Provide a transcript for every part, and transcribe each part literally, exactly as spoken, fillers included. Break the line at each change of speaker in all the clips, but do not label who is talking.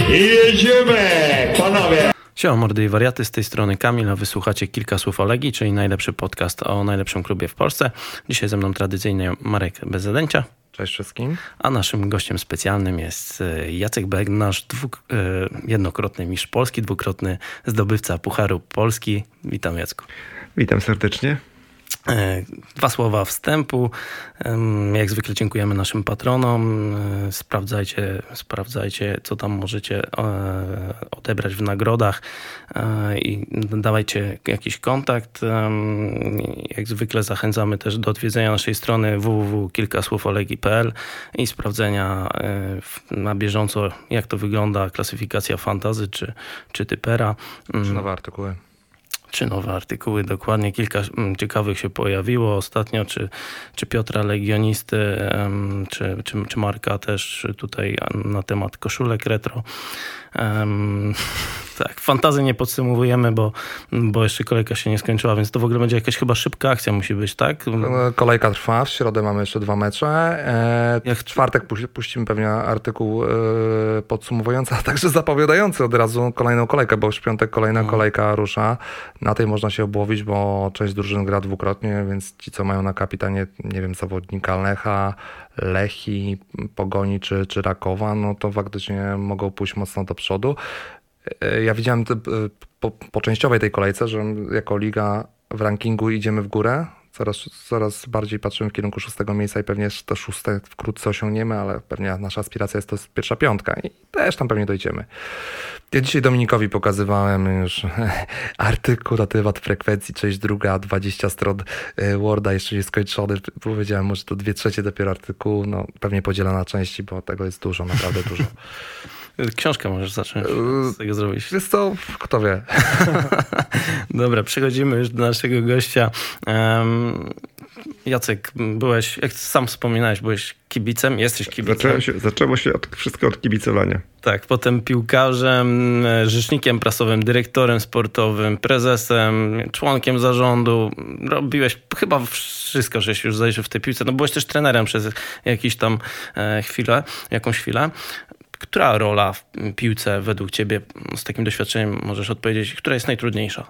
Jedziemy, panowie!
Siema mordy i wariaty, z tej strony Kamil, a wysłuchacie Kilka Słów o Legii, czyli najlepszy podcast o najlepszym klubie w Polsce. Dzisiaj ze mną tradycyjnie Marek bez zadęcia.
Cześć wszystkim.
A naszym gościem specjalnym jest Jacek Beck, nasz dwuk- jednokrotny mistrz Polski, dwukrotny zdobywca Pucharu Polski. Witam, Jacku.
Witam serdecznie.
Dwa słowa wstępu. Jak zwykle dziękujemy naszym patronom. Sprawdzajcie, sprawdzajcie, co tam możecie odebrać w nagrodach i dawajcie jakiś kontakt. Jak zwykle zachęcamy też do odwiedzenia naszej strony w w w kropka kilka słów o legii kropka p l i sprawdzenia na bieżąco, jak to wygląda klasyfikacja fantasy czy, czy typera.
Czy nowe artykuły.
Czy nowe artykuły, dokładnie. Kilka ciekawych się pojawiło ostatnio, czy, czy Piotra Legionisty, czy, czy, czy Marka też tutaj na temat koszulek retro. Um, tak, fantazy nie podsumowujemy, bo, bo jeszcze kolejka się nie skończyła, więc to w ogóle będzie jakaś chyba szybka akcja musi być, tak?
Kolejka trwa, w środę mamy jeszcze dwa mecze. E, Jak w czwartek pu- puścimy pewnie artykuł e, podsumowujący, a także zapowiadający od razu kolejną kolejkę, bo już w piątek kolejna hmm. kolejka rusza. Na tej można się obłowić, bo część drużyn gra dwukrotnie, więc ci, co mają na kapitanie, nie wiem, zawodnika Lecha, Lechi, Pogoni czy, czy Rakowa, no to faktycznie mogą pójść mocno do przodu. Ja widziałem po, po częściowej tej kolejce, że jako liga w rankingu idziemy w górę. Coraz, coraz bardziej patrzymy w kierunku szóstego miejsca i pewnie to szóste wkrótce osiągniemy, ale pewnie nasza aspiracja jest to pierwsza piątka i też tam pewnie dojdziemy. Ja dzisiaj Dominikowi pokazywałem już artykuł na temat frekwencji, część druga, dwadzieścia stron Worda, jeszcze nie skończony. Powiedziałem, może to dwie trzecie dopiero artykułu, no pewnie podziela na części, bo tego jest dużo, naprawdę dużo.
Książkę możesz zacząć z tego zrobić.
Wiesz co, kto wie.
Dobra, przechodzimy już do naszego gościa. Um, Jacek, byłeś, jak sam wspominałeś, byłeś kibicem, jesteś kibicem.
Zaczęło się, zaczęło się od, wszystko od kibicowania.
Tak, potem piłkarzem, rzecznikiem prasowym, dyrektorem sportowym, prezesem, członkiem zarządu. Robiłeś chyba wszystko, żeś już zajrzał w tej piłce. No byłeś też trenerem przez jakiś tam chwilę, jakąś chwilę. Która rola w piłce według ciebie, z takim doświadczeniem możesz odpowiedzieć, która jest najtrudniejsza?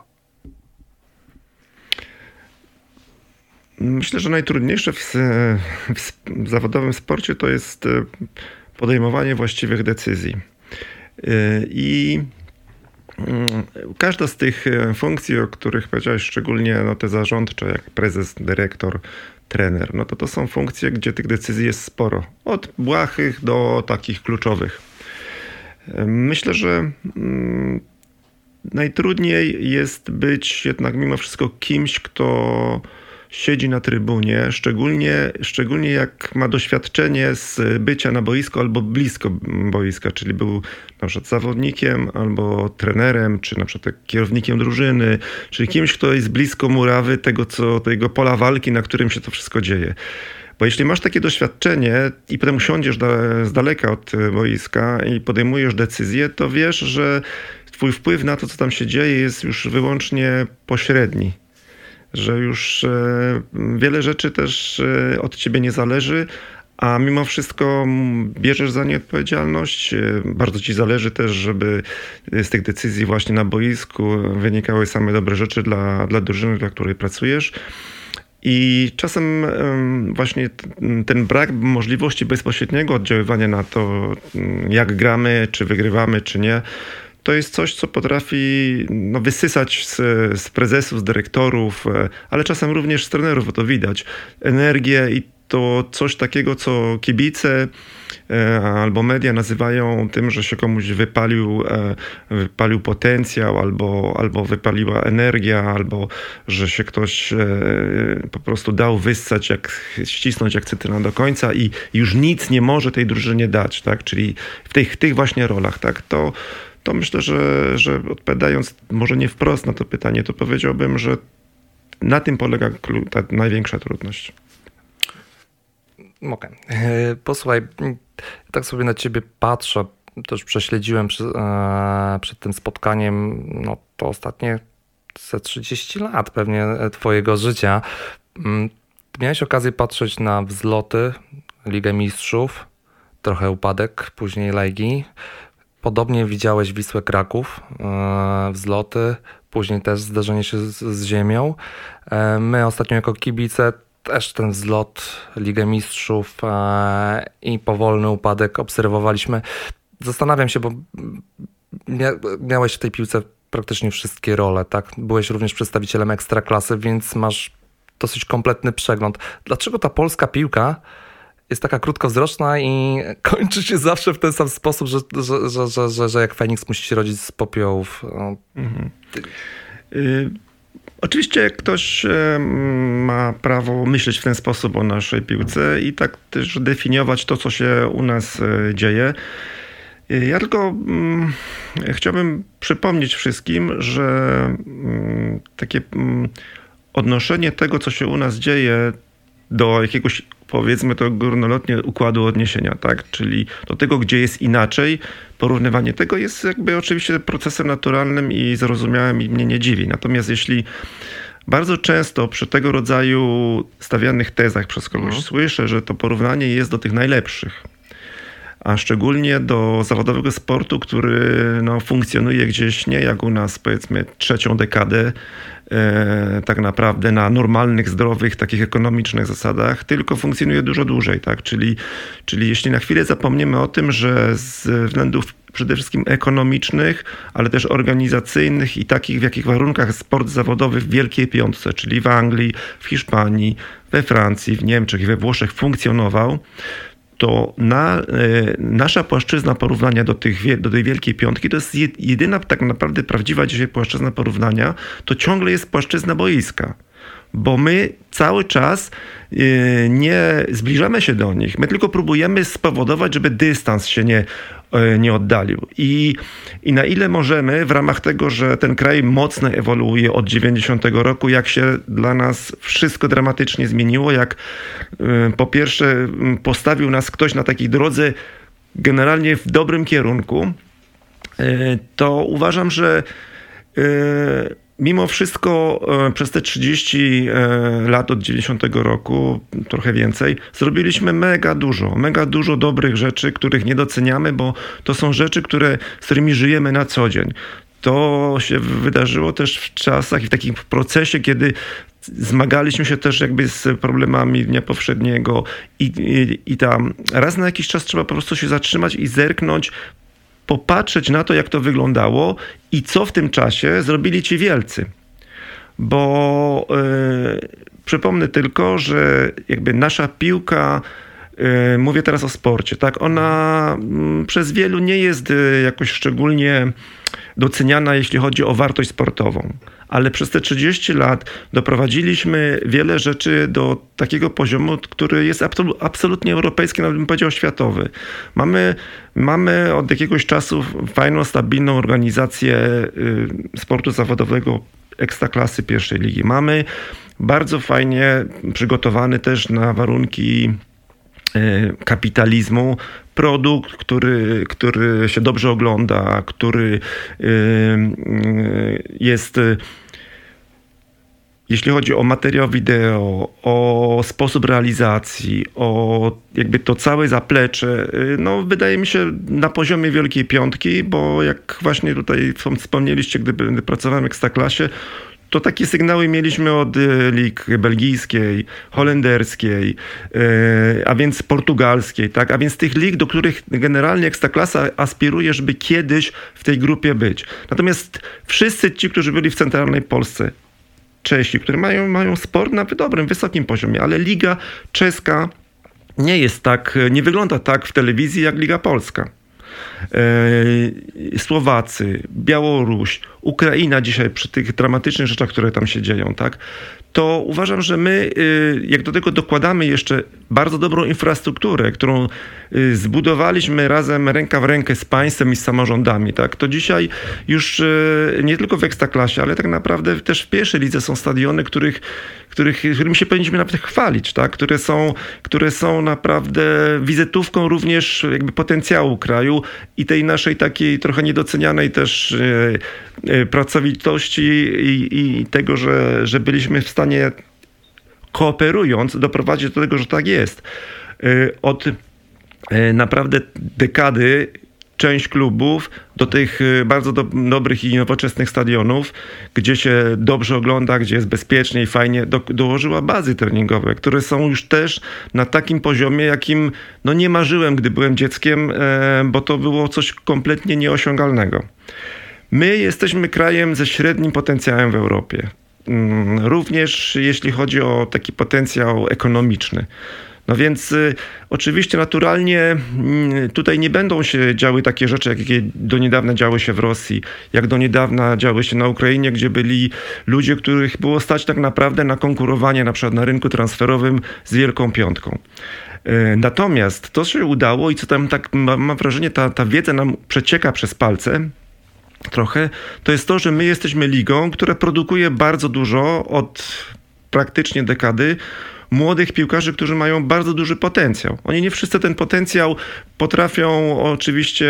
Myślę, że najtrudniejsze w, w, w zawodowym sporcie to jest podejmowanie właściwych decyzji. I każda z tych funkcji, o których powiedziałeś, szczególnie no, te zarządcze, jak prezes, dyrektor, trener, no to to są funkcje, gdzie tych decyzji jest sporo. Od błahych do takich kluczowych. Myślę, że mm, najtrudniej jest być jednak mimo wszystko kimś, kto siedzi na trybunie, szczególnie, szczególnie jak ma doświadczenie z bycia na boisku albo blisko boiska, czyli był na przykład zawodnikiem albo trenerem, czy na przykład kierownikiem drużyny, czyli kimś, kto jest blisko murawy tego, co, tego pola walki, na którym się to wszystko dzieje. Bo jeśli masz takie doświadczenie i potem siądziesz da, z daleka od boiska i podejmujesz decyzję, to wiesz, że twój wpływ na to, co tam się dzieje, jest już wyłącznie pośredni. Że już e, wiele rzeczy też e, od ciebie nie zależy, a mimo wszystko bierzesz za nie odpowiedzialność. E, bardzo ci zależy też, żeby z tych decyzji właśnie na boisku wynikały same dobre rzeczy dla, dla drużyny, dla której pracujesz. I czasem właśnie ten brak możliwości bezpośredniego oddziaływania na to, jak gramy, czy wygrywamy, czy nie, to jest coś, co potrafi no, wysysać z, z prezesów, z dyrektorów, ale czasem również z trenerów, bo to widać. Energię i to coś takiego, co kibice albo media nazywają tym, że się komuś wypalił, wypalił potencjał, albo, albo wypaliła energia, albo że się ktoś po prostu dał wyssać, jak ścisnąć jak cytryna do końca i już nic nie może tej drużynie dać, tak? Czyli w tych, w tych właśnie rolach, tak? To To myślę, że, że odpowiadając może nie wprost na to pytanie, to powiedziałbym, że na tym polega ta największa trudność.
Okej. Okay. Posłuchaj, tak sobie na ciebie patrzę, też prześledziłem przy, e, przed tym spotkaniem, no to ostatnie ze trzydzieści lat pewnie twojego życia. Miałeś okazję patrzeć na wzloty, Ligę Mistrzów, trochę upadek, później Legii. Podobnie widziałeś Wisłę Kraków, wzloty, później też zderzenie się z, z ziemią. My ostatnio jako kibice też ten wzlot, Ligę Mistrzów i powolny upadek obserwowaliśmy. Zastanawiam się, bo mia- miałeś w tej piłce praktycznie wszystkie role, tak? Byłeś również przedstawicielem Ekstraklasy, więc masz dosyć kompletny przegląd. Dlaczego ta polska piłka jest taka krótkowzroczna i kończy się zawsze w ten sam sposób, że, że, że, że, że, że jak Feniks musi się rodzić z popiołów? No. Mhm.
Y- Oczywiście ktoś ma prawo myśleć w ten sposób o naszej piłce i tak też definiować to, co się u nas dzieje. Ja tylko mm, chciałbym przypomnieć wszystkim, że mm, takie mm, odnoszenie tego, co się u nas dzieje do jakiegoś, powiedzmy to górnolotnie, układu odniesienia, tak? Czyli do tego, gdzie jest inaczej, porównywanie tego jest jakby oczywiście procesem naturalnym i zrozumiałym i mnie nie dziwi. Natomiast jeśli bardzo często przy tego rodzaju stawianych tezach przez kogoś mhm. słyszę, że to porównanie jest do tych najlepszych, a szczególnie do zawodowego sportu, który no, funkcjonuje gdzieś nie jak u nas, powiedzmy, trzecią dekadę, e, tak naprawdę na normalnych, zdrowych, takich ekonomicznych zasadach, tylko funkcjonuje dużo dłużej, tak? Czyli, czyli jeśli na chwilę zapomniemy o tym, że z względów przede wszystkim ekonomicznych, ale też organizacyjnych i takich, w jakich warunkach sport zawodowy w Wielkiej Piątce, czyli w Anglii, w Hiszpanii, we Francji, w Niemczech i we Włoszech funkcjonował, to na, y, nasza płaszczyzna porównania do, tych, do tej Wielkiej Piątki to jest jedyna tak naprawdę prawdziwa dzisiaj płaszczyzna porównania, to ciągle jest płaszczyzna boiska. Bo my cały czas y, nie zbliżamy się do nich. My tylko próbujemy spowodować, żeby dystans się nie, y, nie oddalił. I, I na ile możemy w ramach tego, że ten kraj mocno ewoluuje od dziewięćdziesiątego roku, jak się dla nas wszystko dramatycznie zmieniło, jak y, po pierwsze postawił nas ktoś na takiej drodze generalnie w dobrym kierunku, y, to uważam, że y, mimo wszystko przez te trzydzieści lat od dziewięćdziesiątego roku, trochę więcej, zrobiliśmy mega dużo, mega dużo dobrych rzeczy, których nie doceniamy, bo to są rzeczy, które, z którymi żyjemy na co dzień. To się wydarzyło też w czasach i w takim procesie, kiedy zmagaliśmy się też jakby z problemami dnia powszedniego i, i, i tam raz na jakiś czas trzeba po prostu się zatrzymać i zerknąć, popatrzeć na to, jak to wyglądało i co w tym czasie zrobili ci wielcy. Bo yy, przypomnę tylko, że jakby nasza piłka, yy, mówię teraz o sporcie, tak, ona yy, przez wielu nie jest yy, jakoś szczególnie doceniana, jeśli chodzi o wartość sportową. Ale przez te trzydzieści lat doprowadziliśmy wiele rzeczy do takiego poziomu, który jest absolutnie europejski, nawet bym powiedział światowy. Mamy, mamy od jakiegoś czasu fajną, stabilną organizację sportu zawodowego Ekstraklasy pierwszej ligi. Mamy bardzo fajnie przygotowany też na warunki kapitalizmu produkt, który, który się dobrze ogląda, który jest, jeśli chodzi o materiał wideo, o sposób realizacji, o jakby to całe zaplecze, no wydaje mi się na poziomie Wielkiej Piątki, bo jak właśnie tutaj wspomnieliście, gdy pracowałem w Ekstraklasie, to takie sygnały mieliśmy od lig belgijskiej, holenderskiej, a więc portugalskiej, tak? A więc tych lig, do których generalnie Ekstraklasa aspiruje, żeby kiedyś w tej grupie być. Natomiast wszyscy ci, którzy byli w centralnej Polsce, Czesi, którzy mają, mają sport na dobrym, wysokim poziomie, ale liga czeska nie jest tak, nie wygląda tak w telewizji jak Liga Polska. Słowacy, Białoruś, Ukraina dzisiaj przy tych dramatycznych rzeczach, które tam się dzieją, tak, to uważam, że my, jak do tego dokładamy jeszcze bardzo dobrą infrastrukturę, którą zbudowaliśmy razem ręka w rękę z państwem i z samorządami, tak, to dzisiaj już nie tylko w Ekstraklasie, ale tak naprawdę też w pierwszej lidze są stadiony, których, których, którymi się powinniśmy nawet chwalić, tak, które są, które są naprawdę wizytówką również jakby potencjału kraju i tej naszej takiej trochę niedocenianej też pracowitości i, i tego, że, że byliśmy w stanie kooperując doprowadzić do tego, że tak jest. Od naprawdę dekady część klubów do tych bardzo do, dobrych i nowoczesnych stadionów, gdzie się dobrze ogląda, gdzie jest bezpiecznie i fajnie, do, dołożyła bazy treningowe, które są już też na takim poziomie, jakim no nie marzyłem, gdy byłem dzieckiem, e, bo to było coś kompletnie nieosiągalnego. My jesteśmy krajem ze średnim potencjałem w Europie. Również jeśli chodzi o taki potencjał ekonomiczny. No więc y, oczywiście naturalnie y, tutaj nie będą się działy takie rzeczy, jakie do niedawna działy się w Rosji, jak do niedawna działy się na Ukrainie, gdzie byli ludzie, których było stać tak naprawdę na konkurowanie na przykład na rynku transferowym z Wielką Piątką. Y, natomiast to się udało i co tam tak mam, mam wrażenie, ta, ta wiedza nam przecieka przez palce trochę, to jest to, że my jesteśmy ligą, która produkuje bardzo dużo od praktycznie dekady młodych piłkarzy, którzy mają bardzo duży potencjał. Oni nie wszyscy ten potencjał potrafią oczywiście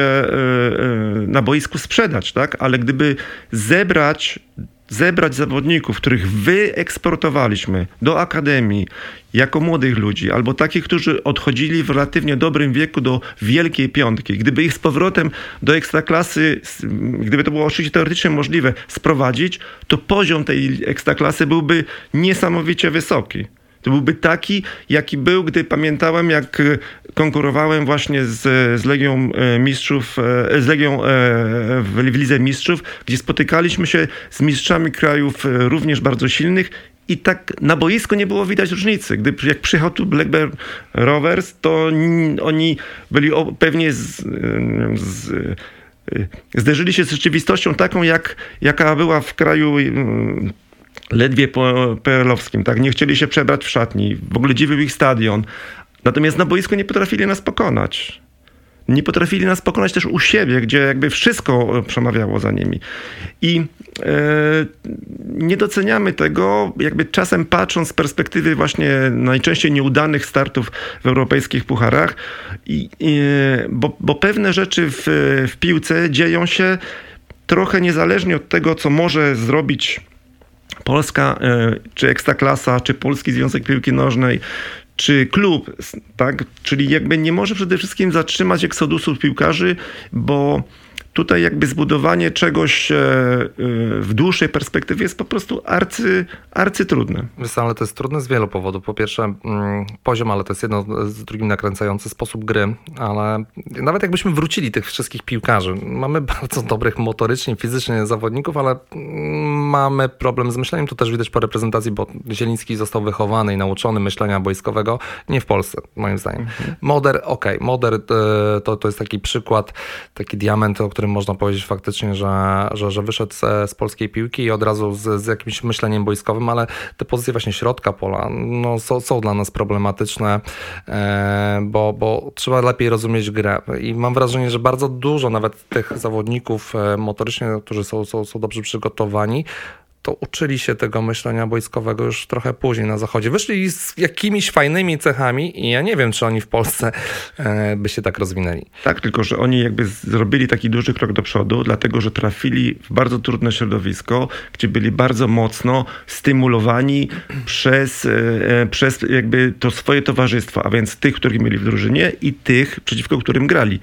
na boisku sprzedać, tak? Ale gdyby zebrać, zebrać zawodników, których wyeksportowaliśmy do akademii jako młodych ludzi, albo takich, którzy odchodzili w relatywnie dobrym wieku do Wielkiej Piątki, gdyby ich z powrotem do Ekstraklasy, gdyby to było oczywiście teoretycznie możliwe, sprowadzić, to poziom tej Ekstraklasy byłby niesamowicie wysoki. To byłby taki, jaki był, gdy pamiętałem, jak konkurowałem właśnie z, z Legią Mistrzów, z Legią w Lidze Mistrzów, gdzie spotykaliśmy się z mistrzami krajów również bardzo silnych i tak na boisku nie było widać różnicy. Gdy jak przyjechał tu Blackburn Rovers, to oni byli pewnie z, z zderzyli się z rzeczywistością taką, jak, jaka była w kraju ledwie perelowskim, tak? Nie chcieli się przebrać w szatni, w ogóle dziwił ich stadion. Natomiast na boisku nie potrafili nas pokonać. Nie potrafili nas pokonać też u siebie, gdzie jakby wszystko przemawiało za nimi. I e, nie doceniamy tego, jakby czasem patrząc z perspektywy właśnie najczęściej nieudanych startów w europejskich pucharach, i, i, bo, bo pewne rzeczy w, w piłce dzieją się trochę niezależnie od tego, co może zrobić Polska, czy Ekstraklasa, czy Polski Związek Piłki Nożnej, czy klub, tak? Czyli jakby nie może przede wszystkim zatrzymać eksodusu piłkarzy, bo tutaj jakby zbudowanie czegoś w dłuższej perspektywie jest po prostu arcy, arcytrudne.
Wiesz, ale to jest trudne z wielu powodów. Po pierwsze mm, poziom, ale to jest jedno z drugim nakręcający sposób gry, ale nawet jakbyśmy wrócili tych wszystkich piłkarzy, mamy bardzo dobrych motorycznie, fizycznie zawodników, ale mamy problem z myśleniem. To też widać po reprezentacji, bo Zieliński został wychowany i nauczony myślenia boiskowego nie w Polsce, moim zdaniem. Mhm. Moder, okej, okay, Moder to, to jest taki przykład, taki diament, o którym można powiedzieć faktycznie, że, że, że wyszedł z, z polskiej piłki i od razu z, z jakimś myśleniem boiskowym, ale te pozycje właśnie środka pola no, są, są dla nas problematyczne, e, bo, bo trzeba lepiej rozumieć grę. I mam wrażenie, że bardzo dużo nawet tych zawodników e, motorycznie, którzy są, są, są dobrze przygotowani, to uczyli się tego myślenia boiskowego już trochę później na zachodzie. Wyszli z jakimiś fajnymi cechami i ja nie wiem, czy oni w Polsce e, by się tak rozwinęli.
Tak, tylko że oni jakby zrobili taki duży krok do przodu, dlatego że trafili w bardzo trudne środowisko, gdzie byli bardzo mocno stymulowani przez, e, przez jakby to swoje towarzystwo, a więc tych, których mieli w drużynie i tych, przeciwko którym grali.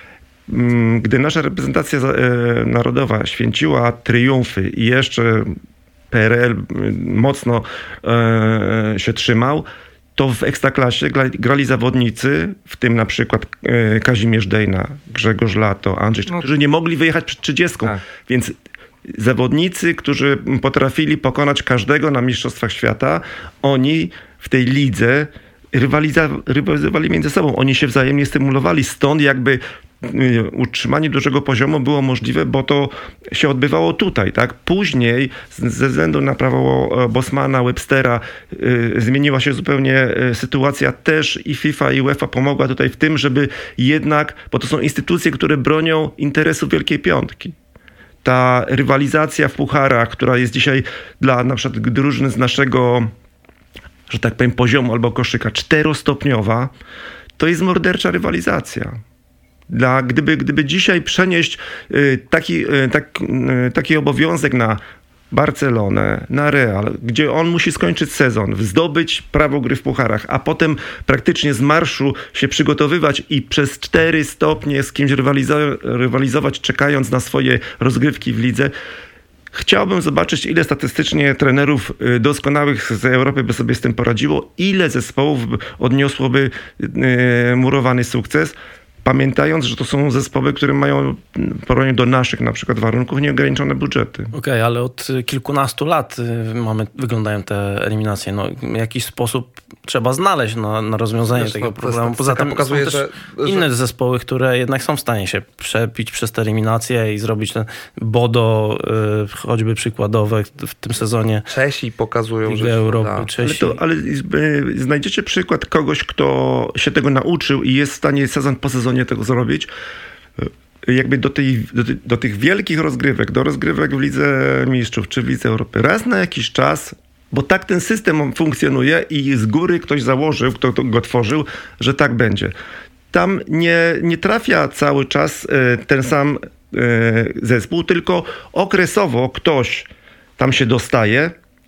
Gdy nasza reprezentacja narodowa święciła triumfy i jeszcze P R L mocno e, się trzymał, to w Ekstraklasie grali zawodnicy, w tym na przykład Kazimierz Dejna, Grzegorz Lato, Andrzej, no, którzy nie mogli wyjechać przed trzydziestką. Tak. Więc zawodnicy, którzy potrafili pokonać każdego na Mistrzostwach Świata, oni w tej lidze rywalizowali między sobą. Oni się wzajemnie stymulowali. Stąd jakby utrzymanie dużego poziomu było możliwe, bo to się odbywało tutaj, tak? Później ze względu na prawo Bosmana, Webstera yy, zmieniła się zupełnie sytuacja. Też i FIFA i UEFA pomogła tutaj w tym, żeby jednak, bo to są instytucje, które bronią interesu Wielkiej Piątki. Ta rywalizacja w pucharach, która jest dzisiaj dla na przykład drużyn z naszego, że tak powiem, poziomu albo koszyka czterostopniowa, to jest mordercza rywalizacja. Dla, gdyby, gdyby dzisiaj przenieść y, taki, y, tak, y, taki obowiązek na Barcelonę, na Real, gdzie on musi skończyć sezon, zdobyć prawo gry w pucharach, a potem praktycznie z marszu się przygotowywać i przez cztery stopnie z kimś rywalizo- rywalizować, czekając na swoje rozgrywki w lidze. Chciałbym zobaczyć, ile statystycznie trenerów doskonałych z Europy by sobie z tym poradziło, ile zespołów odniosłoby murowany sukces, pamiętając, że to są zespoły, które mają w porównaniu do naszych na przykład warunków nieograniczone budżety.
Okej, okay, ale od kilkunastu lat mamy, wyglądają te eliminacje. No, jakiś sposób trzeba znaleźć na, na rozwiązanie Wiesz, tego no, problemu. Poza tym pokazuje, są też że, inne że... zespoły, które jednak są w stanie się przepić przez te eliminacje i zrobić ten bodo, y, choćby przykładowe w tym sezonie.
Czesi pokazują,
Ligę
że
Europy,
da.
Czesi.
Ale, to, ale y, znajdziecie przykład kogoś, kto się tego nauczył i jest w stanie sezon po sezonie tego zrobić. Jakby do, tej, do, do tych wielkich rozgrywek, do rozgrywek w Lidze Mistrzów czy w Lidze Europy, raz na jakiś czas, bo tak ten system funkcjonuje i z góry ktoś założył, kto go tworzył, że tak będzie. Tam nie, nie trafia cały czas ten sam zespół, tylko okresowo ktoś tam się dostaje,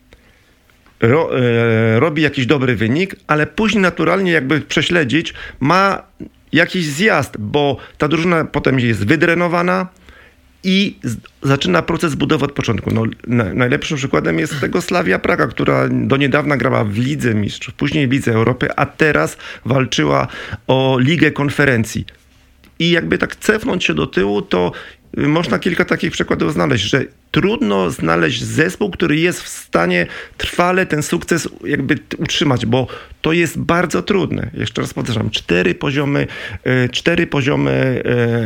ro, robi jakiś dobry wynik, ale później naturalnie jakby prześledzić, ma jakiś zjazd, bo ta drużyna potem jest wydrenowana i z, zaczyna proces budowy od początku. No, na, najlepszym przykładem jest tego Slavia Praga, która do niedawna grała w Lidze Mistrzów, później w Lidze Europy, a teraz walczyła o Ligę Konferencji. I jakby tak cofnąć się do tyłu, to można kilka takich przykładów znaleźć, że trudno znaleźć zespół, który jest w stanie trwale ten sukces jakby utrzymać, bo to jest bardzo trudne. Jeszcze raz powtarzam, cztery poziomy, cztery poziomy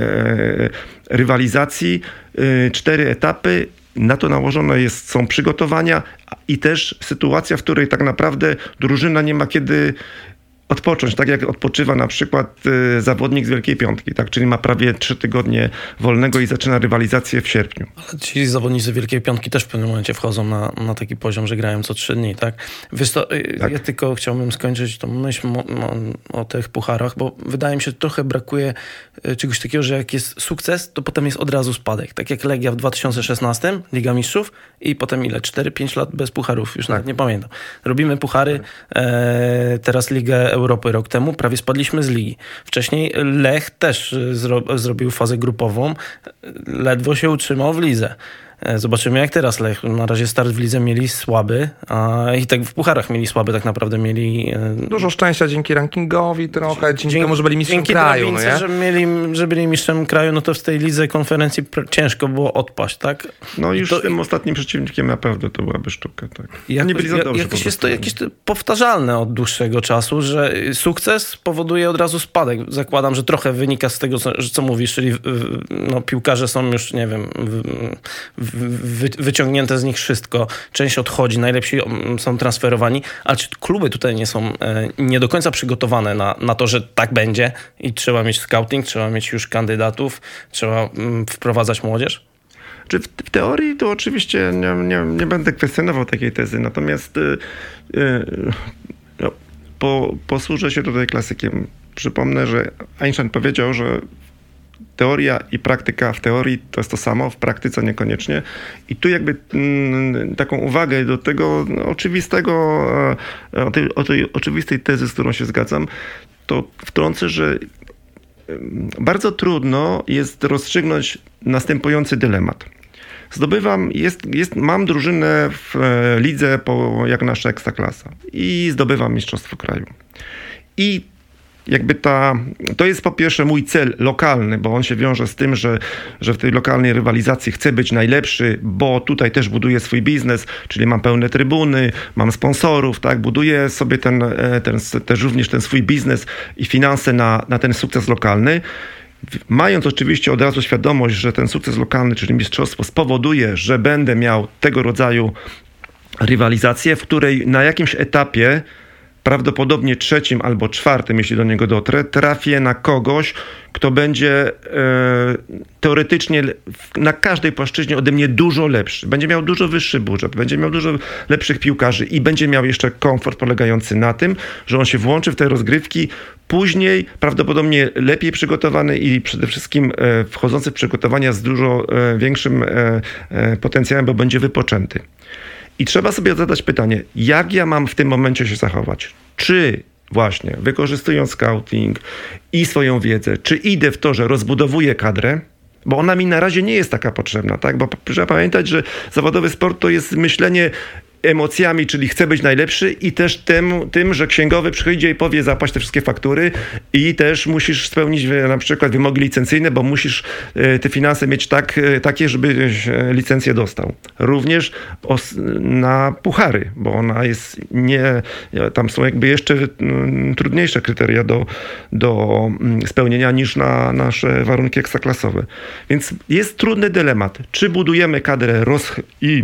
rywalizacji, cztery etapy. Na to nałożone jest, są przygotowania i też sytuacja, w której tak naprawdę drużyna nie ma kiedy odpocząć, tak jak odpoczywa na przykład y, zawodnik z Wielkiej Piątki, tak? Czyli ma prawie trzy tygodnie wolnego i zaczyna rywalizację w sierpniu.
Ale ci zawodnicy Wielkiej Piątki też w pewnym momencie wchodzą na, na taki poziom, że grają co trzy dni, tak? Wiesz to, tak. Ja tylko chciałbym skończyć tą myśl o, o, o tych pucharach, bo wydaje mi się, że trochę brakuje czegoś takiego, że jak jest sukces, to potem jest od razu spadek. Tak jak Legia w dwa tysiące szesnastym, Liga Mistrzów i potem ile? cztery pięć lat bez pucharów, już tak. Nawet nie pamiętam. Robimy puchary, tak. e, teraz Ligę Europy rok temu, prawie spadliśmy z ligi. Wcześniej Lech też zro, zrobił fazę grupową, ledwo się utrzymał w lidze. Zobaczymy jak teraz Lech. Na razie start w lidze mieli słaby, a i tak w pucharach mieli słaby, tak naprawdę mieli...
Dużo szczęścia dzięki rankingowi trochę, dzięki, dzięki temu, że byli mistrzem
dzięki
kraju.
Dzięki
no
że, mieli, że byli mistrzem kraju, no to w tej lidze konferencji ciężko było odpaść, tak?
No już
to,
tym ostatnim przeciwnikiem naprawdę to byłaby sztuka, tak.
Jak,
nie byli za dobrze.
Jakieś jest to jakieś to powtarzalne od dłuższego czasu, że sukces powoduje od razu spadek. Zakładam, że trochę wynika z tego, co, co mówisz, czyli no, piłkarze są już, nie wiem... W, w, wyciągnięte z nich wszystko. Część odchodzi, najlepsi są transferowani, ale czy kluby tutaj nie są nie do końca przygotowane na, na to, że tak będzie i trzeba mieć scouting, trzeba mieć już kandydatów, trzeba wprowadzać młodzież?
Czy w, w teorii to oczywiście nie, nie, nie będę kwestionował takiej tezy, natomiast yy, yy, no, po, posłużę się tutaj klasykiem. Przypomnę, że Einstein powiedział, że teoria i praktyka w teorii to jest to samo, w praktyce niekoniecznie. I tu jakby mm, taką uwagę do tego no, oczywistego, o tej, o tej oczywistej tezy, z którą się zgadzam, to wtrącę, że bardzo trudno jest rozstrzygnąć następujący dylemat. Zdobywam, jest, jest, mam drużynę w lidze po, jak nasza Ekstraklasa i zdobywam mistrzostwo kraju. I jakby ta, to jest po pierwsze mój cel lokalny, bo on się wiąże z tym, że, że w tej lokalnej rywalizacji chcę być najlepszy, bo tutaj też buduję swój biznes, czyli mam pełne trybuny, mam sponsorów, tak, buduję sobie ten, ten, też również ten swój biznes i finanse na, na ten sukces lokalny. Mając oczywiście od razu świadomość, że ten sukces lokalny, czyli mistrzostwo spowoduje, że będę miał tego rodzaju rywalizację, w której na jakimś etapie prawdopodobnie trzecim albo czwartym, jeśli do niego dotrę, trafię na kogoś, kto będzie e, teoretycznie na każdej płaszczyźnie ode mnie dużo lepszy. Będzie miał dużo wyższy budżet, będzie miał dużo lepszych piłkarzy i będzie miał jeszcze komfort polegający na tym, że on się włączy w te rozgrywki, później prawdopodobnie lepiej przygotowany i przede wszystkim e, wchodzący w przygotowania z dużo e, większym e, e, potencjałem, bo będzie wypoczęty. I trzeba sobie zadać pytanie, jak ja mam w tym momencie się zachować? Czy właśnie wykorzystując scouting i swoją wiedzę, czy idę w to, że rozbudowuję kadrę, bo ona mi na razie nie jest taka potrzebna, tak? Bo trzeba pamiętać, że zawodowy sport to jest myślenie emocjami, czyli chcę być najlepszy i też tym, tym, że księgowy przyjdzie i powie zapłać te wszystkie faktury i też musisz spełnić na przykład wymogi licencyjne, bo musisz te finanse mieć tak, takie, żeby licencję dostał. Również os, na puchary, bo ona jest nie, tam są jakby jeszcze trudniejsze kryteria do, do spełnienia niż na nasze warunki ekstraklasowe. Więc jest trudny dylemat. Czy budujemy kadrę roz i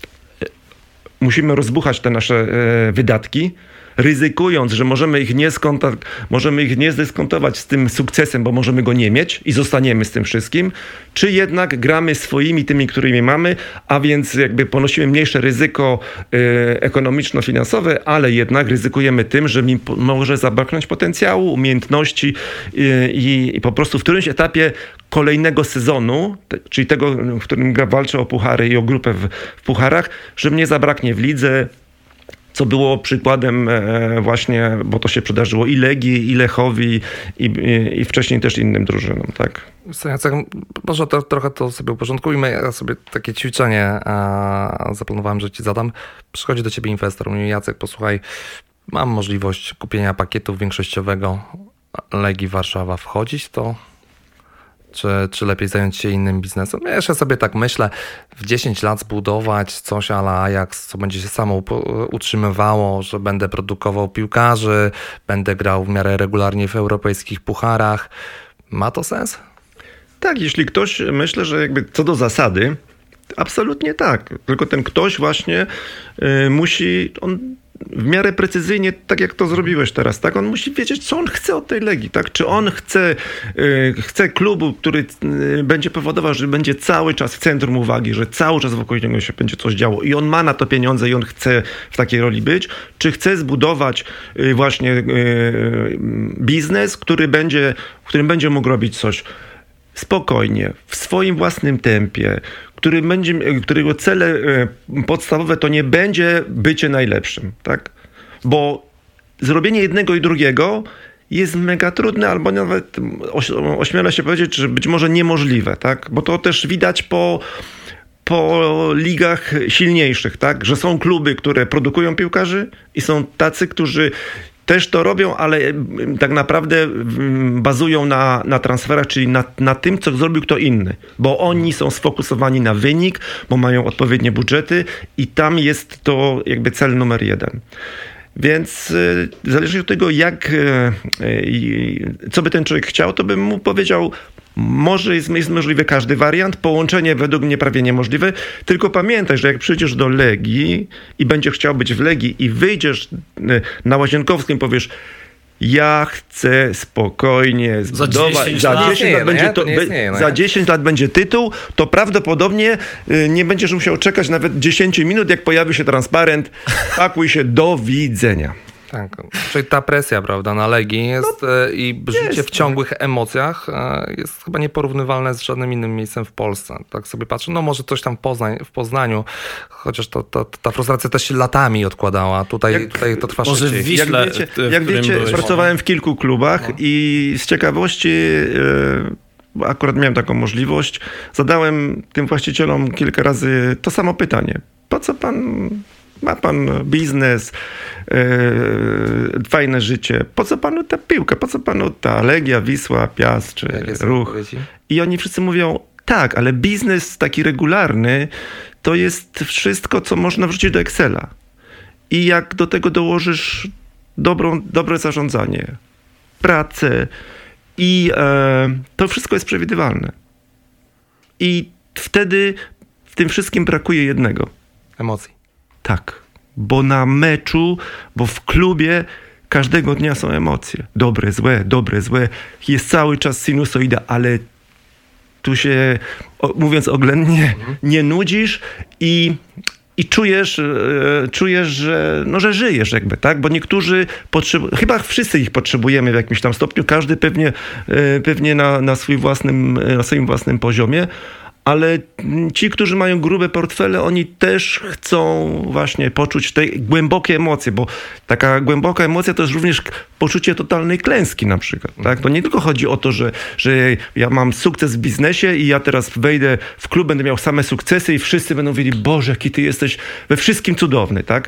musimy rozbuchać te nasze e, wydatki, ryzykując, że możemy ich, nie skonta- możemy ich nie zdyskontować z tym sukcesem, bo możemy go nie mieć i zostaniemy z tym wszystkim, czy jednak gramy swoimi tymi, którymi mamy, a więc jakby ponosimy mniejsze ryzyko e, ekonomiczno-finansowe, ale jednak ryzykujemy tym, że mi po- może zabraknąć potencjału, umiejętności e, i, i po prostu w którymś etapie kolejnego sezonu, te, czyli tego, w którym walczę o puchary i o grupę w, w pucharach, że mnie zabraknie w lidze, co było przykładem e, właśnie, bo to się przydarzyło i Legii, i Lechowi, i, i, i wcześniej też innym drużynom, tak?
Jacek, może to, trochę to sobie uporządkujmy. Ja sobie takie ćwiczenie a, zaplanowałem, że ci zadam. Przychodzi do ciebie inwestor, mówi: Jacek, posłuchaj, mam możliwość kupienia pakietu większościowego Legii Warszawa. Wchodzić w to? Czy, czy lepiej zająć się innym biznesem? Ja jeszcze sobie tak myślę, w dziesięć lat zbudować coś a la Ajax, co będzie się samo utrzymywało, że będę produkował piłkarzy, będę grał w miarę regularnie w europejskich pucharach. Ma to sens?
Tak, jeśli ktoś, myślę, że jakby co do zasady, absolutnie tak. Tylko ten ktoś właśnie y, musi, on w miarę precyzyjnie, tak jak to zrobiłeś teraz, tak? On musi wiedzieć, co on chce od tej Legii, tak? Czy on chce, yy, chce klubu, który yy, będzie powodował, że będzie cały czas w centrum uwagi, że cały czas wokół niego się będzie coś działo i on ma na to pieniądze i on chce w takiej roli być, czy chce zbudować yy, właśnie yy, biznes, który będzie, w którym będzie mógł robić coś spokojnie, w swoim własnym tempie, który będzie, którego cele podstawowe to nie będzie bycie najlepszym, tak? Bo zrobienie jednego i drugiego jest mega trudne, albo nawet ośmielę się powiedzieć, że być może niemożliwe, tak? Bo to też widać po, po ligach silniejszych, tak? Że są kluby, które produkują piłkarzy i są tacy, którzy też to robią, ale tak naprawdę bazują na, na transferach, czyli na, na tym, co zrobił kto inny. Bo oni są sfokusowani na wynik, bo mają odpowiednie budżety i tam jest to jakby cel numer jeden. Więc y, zależnie od tego, jak, y, y, co by ten człowiek chciał, to bym mu powiedział, może jest, jest możliwy każdy wariant, połączenie według mnie prawie niemożliwe, tylko pamiętaj, że jak przyjdziesz do Legii i będziesz chciał być w Legii i wyjdziesz na Łazienkowskim, powiesz: ja chcę spokojnie zbudować, za dziesięć lat będzie to, za dziesięć lat będzie tytuł, to prawdopodobnie nie będziesz musiał czekać nawet dziesięć minut, jak pojawi się transparent, pakuj się, do widzenia.
Tak, czyli ta presja, prawda, na Legii jest no, i życie jest, w ciągłych tak. emocjach jest chyba nieporównywalne z żadnym innym miejscem w Polsce. Tak sobie patrzę, no może coś tam w, Poznań, w Poznaniu, chociaż to, to, ta frustracja też się latami odkładała. Tutaj, jak, tutaj to trwa
może
szybciej.
W Wiśle,
jak wiecie, jak wiecie pracowałem w kilku klubach no. i z ciekawości... Yy, akurat miałem taką możliwość, zadałem tym właścicielom kilka razy to samo pytanie. Po co pan... Ma pan biznes, yy, fajne życie. Po co panu ta piłka? Po co panu ta Legia, Wisła, Piast czy Ruch? I oni wszyscy mówią, tak, ale biznes taki regularny to jest wszystko, co można wrzucić do Excela. I jak do tego dołożysz dobrą, dobre zarządzanie, pracę i e, to wszystko jest przewidywalne. I wtedy w tym wszystkim brakuje jednego.
Emocji.
Tak, bo na meczu, bo w klubie Każdego dnia są emocje. Dobre, złe, dobre, złe. Jest cały czas sinusoida, ale tu się, mówiąc oględnie, nie nudzisz i I czujesz, e, czujesz że, no, że żyjesz jakby, tak? Bo niektórzy potrzebują, chyba wszyscy ich potrzebujemy w jakimś tam stopniu, każdy pewnie, e, pewnie na, na, swój własnym, na swoim własnym poziomie, ale ci, którzy mają grube portfele, oni też chcą właśnie poczuć te głębokie emocje, bo taka głęboka emocja to jest również poczucie totalnej klęski na przykład. Tak? To nie tylko chodzi o to, że, że ja mam sukces w biznesie i ja teraz wejdę w klub, będę miał same sukcesy i wszyscy będą mówili, Boże, jaki ty jesteś we wszystkim cudowny. Tak?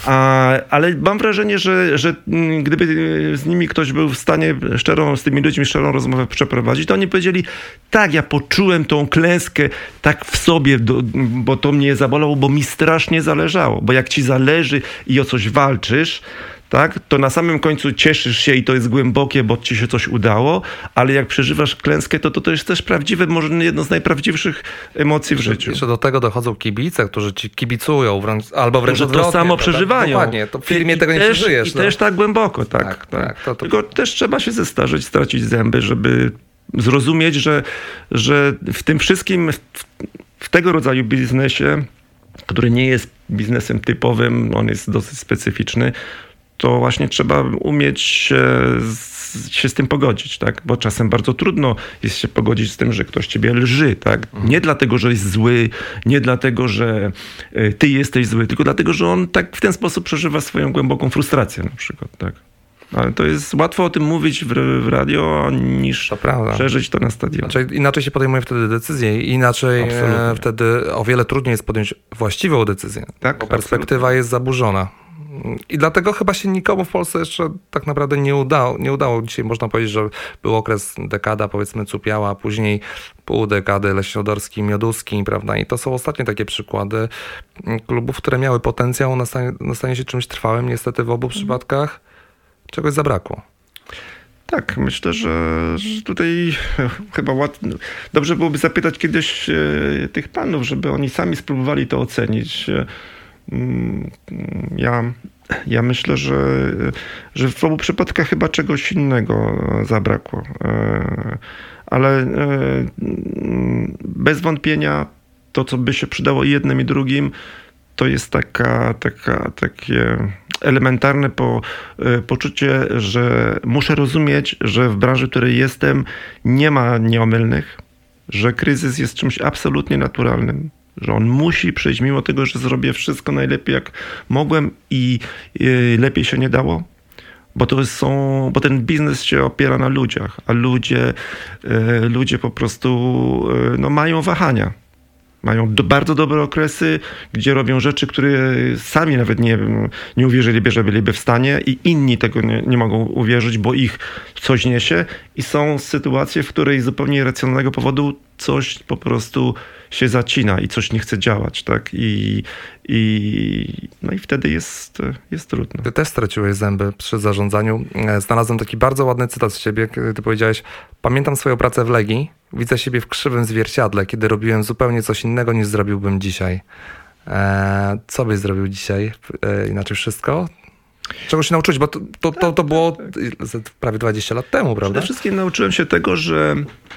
A, ale mam wrażenie, że, że gdyby z nimi ktoś był w stanie szczerą, z tymi ludźmi szczerą rozmowę przeprowadzić, to oni powiedzieli, tak, ja poczułem tą klęskę tak w sobie, bo to mnie zabolało, bo mi strasznie zależało. Bo jak ci zależy i o coś walczysz, tak, to na samym końcu cieszysz się i to jest głębokie, bo ci się coś udało, ale jak przeżywasz klęskę, to to, to jest też prawdziwe, może jedno z najprawdziwszych emocji w życiu.
Jeszcze do tego dochodzą kibice, którzy ci kibicują, wręcz, albo wręcz
odwrotnie. To samo przeżywają. Tak,
dokładnie, to w filmie tego nie przeżyjesz.
I no. też tak głęboko, tak. tak, tak. tak to, to... Tylko też trzeba się zestarzeć, stracić zęby, żeby zrozumieć, że, że w tym wszystkim, w, w tego rodzaju biznesie, który nie jest biznesem typowym, on jest dosyć specyficzny, to właśnie trzeba umieć się z, się z tym pogodzić, tak? Bo czasem bardzo trudno jest się pogodzić z tym, że ktoś ciebie lży, tak? Nie dlatego, że jest zły, nie dlatego, że ty jesteś zły, tylko dlatego, że on tak w ten sposób przeżywa swoją głęboką frustrację na przykład, tak? Ale to jest łatwo o tym mówić w, w radio, niż to przeżyć to na stadionie.
Znaczy, inaczej się podejmuje wtedy decyzje i inaczej e, wtedy o wiele trudniej jest podjąć właściwą decyzję, tak, bo perspektywa absolutnie. Jest zaburzona. I dlatego chyba się nikomu w Polsce jeszcze tak naprawdę nie udało. Nie udało. Dzisiaj można powiedzieć, że był okres, dekada powiedzmy Cupiała, później pół dekady Leśniodorski, Mioduski, prawda? I to są ostatnie takie przykłady klubów, które miały potencjał na stanie, na stanie się czymś trwałym. Niestety w obu mm. przypadkach czegoś zabrakło.
Tak, myślę, że, że tutaj chyba łatwo, dobrze byłoby zapytać kiedyś e, tych panów, żeby oni sami spróbowali to ocenić. Ja, ja myślę, że, że w obu przypadkach chyba czegoś innego zabrakło. Ale bez wątpienia to, co by się przydało i jednym, i drugim, to jest taka, taka, takie elementarne po, poczucie, że muszę rozumieć, że w branży, w której jestem, nie ma nieomylnych, że kryzys jest czymś absolutnie naturalnym, że on musi przyjść, mimo tego, że zrobię wszystko najlepiej, jak mogłem i y, lepiej się nie dało. Bo to są, bo ten biznes się opiera na ludziach, a ludzie, y, ludzie po prostu y, no, mają wahania. Mają do, bardzo dobre okresy, gdzie robią rzeczy, które sami nawet nie, nie uwierzyliby, że byliby w stanie i inni tego nie, nie mogą uwierzyć, bo ich coś niesie. I są sytuacje, w której z zupełnie irracjonalnego powodu coś po prostu się zacina i coś nie chce działać, tak? I, i, no i wtedy jest, jest trudno.
Ty też straciłeś zęby przy zarządzaniu. Znalazłem taki bardzo ładny cytat z ciebie, kiedy ty powiedziałeś: pamiętam swoją pracę w Legii, widzę siebie w krzywym zwierciadle, kiedy robiłem zupełnie coś innego niż zrobiłbym dzisiaj. Eee, co byś zrobił dzisiaj? Eee, inaczej wszystko? Czego się nauczyć? Bo to, to, to, to było prawie dwadzieścia lat temu, prawda?
Przede wszystkim nauczyłem się tego, że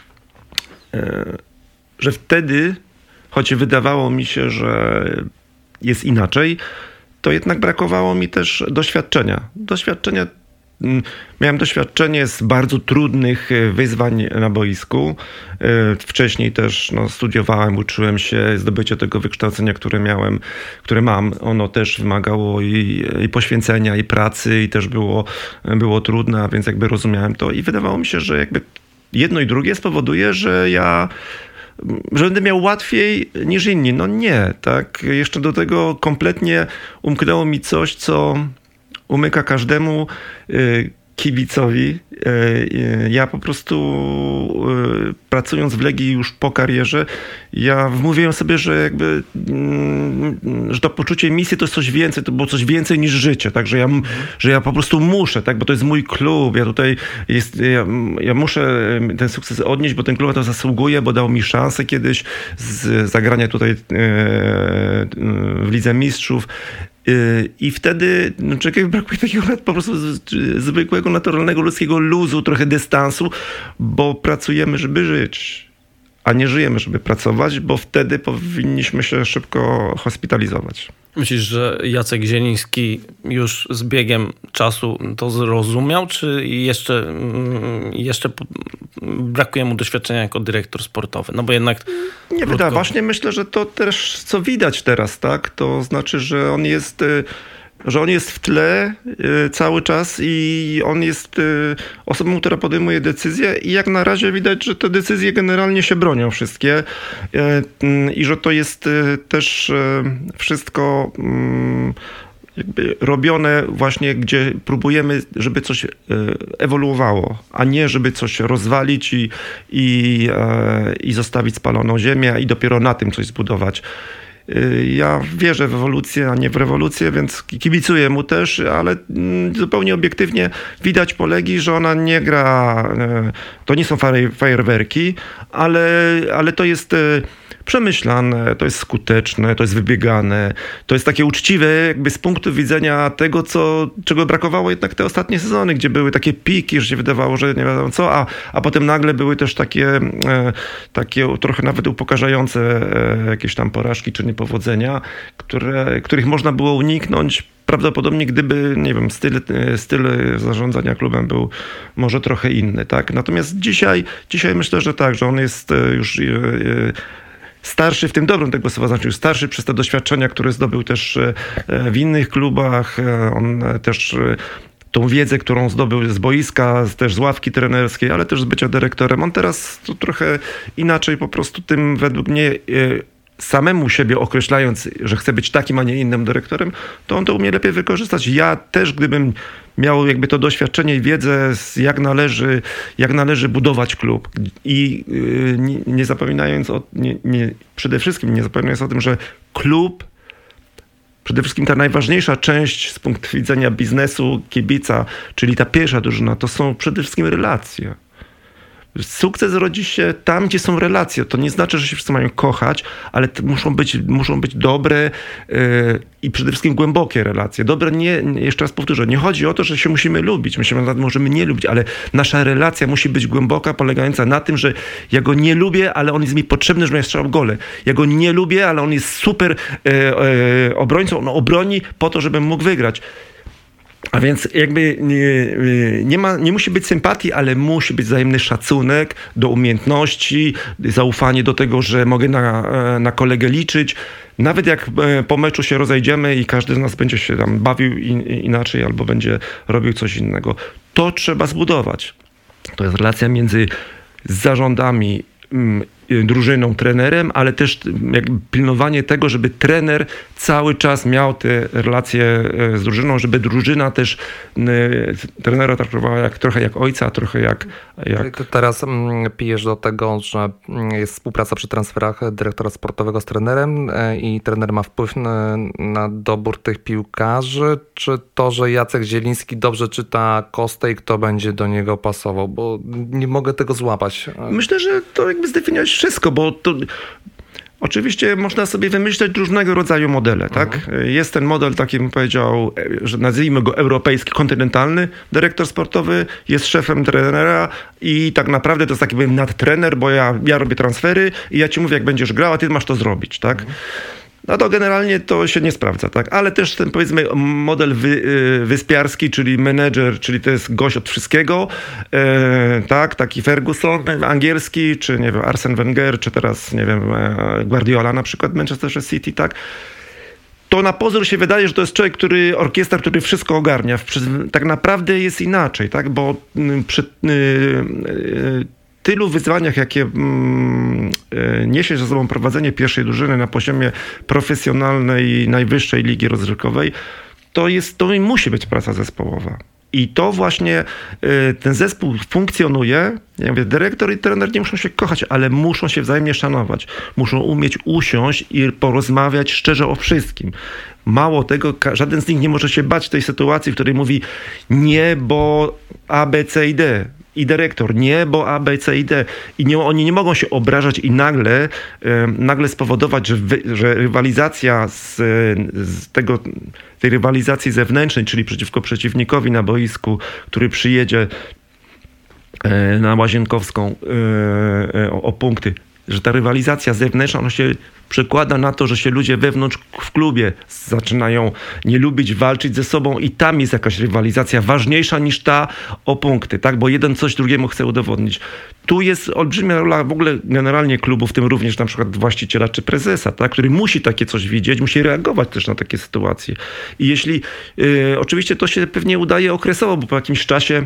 że wtedy, choć wydawało mi się, że jest inaczej, to jednak brakowało mi też doświadczenia. Doświadczenia, miałem doświadczenie z bardzo trudnych wyzwań na boisku. Wcześniej też no, studiowałem, uczyłem się, zdobycie tego wykształcenia, które miałem, które mam, ono też wymagało i, i poświęcenia, i pracy, i też było, było trudne, a więc jakby rozumiałem to i wydawało mi się, że jakby jedno i drugie spowoduje, że ja że będę miał łatwiej niż inni. No nie, tak. Jeszcze do tego kompletnie umknęło mi coś, co umyka każdemu kibicowi. Ja po prostu pracując w Legii już po karierze, ja wmówiłem sobie, że jakby że to poczucie misji to jest coś więcej, to było coś więcej niż życie, tak, że ja, że ja po prostu muszę, tak, bo to jest mój klub, ja tutaj jest, ja, ja muszę ten sukces odnieść, bo ten klub na to zasługuje, bo dał mi szansę kiedyś z zagrania tutaj w Lidze Mistrzów. I wtedy no, człowiekowi brakuje takiego po prostu zwykłego, naturalnego, ludzkiego luzu, trochę dystansu, bo pracujemy, żeby żyć, a nie żyjemy, żeby pracować, bo wtedy powinniśmy się szybko hospitalizować.
Myślisz, że Jacek Zieliński już z biegiem czasu to zrozumiał, czy jeszcze, jeszcze brakuje mu doświadczenia jako dyrektor sportowy? No bo jednak...
Nie
krótko...
wydaje. Właśnie myślę, że to też co widać teraz, tak? To znaczy, że on jest... że on jest w tle y, cały czas i on jest y, osobą, która podejmuje decyzje i jak na razie widać, że te decyzje generalnie się bronią wszystkie y, y, i że to jest y, też y, wszystko y, jakby robione właśnie, gdzie próbujemy, żeby coś y, ewoluowało, a nie żeby coś rozwalić i, i, y, i zostawić spaloną ziemię i dopiero na tym coś zbudować. Ja wierzę w ewolucję, a nie w rewolucję, więc kibicuję mu też, ale zupełnie obiektywnie widać po Legii, że ona nie gra, to nie są fajerwerki, ale, ale to jest przemyślane, to jest skuteczne, to jest wybiegane, to jest takie uczciwe jakby z punktu widzenia tego, co, czego brakowało jednak te ostatnie sezony, gdzie były takie piki, że się wydawało, że nie wiadomo co, a, a potem nagle były też takie, e, takie trochę nawet upokarzające e, jakieś tam porażki czy niepowodzenia, które, których można było uniknąć. Prawdopodobnie gdyby, nie wiem, styl, styl zarządzania klubem był może trochę inny, tak? Natomiast dzisiaj, dzisiaj myślę, że tak, że on jest już starszy w tym dobrym tego słowa znaczeniu, starszy przez te doświadczenia, które zdobył też w innych klubach. On też tą wiedzę, którą zdobył z boiska, też z ławki trenerskiej, ale też z bycia dyrektorem. On teraz to trochę inaczej po prostu tym według mnie samemu siebie określając, że chce być takim, a nie innym dyrektorem, to on to umie lepiej wykorzystać. Ja też, gdybym miał jakby to doświadczenie i wiedzę, jak należy, jak należy budować klub i yy, nie, nie zapominając o, nie, nie, przede wszystkim nie zapominając o tym, że klub, przede wszystkim ta najważniejsza część z punktu widzenia biznesu, kibica, czyli ta pierwsza drużyna, to są przede wszystkim relacje. Sukces rodzi się tam, gdzie są relacje. To nie znaczy, że się wszyscy mają kochać, ale muszą być, muszą być dobre yy, i przede wszystkim głębokie relacje. Dobre, nie, jeszcze raz powtórzę, nie chodzi o to, że się musimy lubić. My się możemy nie lubić, ale nasza relacja musi być głęboka, polegająca na tym, że ja go nie lubię, ale on jest mi potrzebny, żebym ja strzelał gole. Ja go nie lubię, ale on jest super yy, yy, obrońcą. On obroni po to, żebym mógł wygrać. A więc jakby nie, nie, ma, nie musi być sympatii, ale musi być wzajemny szacunek do umiejętności, zaufanie do tego, że mogę na, na kolegę liczyć. Nawet jak po meczu się rozejdziemy i każdy z nas będzie się tam bawił inaczej albo będzie robił coś innego. To trzeba zbudować. To jest relacja między zarządami, drużyną, trenerem, ale też jakby pilnowanie tego, żeby trener cały czas miał te relacje z drużyną, żeby drużyna też trenera traktowała jak, trochę jak ojca, trochę jak... jak...
Ty teraz pijesz do tego, że jest współpraca przy transferach dyrektora sportowego z trenerem i trener ma wpływ na, na dobór tych piłkarzy, czy to, że Jacek Zieliński dobrze czyta Kostę i kto będzie do niego pasował? Bo nie mogę tego złapać.
Myślę, że to jakby zdefiniować wszystko, bo to oczywiście można sobie wymyśleć różnego rodzaju modele, tak? Mhm. Jest ten model, taki bym powiedział, że nazwijmy go europejski, kontynentalny dyrektor sportowy, jest szefem trenera i tak naprawdę to jest taki nadtrener, bo ja, ja robię transfery i ja ci mówię, jak będziesz grał, a ty masz to zrobić, tak? Mhm. No to generalnie to się nie sprawdza, tak? Ale też ten, powiedzmy, model wy, wyspiarski, czyli menedżer, czyli to jest gość od wszystkiego, e, tak? Taki Ferguson angielski, czy nie wiem, Arsene Wenger, czy teraz, nie wiem, Guardiola na przykład, Manchester City, tak? To na pozór się wydaje, że to jest człowiek, który, orkiestra, który wszystko ogarnia. Tak naprawdę jest inaczej, tak? Bo przy... Yy, yy, tylu wyzwaniach, jakie mm, niesie ze sobą prowadzenie pierwszej drużyny na poziomie profesjonalnej, najwyższej ligi rozrywkowej, to jest, to musi być praca zespołowa. I to właśnie y, ten zespół funkcjonuje. Ja mówię, dyrektor i trener nie muszą się kochać, ale muszą się wzajemnie szanować. Muszą umieć usiąść i porozmawiać szczerze o wszystkim. Mało tego, żaden z nich nie może się bać tej sytuacji, w której mówi nie, bo A, B, C i D. i dyrektor, nie, bo A, B, C i D. I nie, oni nie mogą się obrażać i nagle, e, nagle spowodować, że, wy, że rywalizacja z, z tego, tej rywalizacji zewnętrznej, czyli przeciwko przeciwnikowi na boisku, który przyjedzie e, na Łazienkowską e, e, o, o punkty, że ta rywalizacja zewnętrzna, ona się przekłada na to, że się ludzie wewnątrz w klubie zaczynają nie lubić, walczyć ze sobą i tam jest jakaś rywalizacja ważniejsza niż ta o punkty, tak? Bo jeden coś drugiemu chce udowodnić. Tu jest olbrzymia rola w ogóle generalnie klubu, w tym również na przykład właściciela czy prezesa, tak? Który musi takie coś widzieć, musi reagować też na takie sytuacje. I jeśli, yy, oczywiście to się pewnie udaje okresowo, bo po jakimś czasie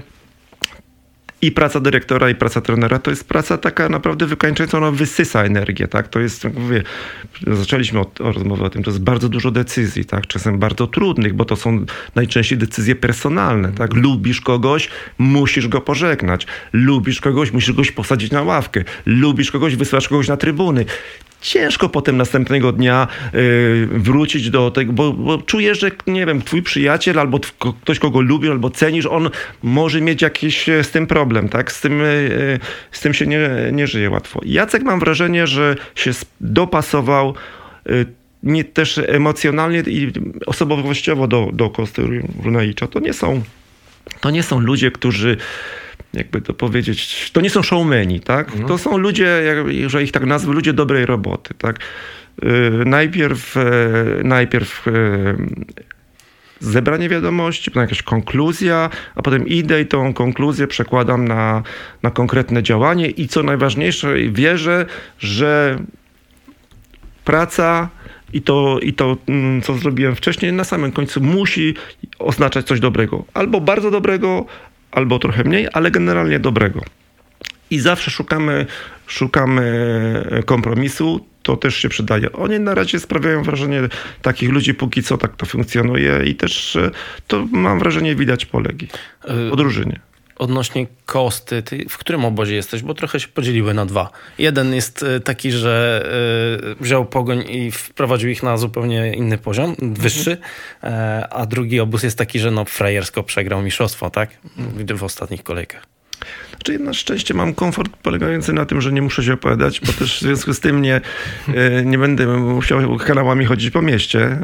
i praca dyrektora, i praca trenera to jest praca taka naprawdę wykańczająca, ona wysysa energię, tak? To jest, jak mówię, zaczęliśmy od, o rozmowę o tym, to jest bardzo dużo decyzji, tak? Czasem bardzo trudnych, bo to są najczęściej decyzje personalne, tak? Lubisz kogoś, musisz go pożegnać. Lubisz kogoś, musisz go posadzić na ławkę. Lubisz kogoś, wysyłasz kogoś na trybuny. Ciężko potem następnego dnia yy, wrócić do tego, bo, bo czujesz, że nie wiem, twój przyjaciel albo tw- ktoś, kogo lubisz albo cenisz, on może mieć jakiś z tym problem, tak? Z tym, yy, z tym się nie, nie żyje łatwo. Jacek, mam wrażenie, że się dopasował yy, nie, też emocjonalnie i osobowościowo do, do Kosty Runaicza. To nie są, to nie są ludzie, którzy, jakby to powiedzieć, to nie są showmeni, tak? Mhm. To są ludzie, jak, że ich tak nazwę, ludzie dobrej roboty, tak? Yy, najpierw, yy, najpierw yy, zebranie wiadomości, potem jakaś konkluzja, a potem idę i tą konkluzję przekładam na, na konkretne działanie i co najważniejsze, wierzę, że praca i to, i to, co zrobiłem wcześniej, na samym końcu musi oznaczać coś dobrego. Albo bardzo dobrego, albo trochę mniej, ale generalnie dobrego. I zawsze szukamy, szukamy kompromisu, to też się przydaje. Oni na razie sprawiają wrażenie takich ludzi, póki co tak to funkcjonuje i też to, mam wrażenie, widać po Legii, po drużynie.
Odnośnie Kosty, ty w którym obozie jesteś? Bo trochę się podzieliły na dwa. Jeden jest taki, że wziął Pogoń i wprowadził ich na zupełnie inny poziom, wyższy, mhm. a drugi obóz jest taki, że no frajersko przegrał mistrzostwo, tak? W ostatnich kolejkach.
Znaczy, na szczęście mam komfort polegający na tym, że nie muszę się opowiadać, bo też w związku z tym nie, nie będę musiał kanałami chodzić po mieście.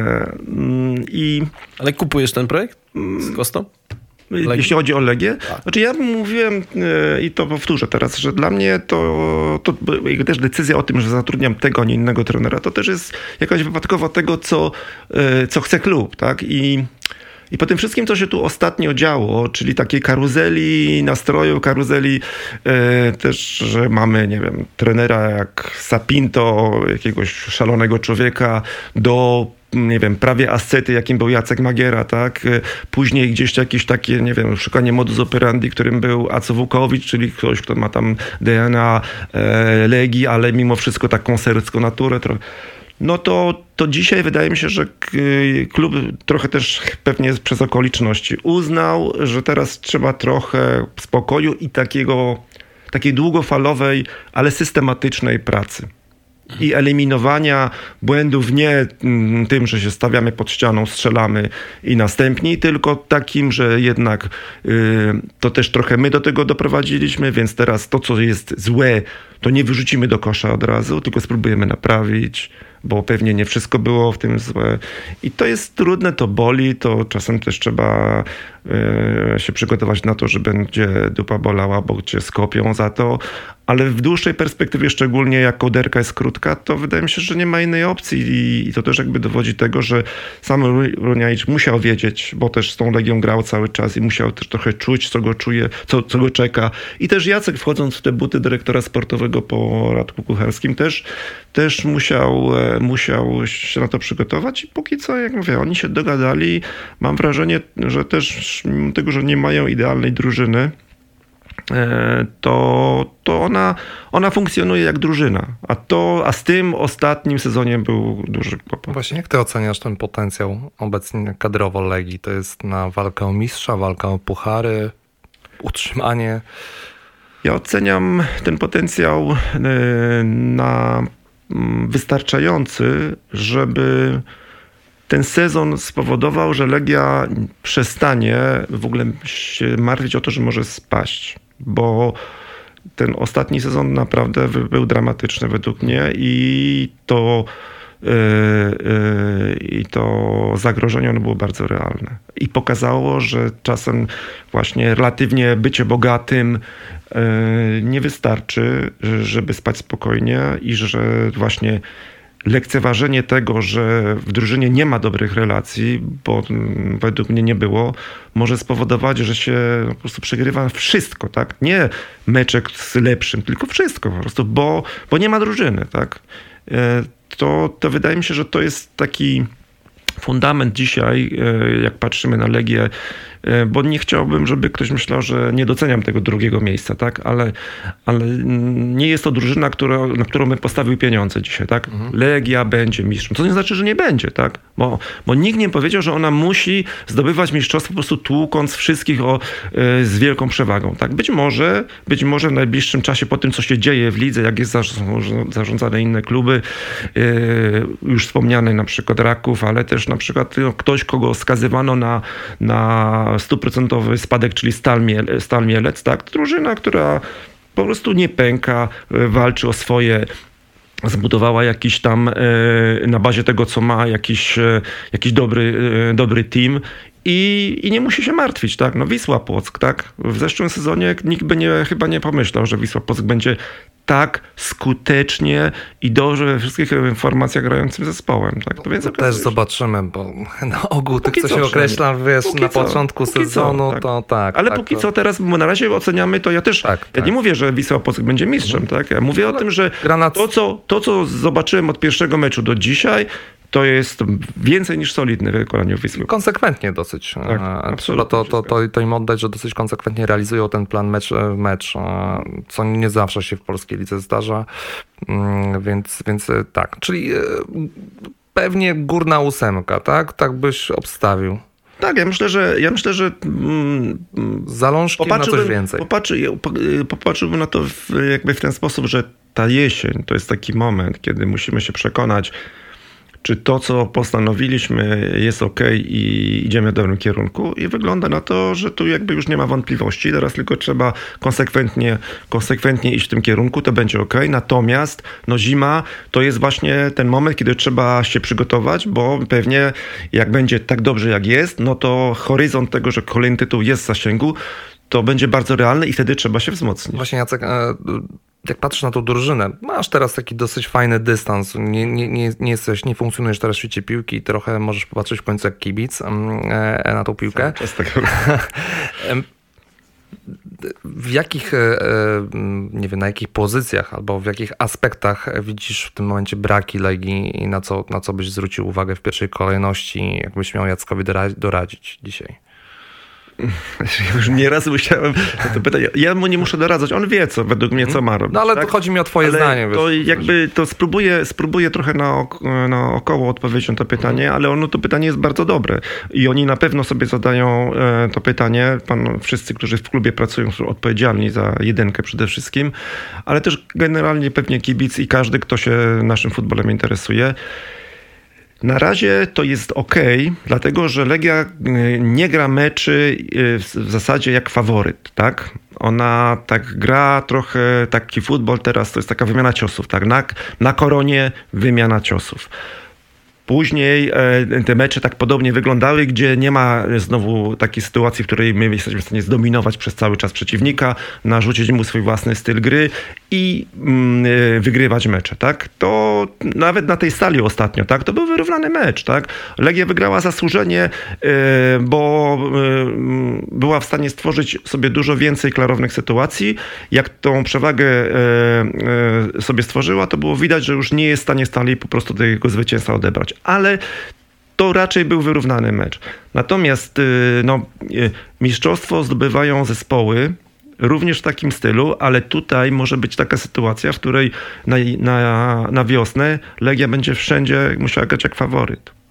I...
Ale kupujesz ten projekt z Kostą?
Legii? Jeśli chodzi o Legię? Tak. Znaczy ja mówiłem i to powtórzę teraz, że dla mnie to, to też decyzja o tym, że zatrudniam tego, a nie innego trenera, to też jest jakaś wypadkowa tego, co, co chce klub, tak? I I po tym wszystkim, co się tu ostatnio działo, czyli takiej karuzeli nastroju, karuzeli e, też, że mamy, nie wiem, trenera jak Sapinto, jakiegoś szalonego człowieka, do, nie wiem, prawie ascety, jakim był Jacek Magiera, tak? Później gdzieś jakieś takie, nie wiem, szukanie modus operandi, którym był Aco Wukowicz, czyli ktoś, kto ma tam D N A e, Legii, ale mimo wszystko taką serycką naturę trochę. No to, to dzisiaj wydaje mi się, że klub trochę też pewnie przez okoliczności uznał, że teraz trzeba trochę spokoju i takiego, takiej długofalowej, ale systematycznej pracy. I eliminowania błędów nie tym, że się stawiamy pod ścianą, strzelamy i następni, tylko takim, że jednak y, to też trochę my do tego doprowadziliśmy, więc teraz to, co jest złe, to nie wyrzucimy do kosza od razu, tylko spróbujemy naprawić, bo pewnie nie wszystko było w tym złe. I to jest trudne, to boli, to czasem też trzeba y, się przygotować na to, że będzie dupa bolała, bo cię skopią za to, ale w dłuższej perspektywie, szczególnie jak kołderka jest krótka, to wydaje mi się, że nie ma innej opcji i, i to też jakby dowodzi tego, że sam Runaicz musiał wiedzieć, bo też z tą Legią grał cały czas i musiał też trochę czuć, co go czuje, co, co go czeka. I też Jacek, wchodząc w te buty dyrektora sportowego po Radku Kucharskim, też, też musiał, musiał się na to przygotować i póki co, jak mówię, oni się dogadali. Mam wrażenie, że też mimo tego, że nie mają idealnej drużyny, to, to ona, ona funkcjonuje jak drużyna. A, to, a z tym ostatnim sezonie był duży kłopot.
Właśnie jak ty oceniasz ten potencjał obecnie kadrowo Legii? To jest na walkę o mistrza, walkę o puchary, utrzymanie?
Ja oceniam ten potencjał na wystarczający, żeby ten sezon spowodował, że Legia przestanie w ogóle się martwić o to, że może spaść, bo ten ostatni sezon naprawdę był dramatyczny według mnie i to Yy, yy, i to zagrożenie ono było bardzo realne. I pokazało, że czasem właśnie relatywnie bycie bogatym yy, nie wystarczy, żeby spać spokojnie i że właśnie lekceważenie tego, że w drużynie nie ma dobrych relacji, bo według mnie nie było, może spowodować, że się po prostu przegrywa wszystko, tak? Nie meczek z lepszym, tylko wszystko po prostu, bo, bo nie ma drużyny, tak? Yy, To, to wydaje mi się, że to jest taki fundament dzisiaj, jak patrzymy na Legię, bo nie chciałbym, żeby ktoś myślał, że nie doceniam tego drugiego miejsca, tak? Ale, ale nie jest to drużyna, która, na którą bym postawił pieniądze dzisiaj, tak? Mhm. Legia będzie mistrzem. To nie znaczy, że nie będzie, tak? Bo, bo nikt nie powiedział, że ona musi zdobywać mistrzostwo po prostu tłukąc wszystkich o, y, z wielką przewagą, tak? Być może, być może w najbliższym czasie po tym, co się dzieje w lidze, jak jest zarządzane inne kluby, y, już wspomniane na przykład Raków, ale też na przykład no, ktoś, kogo skazywano na, na stuprocentowy spadek, czyli Stal, Miele, Stal Mielec, tak? Drużyna, która po prostu nie pęka, walczy o swoje, zbudowała jakiś tam na bazie tego, co ma, jakiś, jakiś dobry, dobry team i, i nie musi się martwić, tak? No Wisła Płock, tak? W zeszłym sezonie nikt by nie, chyba nie pomyślał, że Wisła Płock będzie tak skutecznie i dobrze we wszystkich informacjach grającym zespołem. Tak? To więc
to też zobaczymy, bo na ogół tych,
póki
co
co
się określa, wiesz,
póki
na
co,
początku sezonu,
co, tak.
to tak.
Ale
tak,
póki
to...
co teraz, bo na razie oceniamy, to ja też,
tak,
ja
tak.
nie mówię, że Wisła Płock będzie mistrzem, mhm. tak? Ja mówię Ale o tym, że
granat...
to, co, to, co zobaczyłem od pierwszego meczu do dzisiaj, to jest więcej niż solidne wykonanie Wisły.
Konsekwentnie dosyć.
Tak,
Trzeba to, to, to, to im oddać, że dosyć konsekwentnie realizują ten plan mecz mecz, co nie zawsze się w polskiej lidze zdarza. Więc, więc tak. Czyli pewnie górna ósemka, tak? Tak byś obstawił.
Tak, ja myślę, że ja myślę, że mm,
zalążki na coś więcej.
Popatrzy, popatrzyłbym na to w, jakby w ten sposób, że ta jesień to jest taki moment, kiedy musimy się przekonać, czy to, co postanowiliśmy, jest ok i idziemy w dobrym kierunku. I wygląda na to, że tu jakby już nie ma wątpliwości. Teraz tylko trzeba konsekwentnie, konsekwentnie iść w tym kierunku, to będzie ok. Natomiast no zima to jest właśnie ten moment, kiedy trzeba się przygotować, bo pewnie jak będzie tak dobrze jak jest, no to horyzont tego, że kolejny tytuł jest w zasięgu, to będzie bardzo realny i wtedy trzeba się wzmocnić.
Właśnie Jacek, jak patrzysz na tą drużynę, masz teraz taki dosyć fajny dystans, nie, nie, nie, nie jesteś, nie funkcjonujesz teraz w świecie piłki, trochę możesz popatrzeć w końcu jak kibic na tą piłkę. W jakich, nie wiem, na jakich pozycjach albo w jakich aspektach widzisz w tym momencie braki Legii i na co, na co byś zwrócił uwagę w pierwszej kolejności, jakbyś miał Jackowi doradzić dzisiaj?
Ja już nieraz musiałem to pytać. Ja mu nie muszę doradzać. On wie, co według mnie, co ma robić.
No ale
tak?
to chodzi mi o twoje
ale
zdanie.
To
wiesz,
jakby to spróbuję, spróbuję trochę na, na około odpowiedzieć na to pytanie, mhm. ale ono to pytanie jest bardzo dobre. I oni na pewno sobie zadają e, to pytanie. Pan, wszyscy, którzy w klubie pracują, są odpowiedzialni za jedynkę przede wszystkim, ale też generalnie pewnie kibic i każdy, kto się naszym futbolem interesuje. Na razie to jest ok, dlatego że Legia nie gra meczy w zasadzie jak faworyt, tak? Ona tak gra trochę taki futbol teraz, to jest taka wymiana ciosów, tak? Na, na koronie wymiana ciosów. Później te mecze tak podobnie wyglądały, gdzie nie ma znowu takiej sytuacji, w której my jesteśmy w stanie zdominować przez cały czas przeciwnika, narzucić mu swój własny styl gry i mm, wygrywać mecze, tak? To nawet na tej Stali ostatnio, tak? To był wyrównany mecz, tak? Legia wygrała zasłużenie, yy, bo yy, była w stanie stworzyć sobie dużo więcej klarownych sytuacji. Jak tą przewagę yy, yy, sobie stworzyła, to było widać, że już nie jest w stanie Stali po prostu tego zwycięstwa odebrać. Ale to raczej był wyrównany mecz. Natomiast yy, no, yy, mistrzostwo zdobywają zespoły, również w takim stylu, ale tutaj może być taka sytuacja, w której na, na, na wiosnę Legia będzie wszędzie musiała grać jak faworyt.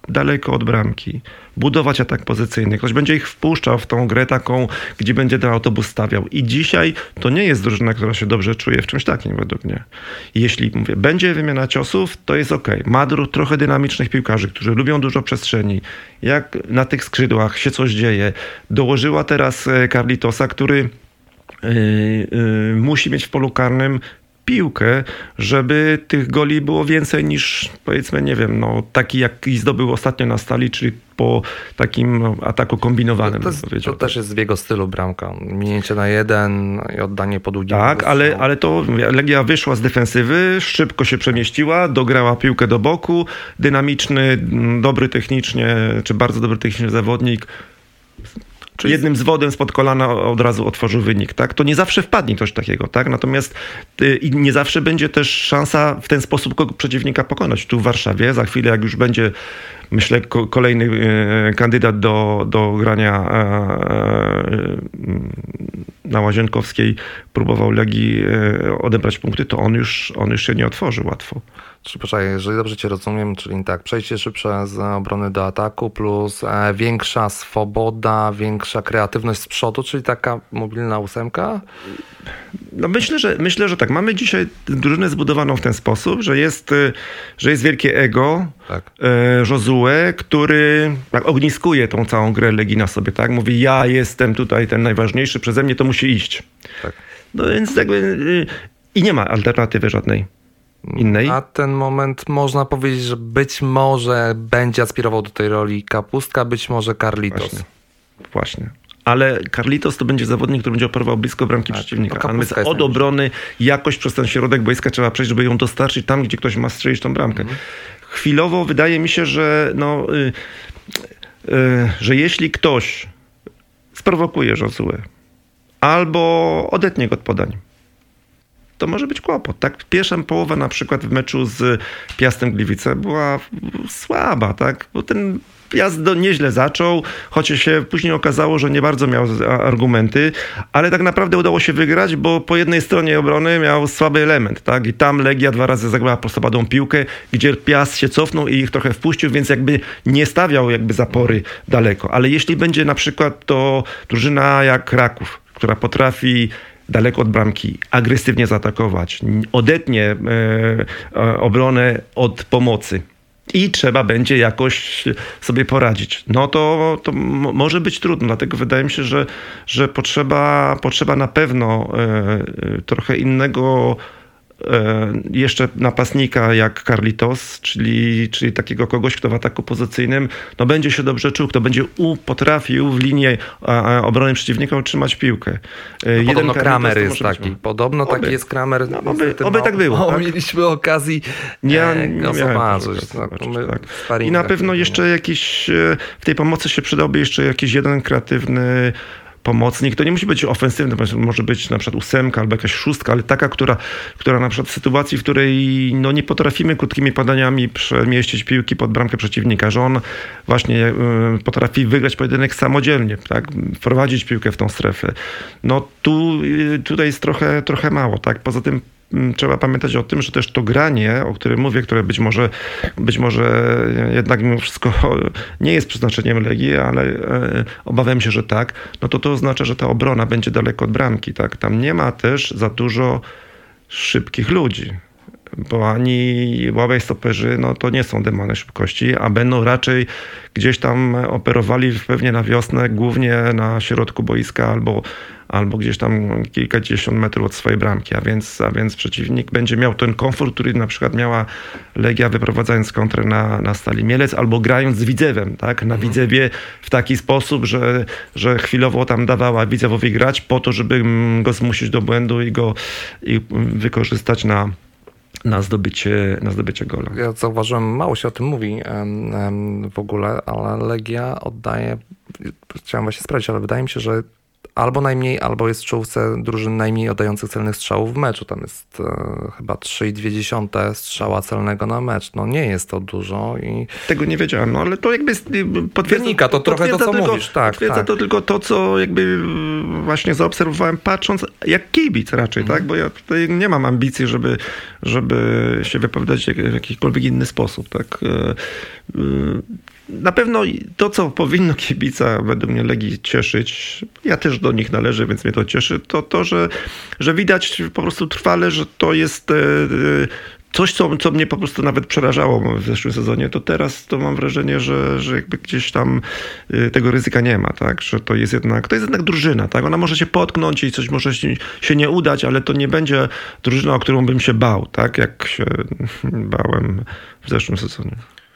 daleko od bramki, budować atak pozycyjny. Ktoś będzie ich wpuszczał w tą grę taką, gdzie będzie ten autobus stawiał. I dzisiaj to nie jest drużyna, która się dobrze czuje w czymś takim według mnie. Jeśli, mówię, będzie wymiana ciosów, to jest okej. Okay. Ma trochę dynamicznych piłkarzy, którzy lubią dużo przestrzeni. Jak na tych skrzydłach się coś dzieje. Dołożyła teraz Carlitosa, który yy, yy, musi mieć w polu karnym piłkę, żeby tych goli było więcej niż, powiedzmy, nie wiem, no taki jaki zdobył ostatnio na Stali, czyli po takim no, ataku kombinowanym.
To, jest, to też jest w jego stylu bramka. Minięcie na jeden i oddanie po długim.
Tak, ale, ale to Legia wyszła z defensywy, szybko się przemieściła, dograła piłkę do boku, dynamiczny, dobry technicznie, czy bardzo dobry technicznie zawodnik, Czyli jednym zwodem spod kolana od razu otworzył wynik, tak? To nie zawsze wpadnie coś takiego, tak? Natomiast y, i nie zawsze będzie też szansa w ten sposób kogo przeciwnika pokonać. Tu w Warszawie za chwilę, jak już będzie, myślę, ko- kolejny y, kandydat do, do grania y, y, na Łazienkowskiej próbował Legii y, odebrać punkty, to on już, on już się nie otworzy łatwo.
Czyli poczekaj, jeżeli dobrze cię rozumiem, czyli tak, przejście szybsze z obrony do ataku plus e, większa swoboda, większa kreatywność z przodu, czyli taka mobilna ósemka?
No myślę, że myślę, że tak. Mamy dzisiaj drużynę zbudowaną w ten sposób, że jest, że jest wielkie ego tak. e, Josue, który tak, ogniskuje tą całą grę Legii na sobie, tak? Mówi, ja jestem tutaj ten najważniejszy, przeze mnie to musi iść. Tak. No więc jakby y, i nie ma alternatywy żadnej innej.
Na ten moment można powiedzieć, że być może będzie aspirował do tej roli Kapustka, być może Carlitos.
Właśnie. Właśnie. Ale Carlitos to będzie zawodnik, który będzie operował blisko bramki tak, przeciwnika. A my od obrony jakoś przez ten środek boiska trzeba przejść, żeby ją dostarczyć tam, gdzie ktoś ma strzelić tą bramkę. Mhm. Chwilowo wydaje mi się, że no, y, y, że jeśli ktoś sprowokuje Josue albo odetnie go od podań, to może być kłopot. Tak? Pierwsza połowa na przykład w meczu z Piastem Gliwice była słaba, tak? Bo ten Piast do, nieźle zaczął, chociaż się później okazało, że nie bardzo miał argumenty, ale tak naprawdę udało się wygrać, bo po jednej stronie obrony miał słaby element, tak? I tam Legia dwa razy zagrała prostopadłą piłkę, gdzie Piast się cofnął i ich trochę wpuścił, więc jakby nie stawiał jakby zapory daleko. Ale jeśli będzie na przykład to drużyna jak Raków, która potrafi daleko od bramki, agresywnie zaatakować, odetnie e, obronę od pomocy i trzeba będzie jakoś sobie poradzić. No to, to m- może być trudno, dlatego wydaje mi się, że, że potrzeba, potrzeba na pewno e, trochę innego jeszcze napastnika jak Carlitos, czyli, czyli takiego kogoś, kto w ataku pozycyjnym no będzie się dobrze czuł, kto będzie u, potrafił w linii a, obrony przeciwnika utrzymać piłkę.
No, jeden podobno Kramer jest taki. Być... Podobno oby. taki jest Kramer.
No, oby, oby tak było.
O,
tak?
Mieliśmy okazji
ja,
e,
nie
go zobaczyć.
zobaczyć tak. I na pewno jeszcze jakiś w tej pomocy się przydałby jeszcze jakiś jeden kreatywny pomocnik. To nie musi być ofensywny, może być na przykład ósemka albo jakaś szóstka, ale taka, która, która na przykład w sytuacji, w której no, nie potrafimy krótkimi podaniami przemieścić piłki pod bramkę przeciwnika, że on właśnie y, potrafi wygrać pojedynek samodzielnie, tak? Wprowadzić piłkę w tą strefę. No tu y, tutaj jest trochę, trochę mało, tak? Poza tym trzeba pamiętać o tym, że też to granie, o którym mówię, które być może, być może jednak mimo wszystko nie jest przeznaczeniem Legii, ale e, obawiam się, że tak, no to to oznacza, że ta obrona będzie daleko od bramki, tak? Tam nie ma też za dużo szybkich ludzi, bo ani ławaj stoperzy, no to nie są demony szybkości, a będą raczej gdzieś tam operowali pewnie na wiosnę, głównie na środku boiska albo albo gdzieś tam kilkadziesiąt metrów od swojej bramki, a więc, a więc przeciwnik będzie miał ten komfort, który na przykład miała Legia wyprowadzając kontrę na, na Stali Mielec albo grając z Widzewem, tak? Na mhm. Widzewie w taki sposób, że, że chwilowo tam dawała Widzewowi grać po to, żeby go zmusić do błędu i go i wykorzystać na na zdobycie, na zdobycie gola.
Ja zauważyłem, mało się o tym mówi em, em, w ogóle, ale Legia oddaje, chciałem właśnie sprawdzić, ale wydaje mi się, że albo najmniej, albo jest w czołówce drużyn najmniej oddających celnych strzałów w meczu. Tam jest e, chyba trzy i dwie dziesiąte strzała celnego na mecz. No nie jest to dużo. I
tego nie wiedziałem, no ale to jakby potwierdza,
wynika to trochę to, co
tylko,
mówisz. Tak,
potwierdza
tak.
to tylko to, co jakby właśnie zaobserwowałem, patrząc jak kibic raczej, mhm. tak? Bo ja tutaj nie mam ambicji, żeby, żeby się wypowiadać w jakikolwiek inny sposób, tak? Na pewno to, co powinno kibica według mnie Legii cieszyć, ja też do nich należę, więc mnie to cieszy, to to, że, że widać po prostu trwale, że to jest coś, co, co mnie po prostu nawet przerażało w zeszłym sezonie, to teraz to mam wrażenie, że, że jakby gdzieś tam tego ryzyka nie ma, tak? Że to jest jednak, to jest jednak drużyna, tak? Ona może się potknąć i coś może się, się nie udać, ale to nie będzie drużyna, o którą bym się bał, tak? Jak się bałem w zeszłym sezonie.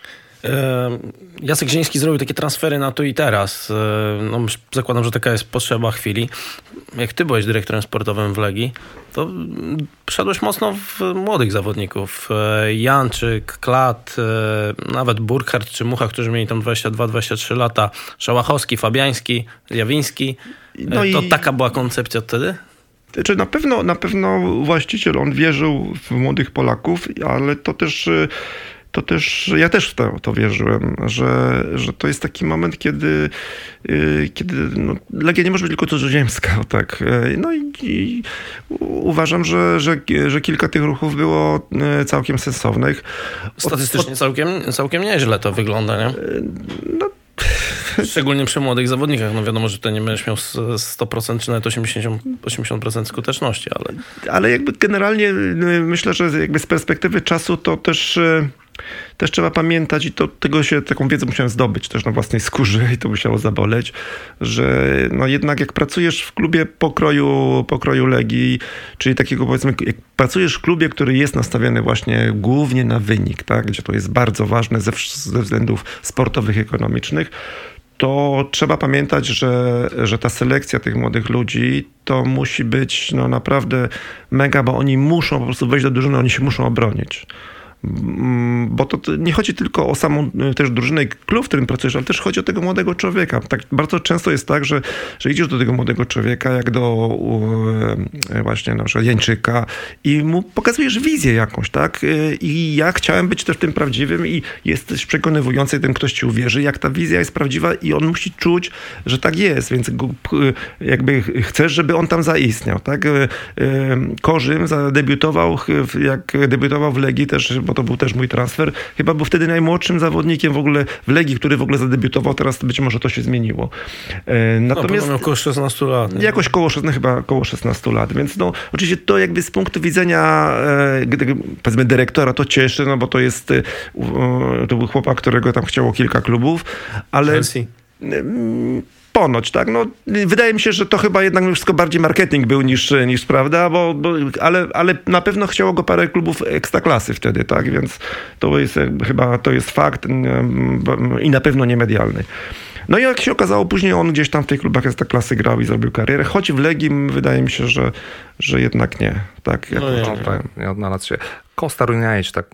Jacek Zieliński zrobił takie transfery na tu i teraz. No, zakładam, że taka jest potrzeba chwili. Jak ty byłeś dyrektorem sportowym w Legii, to szedłeś mocno w młodych zawodników. Janczyk, Klat, nawet Burkhardt czy Mucha, którzy mieli tam dwadzieścia dwa dwadzieścia trzy lata. Szałachowski, Fabiański, Jawiński. No to i... taka była koncepcja wtedy?
Znaczy na pewno, na pewno właściciel, on wierzył w młodych Polaków, ale to też... to też, ja też w to, to wierzyłem, że, że to jest taki moment, kiedy, kiedy no, Legia nie może być tylko cudzoziemska, tak. No i, i uważam, że, że, że kilka tych ruchów było całkiem sensownych.
Statystycznie od, całkiem, całkiem nieźle to wygląda, nie? No, szczególnie przy młodych zawodnikach. No wiadomo, że to nie będziesz miał sto procent czy nawet osiemdziesiąt procent skuteczności, ale...
Ale jakby generalnie myślę, że jakby z perspektywy czasu to też... Też trzeba pamiętać i to, tego się, taką wiedzę musiałem zdobyć też na własnej skórze i to musiało zaboleć, że no jednak jak pracujesz w klubie pokroju, pokroju Legii, czyli takiego powiedzmy, jak pracujesz w klubie, który jest nastawiony właśnie głównie na wynik, tak, gdzie to jest bardzo ważne ze, ze względów sportowych, ekonomicznych, to trzeba pamiętać, że, że ta selekcja tych młodych ludzi to musi być no naprawdę mega, bo oni muszą po prostu wejść do drużyny, oni się muszą obronić. Bo to nie chodzi tylko o samą też drużynę i klub, w którym pracujesz, ale też chodzi o tego młodego człowieka. Tak bardzo często jest tak, że, że idziesz do tego młodego człowieka, jak do właśnie na przykład Jańczyka i mu pokazujesz wizję jakąś, tak? I ja chciałem być też tym prawdziwym i jesteś przekonywujący, ten ktoś ci uwierzy, jak ta wizja jest prawdziwa i on musi czuć, że tak jest, więc jakby chcesz, żeby on tam zaistniał, tak? Korzym zadebiutował, jak debiutował w Legii też, bo to był też mój transfer. Chyba był wtedy najmłodszym zawodnikiem w ogóle w Legii, który w ogóle zadebiutował. Teraz być może to się zmieniło.
Natomiast no, około szesnastu lat. Nie?
Jakoś koło, chyba koło szesnastu lat. Więc no, oczywiście to jakby z punktu widzenia e, powiedzmy dyrektora to cieszy, no bo to jest e, to był chłopak, którego tam chciało kilka klubów, ale
Chelsea.
Ponoć, tak? No, wydaje mi się, że to chyba jednak wszystko bardziej marketing był niż, niż prawda, bo, bo, ale, ale na pewno chciało go parę klubów ekstraklasy wtedy, tak? Więc to jest chyba to jest fakt i na pewno nie medialny. No i jak się okazało, później on gdzieś tam w tych klubach ekstraklasy grał i zrobił karierę, choć w Legii wydaje mi się, że, że jednak nie. Tak, jak
no nie,
no, tak, nie odnalazł się. Kosta Runiaić tak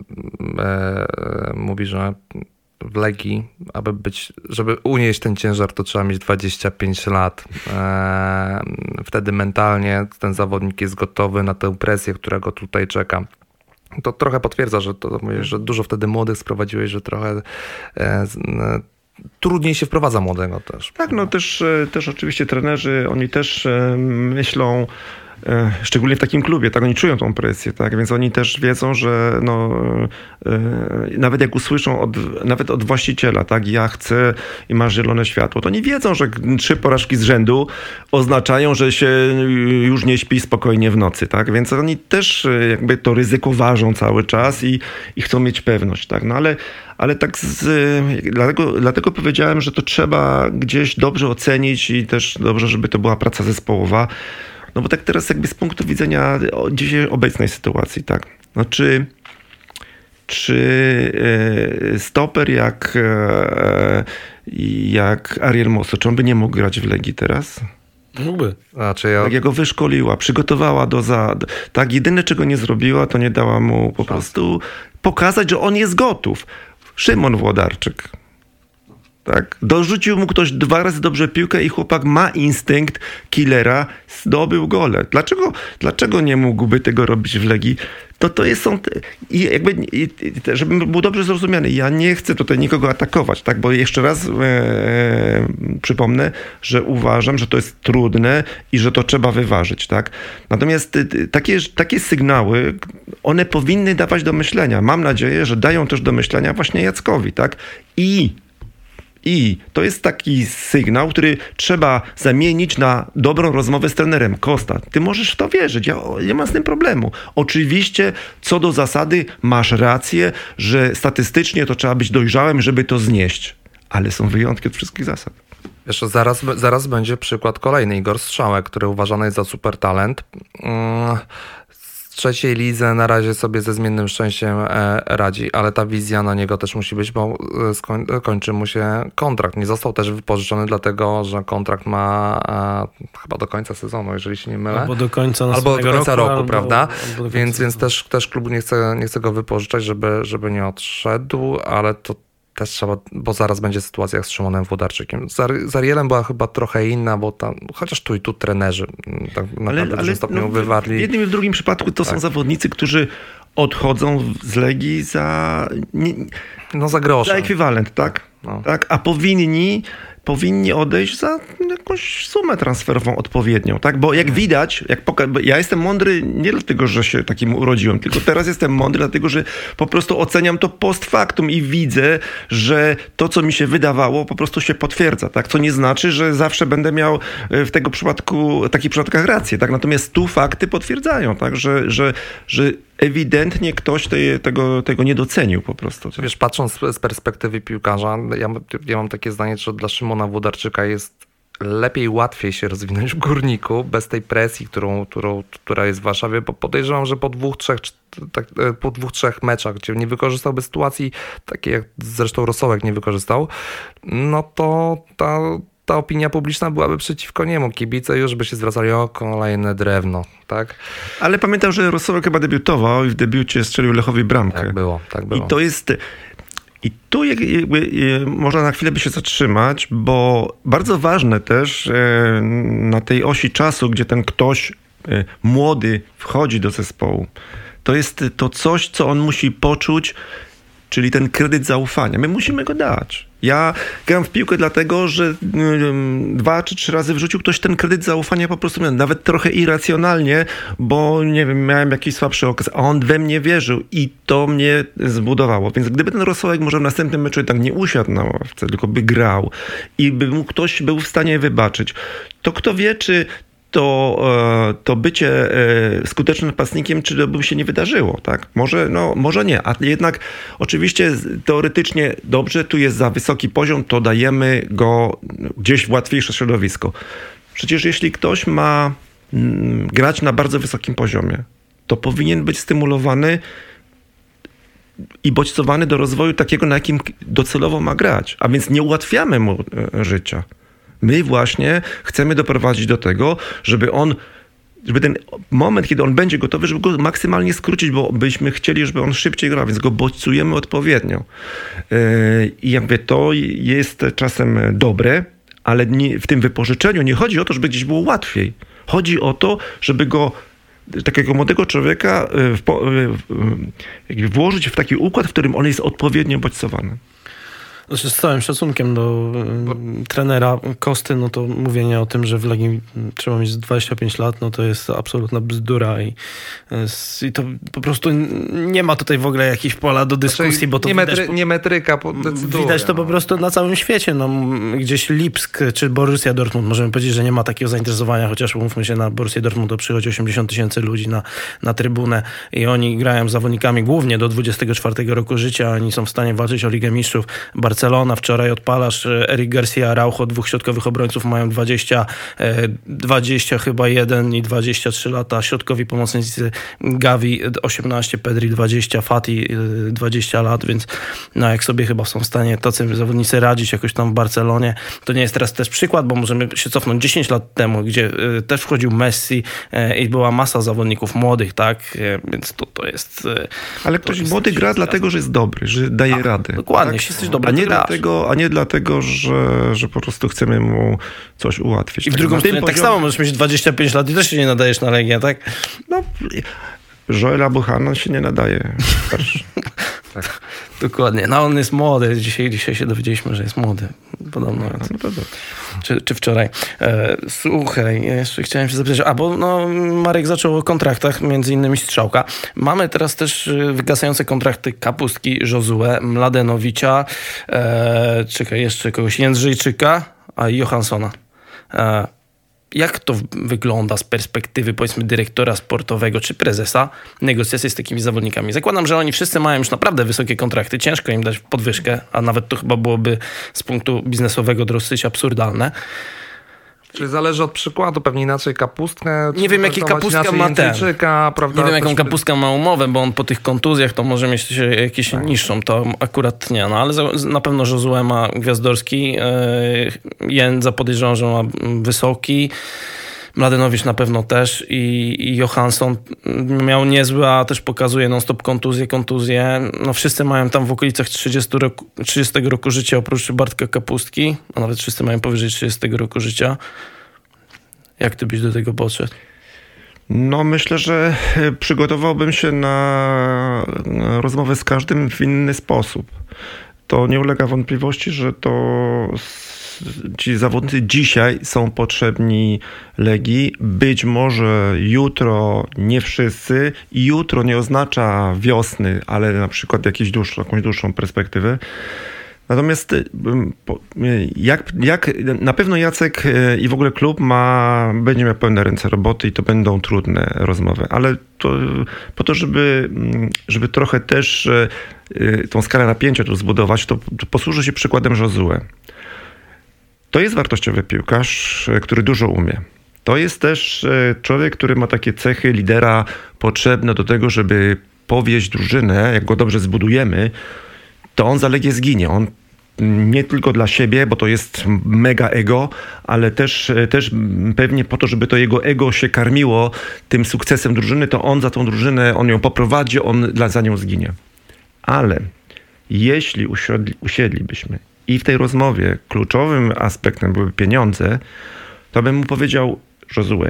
e, mówi, że w Legii, aby być, żeby unieść ten ciężar, to trzeba mieć dwadzieścia pięć lat. Eee, wtedy mentalnie ten zawodnik jest gotowy na tę presję, która go tutaj czeka. To trochę potwierdza, że, to, że dużo wtedy młodych sprowadziłeś, że trochę e, e, trudniej się wprowadza młodego też.
Tak, no też, też oczywiście trenerzy, oni też e, myślą, szczególnie w takim klubie, tak, oni czują tą presję, tak, więc oni też wiedzą, że no, yy, nawet jak usłyszą od, nawet od właściciela, tak, ja chcę i masz zielone światło, to oni wiedzą, że trzy porażki z rzędu oznaczają, że się już nie śpi spokojnie w nocy, tak, więc oni też jakby to ryzyko ważą cały czas i, i chcą mieć pewność, tak, no ale ale tak z, dlatego, dlatego powiedziałem, że to trzeba gdzieś dobrze ocenić i też dobrze, żeby to była praca zespołowa. No bo tak teraz jakby z punktu widzenia dzisiaj obecnej sytuacji, tak. No czy, czy stoper jak, jak Ariel Mosso, czy on by nie mógł grać w Legii teraz?
Mógłby.
Znaczy ja...
Tak, go wyszkoliła, przygotowała do za... Tak, jedyne czego nie zrobiła, to nie dała mu po prostu pokazać, że on jest gotów. Szymon Włodarczyk. Tak? Dorzucił mu ktoś dwa razy dobrze piłkę i chłopak ma instynkt killera, zdobył gole. Dlaczego, dlaczego nie mógłby tego robić w Legii? To to jest, są, i jakby, i, żeby był dobrze zrozumiany, ja nie chcę tutaj nikogo atakować, tak? Bo jeszcze raz e, przypomnę, że uważam, że to jest trudne i że to trzeba wyważyć, tak? Natomiast takie, takie sygnały, one powinny dawać do myślenia. Mam nadzieję, że dają też do myślenia właśnie Jackowi, tak? I I to jest taki sygnał, który trzeba zamienić na dobrą rozmowę z trenerem. Kosta, ty możesz w to wierzyć, ja nie mam z tym problemu. Oczywiście co do zasady masz rację, że statystycznie to trzeba być dojrzałym, żeby to znieść. Ale są wyjątki od wszystkich zasad.
Jeszcze zaraz, zaraz będzie przykład kolejny. Igor Strzałek, który uważany jest za super talent. Hmm. W trzeciej lidze na razie sobie ze zmiennym szczęściem radzi, ale ta wizja na niego też musi być, bo skoń, kończy mu się kontrakt. Nie został też wypożyczony dlatego, że kontrakt ma e, chyba do końca sezonu, jeżeli się nie mylę.
Albo do końca,
albo do końca roku,
roku,
prawda?
Albo, albo do
więc
końca
więc też, też klub nie chce, nie chce go wypożyczać, żeby, żeby nie odszedł, ale to też trzeba, bo zaraz będzie sytuacja jak z Szymonem Włodarczykiem. Z Arielem była chyba trochę inna, bo tam, chociaż tu i tu trenerzy tak naprawdę w stopniu no, wywarli.
W jednym i w drugim przypadku to tak. są zawodnicy, którzy odchodzą z Legii za nie,
no za grosze.
Za ekwiwalent, tak? No. tak? A powinni powinni odejść za jakąś sumę transferową odpowiednią, tak? Bo jak widać, jak poka- ja jestem mądry nie dlatego, że się takim urodziłem, tylko teraz jestem mądry dlatego, że po prostu oceniam to post factum i widzę, że to, co mi się wydawało, po prostu się potwierdza, tak? Co nie znaczy, że zawsze będę miał w tego przypadku, w takich przypadkach rację, tak? Natomiast tu fakty potwierdzają, tak? Że, że, że ewidentnie ktoś te, tego, tego nie docenił po prostu. Tak?
Wiesz, patrząc z perspektywy piłkarza, ja, ja mam takie zdanie, że dla Szymona Włodarczyka jest lepiej, łatwiej się rozwinąć w Górniku bez tej presji, którą, którą, która jest w Warszawie, bo podejrzewam, że po dwóch, trzech, tak, po dwóch, trzech meczach, gdzie nie wykorzystałby sytuacji, takiej jak zresztą Rosołek nie wykorzystał, no to ta ta opinia publiczna byłaby przeciwko niemu. Kibice już by się zwracali, o kolejne drewno, tak?
Ale pamiętam, że Rosołek chyba debiutował i w debiucie strzelił Lechowi bramkę.
Tak było, tak było.
I to jest... I tu jakby można na chwilę by się zatrzymać, bo bardzo ważne też na tej osi czasu, gdzie ten ktoś młody wchodzi do zespołu, to jest to coś, co on musi poczuć, czyli ten kredyt zaufania. My musimy go dać. Ja gram w piłkę dlatego, że dwa czy trzy razy wrzucił ktoś ten kredyt zaufania po prostu, nawet trochę irracjonalnie, bo nie wiem, miałem jakiś słabszy okres, a on we mnie wierzył i to mnie zbudowało. Więc gdyby ten Rosołek może w następnym meczu tak nie usiadł na ławce, tylko by grał i by mu ktoś był w stanie wybaczyć, to kto wie, czy to, to bycie skutecznym napastnikiem, czy to by się nie wydarzyło, tak? Może, no, może nie, a jednak oczywiście teoretycznie dobrze, tu jest za wysoki poziom, to dajemy go gdzieś w łatwiejsze środowisko. Przecież jeśli ktoś ma mm, grać na bardzo wysokim poziomie, to powinien być stymulowany i bodźcowany do rozwoju takiego, na jakim docelowo ma grać, a więc nie ułatwiamy mu życia. My właśnie chcemy doprowadzić do tego, żeby on, żeby ten moment, kiedy on będzie gotowy, żeby go maksymalnie skrócić, bo byśmy chcieli, żeby on szybciej grał, więc go bodźcujemy odpowiednio. I jak mówię, to jest czasem dobre, ale nie, w tym wypożyczeniu nie chodzi o to, żeby gdzieś było łatwiej. Chodzi o to, żeby go, takiego młodego człowieka w, w, włożyć w taki układ, w którym on jest odpowiednio bodźcowany.
Znaczy, z całym szacunkiem do Bo... trenera Kosty, no to mówienie o tym, że w Legii trzeba mieć dwadzieścia pięć lat, no to jest absolutna bzdura i, i to po prostu nie ma tutaj w ogóle jakichś pola do dyskusji, znaczy, bo to
nie,
widać,
metry, nie metryka decyduje.
Widać to po prostu na całym świecie. No, gdzieś Lipsk czy Borussia Dortmund, możemy powiedzieć, że nie ma takiego zainteresowania, chociaż umówmy się, na Borussię Dortmund to przychodzi osiemdziesiąt tysięcy ludzi na, na trybunę i oni grają z zawodnikami głównie do dwudziestego czwartego roku życia, oni są w stanie walczyć o Ligę Mistrzów. Barcelona, wczoraj odpalasz, Eric Garcia, Araujo, dwóch środkowych obrońców mają dwadzieścia, dwadzieścia chyba jeden i dwadzieścia trzy lata, środkowi pomocnicy Gavi osiemnaście, Pedri dwadzieścia, Fati dwadzieścia lat, więc no jak sobie chyba są w stanie tacy zawodnicy radzić jakoś tam w Barcelonie, to nie jest teraz też przykład, bo możemy się cofnąć dziesięć lat temu, gdzie też wchodził Messi i była masa zawodników młodych, tak, więc to, to jest...
Ale ktoś
jest
młody gra dlatego, że jest dobry, że daje
A,
radę.
Dokładnie,
tak?
jeśli jesteś dobry,
A nie
grasz.
Dlatego, a nie dlatego, że, że po prostu chcemy mu coś ułatwić.
I w
tak
drugą stronę
poziom...
tak samo możesz mieć dwadzieścia pięć lat i też się nie nadajesz na Legię, tak?
No, Joela Buchanan się nie nadaje.
Tak. Dokładnie. No on jest młody. Dzisiaj, dzisiaj się dowiedzieliśmy, że jest młody. Podobno.
No to
czy, czy wczoraj. E, słuchaj, jeszcze chciałem się zapytać. A, bo no, Marek zaczął o kontraktach, między innymi Strzałka. Mamy teraz też wygasające kontrakty Kapustki, Josue, Mladenowicza, e, czekaj, jeszcze kogoś, Jędrzejczyka, a i Johanssona. E, Jak to wygląda z perspektywy, powiedzmy, dyrektora sportowego czy prezesa negocjacje z takimi zawodnikami? Zakładam, że oni wszyscy mają już naprawdę wysokie kontrakty. Ciężko im dać podwyżkę, a nawet to chyba byłoby z punktu biznesowego dosyć absurdalne.
Czyli zależy od przykładu, pewnie inaczej Kapustkę.
Nie wiem, jaki Kapustka ma ten.
Prawda?
Nie wiem, jaką
Też...
Kapustka ma umowę, bo on po tych kontuzjach to może mieć jakieś tak. niższą, to akurat nie. No, ale na pewno Josue ma gwiazdorski. Jędza podejrzewam, że ma wysoki. Mladenowicz na pewno też i, i Johansson miał niezły, a też pokazuje non-stop kontuzje, kontuzje. No wszyscy mają tam w okolicach trzydziestego roku, trzydziestego roku życia, oprócz Bartka Kapustki, a nawet wszyscy mają powyżej trzydziestego roku życia. Jak ty byś do tego podszedł?
No myślę, że przygotowałbym się na rozmowę z każdym w inny sposób. To nie ulega wątpliwości, że to ci zawodnicy dzisiaj są potrzebni Legii. Być może jutro nie wszyscy. I jutro nie oznacza wiosny, ale na przykład jakąś dłuższą, jakąś dłuższą perspektywę. Natomiast jak, jak na pewno Jacek i w ogóle klub ma, będzie miał pełne ręce roboty i to będą trudne rozmowy, ale to, po to, żeby, żeby trochę też tą skalę napięcia tu zbudować, to, to posłużę się przykładem Josue. To jest wartościowy piłkarz, który dużo umie. To jest też człowiek, który ma takie cechy lidera potrzebne do tego, żeby powieść drużynę, jak go dobrze zbudujemy, to on za Legię zginie. On nie tylko dla siebie, bo to jest mega ego, ale też, też pewnie po to, żeby to jego ego się karmiło tym sukcesem drużyny, to on za tą drużynę, on ją poprowadzi, on dla, za nią zginie. Ale jeśli usiedli, usiedlibyśmy i w tej rozmowie kluczowym aspektem były pieniądze, to bym mu powiedział: Josue,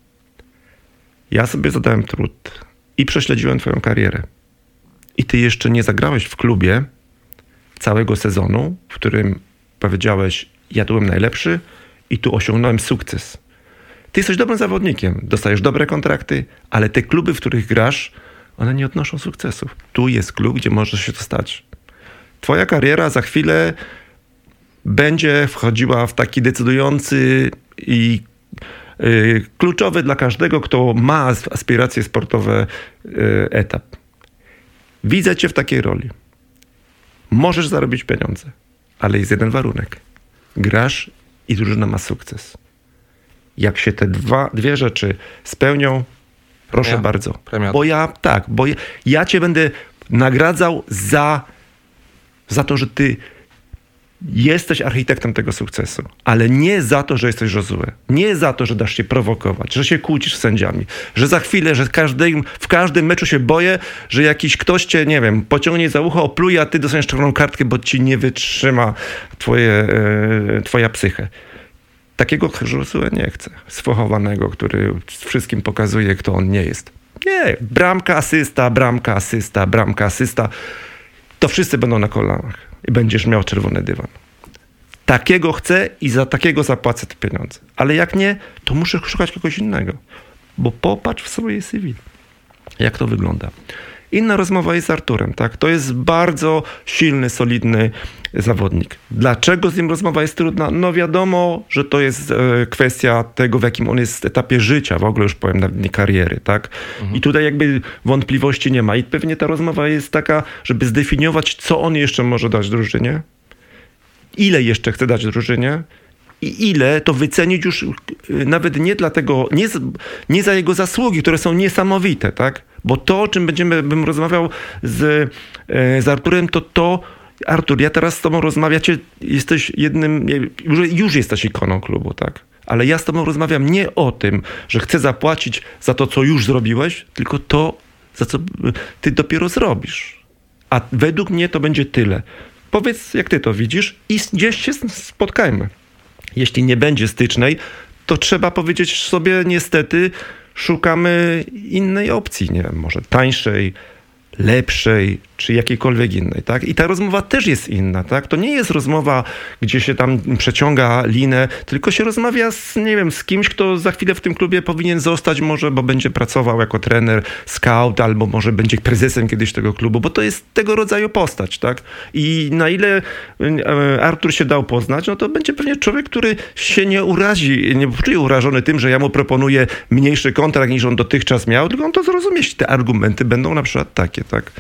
ja sobie zadałem trud i prześledziłem twoją karierę. I ty jeszcze nie zagrałeś w klubie całego sezonu, w którym powiedziałeś: ja tu byłem najlepszy i tu osiągnąłem sukces. Ty jesteś dobrym zawodnikiem, dostajesz dobre kontrakty, ale te kluby, w których grasz, one nie odnoszą sukcesów. Tu jest klub, gdzie może się to stać. Twoja kariera za chwilę będzie wchodziła w taki decydujący i yy, kluczowy dla każdego, kto ma aspiracje sportowe yy, etap. Widzę cię w takiej roli. Możesz zarobić pieniądze, ale jest jeden warunek. Grasz i drużyna ma sukces. Jak się te dwa, dwie rzeczy spełnią, proszę ja, bardzo. Premiat. Bo ja, tak, bo ja, ja cię będę nagradzał za, za to, że ty jesteś architektem tego sukcesu, ale nie za to, że jesteś Josue. Nie za to, że dasz się prowokować, że się kłócisz z sędziami, że za chwilę, że każdym, w każdym meczu się boję, że jakiś ktoś cię, nie wiem, pociągnie za ucho, opluje, a ty dostaniesz czerwoną kartkę, bo ci nie wytrzyma twoje, e, twoja psyche. Takiego Josue nie chcę. Sfochowanego, który wszystkim pokazuje, kto on nie jest. Nie, bramka, asysta, bramka, asysta, bramka, asysta. To wszyscy będą na kolanach. I będziesz miał czerwony dywan. Takiego chcę i za takiego zapłacę te pieniądze. Ale jak nie, to muszę szukać kogoś innego. Bo popatrz w swoje C V. Jak to wygląda. Inna rozmowa jest z Arturem. Tak? To jest bardzo silny, solidny zawodnik. Dlaczego z nim rozmowa jest trudna? No wiadomo, że to jest e, kwestia tego, w jakim on jest etapie życia. W ogóle już powiem, nawet nie kariery. Tak? Mhm. I tutaj jakby wątpliwości nie ma. I pewnie ta rozmowa jest taka, żeby zdefiniować, co on jeszcze może dać drużynie, ile jeszcze chce dać drużynie i ile to wycenić już nawet nie dlatego, nie, nie za jego zasługi, które są niesamowite, tak? Bo to, o czym będziemy, bym rozmawiał z, z Arturem, to to, Artur, ja teraz z tobą rozmawiacie, jesteś jednym, już, już jesteś ikoną klubu, tak? Ale ja z tobą rozmawiam nie o tym, że chcę zapłacić za to, co już zrobiłeś, tylko to, za co ty dopiero zrobisz. A według mnie to będzie tyle. Powiedz, jak ty to widzisz i gdzieś się spotkajmy. Jeśli nie będzie stycznej, to trzeba powiedzieć sobie niestety, szukamy innej opcji, nie wiem, może tańszej, lepszej, czy jakiejkolwiek innej, tak? I ta rozmowa też jest inna, tak? To nie jest rozmowa, gdzie się tam przeciąga linę, tylko się rozmawia z, nie wiem, z kimś, kto za chwilę w tym klubie powinien zostać może, bo będzie pracował jako trener, scout, albo może będzie prezesem kiedyś tego klubu, bo to jest tego rodzaju postać, tak? I na ile Artur się dał poznać, no to będzie pewnie człowiek, który się nie urazi, nie poczuje urażony tym, że ja mu proponuję mniejszy kontrakt niż on dotychczas miał, tylko on to zrozumie, jeśli te argumenty będą na przykład takie, tak?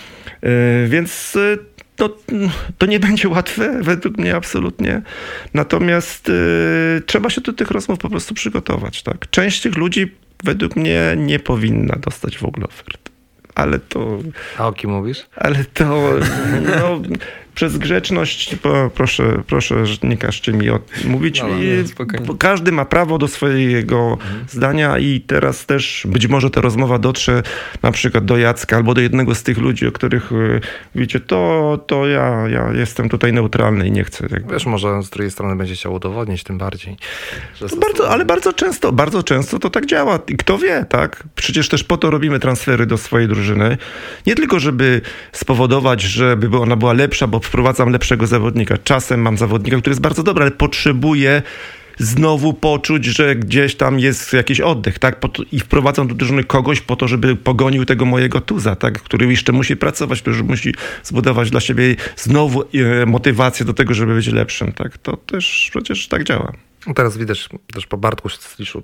Yy, więc yy, no, to nie będzie łatwe, według mnie absolutnie. Natomiast yy, trzeba się do tych rozmów po prostu przygotować, tak? Część tych ludzi według mnie nie powinna dostać w ogóle ofert. Ale to...
A o kim mówisz?
Ale to... No, przez grzeczność po, proszę, proszę, nie każcie mi mówić.
No, no,
każdy ma prawo do swojego mhm. zdania i teraz też być może ta rozmowa dotrze na przykład do Jacka albo do jednego z tych ludzi, o których wiecie, to, to ja, ja jestem tutaj neutralny i nie chcę. Jakby.
Wiesz, może z drugiej strony będzie chciał udowodnić tym bardziej. Że
to bardzo, ale bardzo często, bardzo często to tak działa. I kto wie, tak? Przecież też po to robimy transfery do swojej drużyny. Nie tylko, żeby spowodować, żeby ona była lepsza, bo wprowadzam lepszego zawodnika. Czasem mam zawodnika, który jest bardzo dobry, ale potrzebuję znowu poczuć, że gdzieś tam jest jakiś oddech, tak? I wprowadzam do drużyny kogoś po to, żeby pogonił tego mojego tuza, tak? Który jeszcze musi pracować, który musi zbudować dla siebie znowu motywację do tego, żeby być lepszym, tak? To też przecież tak działa.
Teraz widać też po Bartku Sliszu,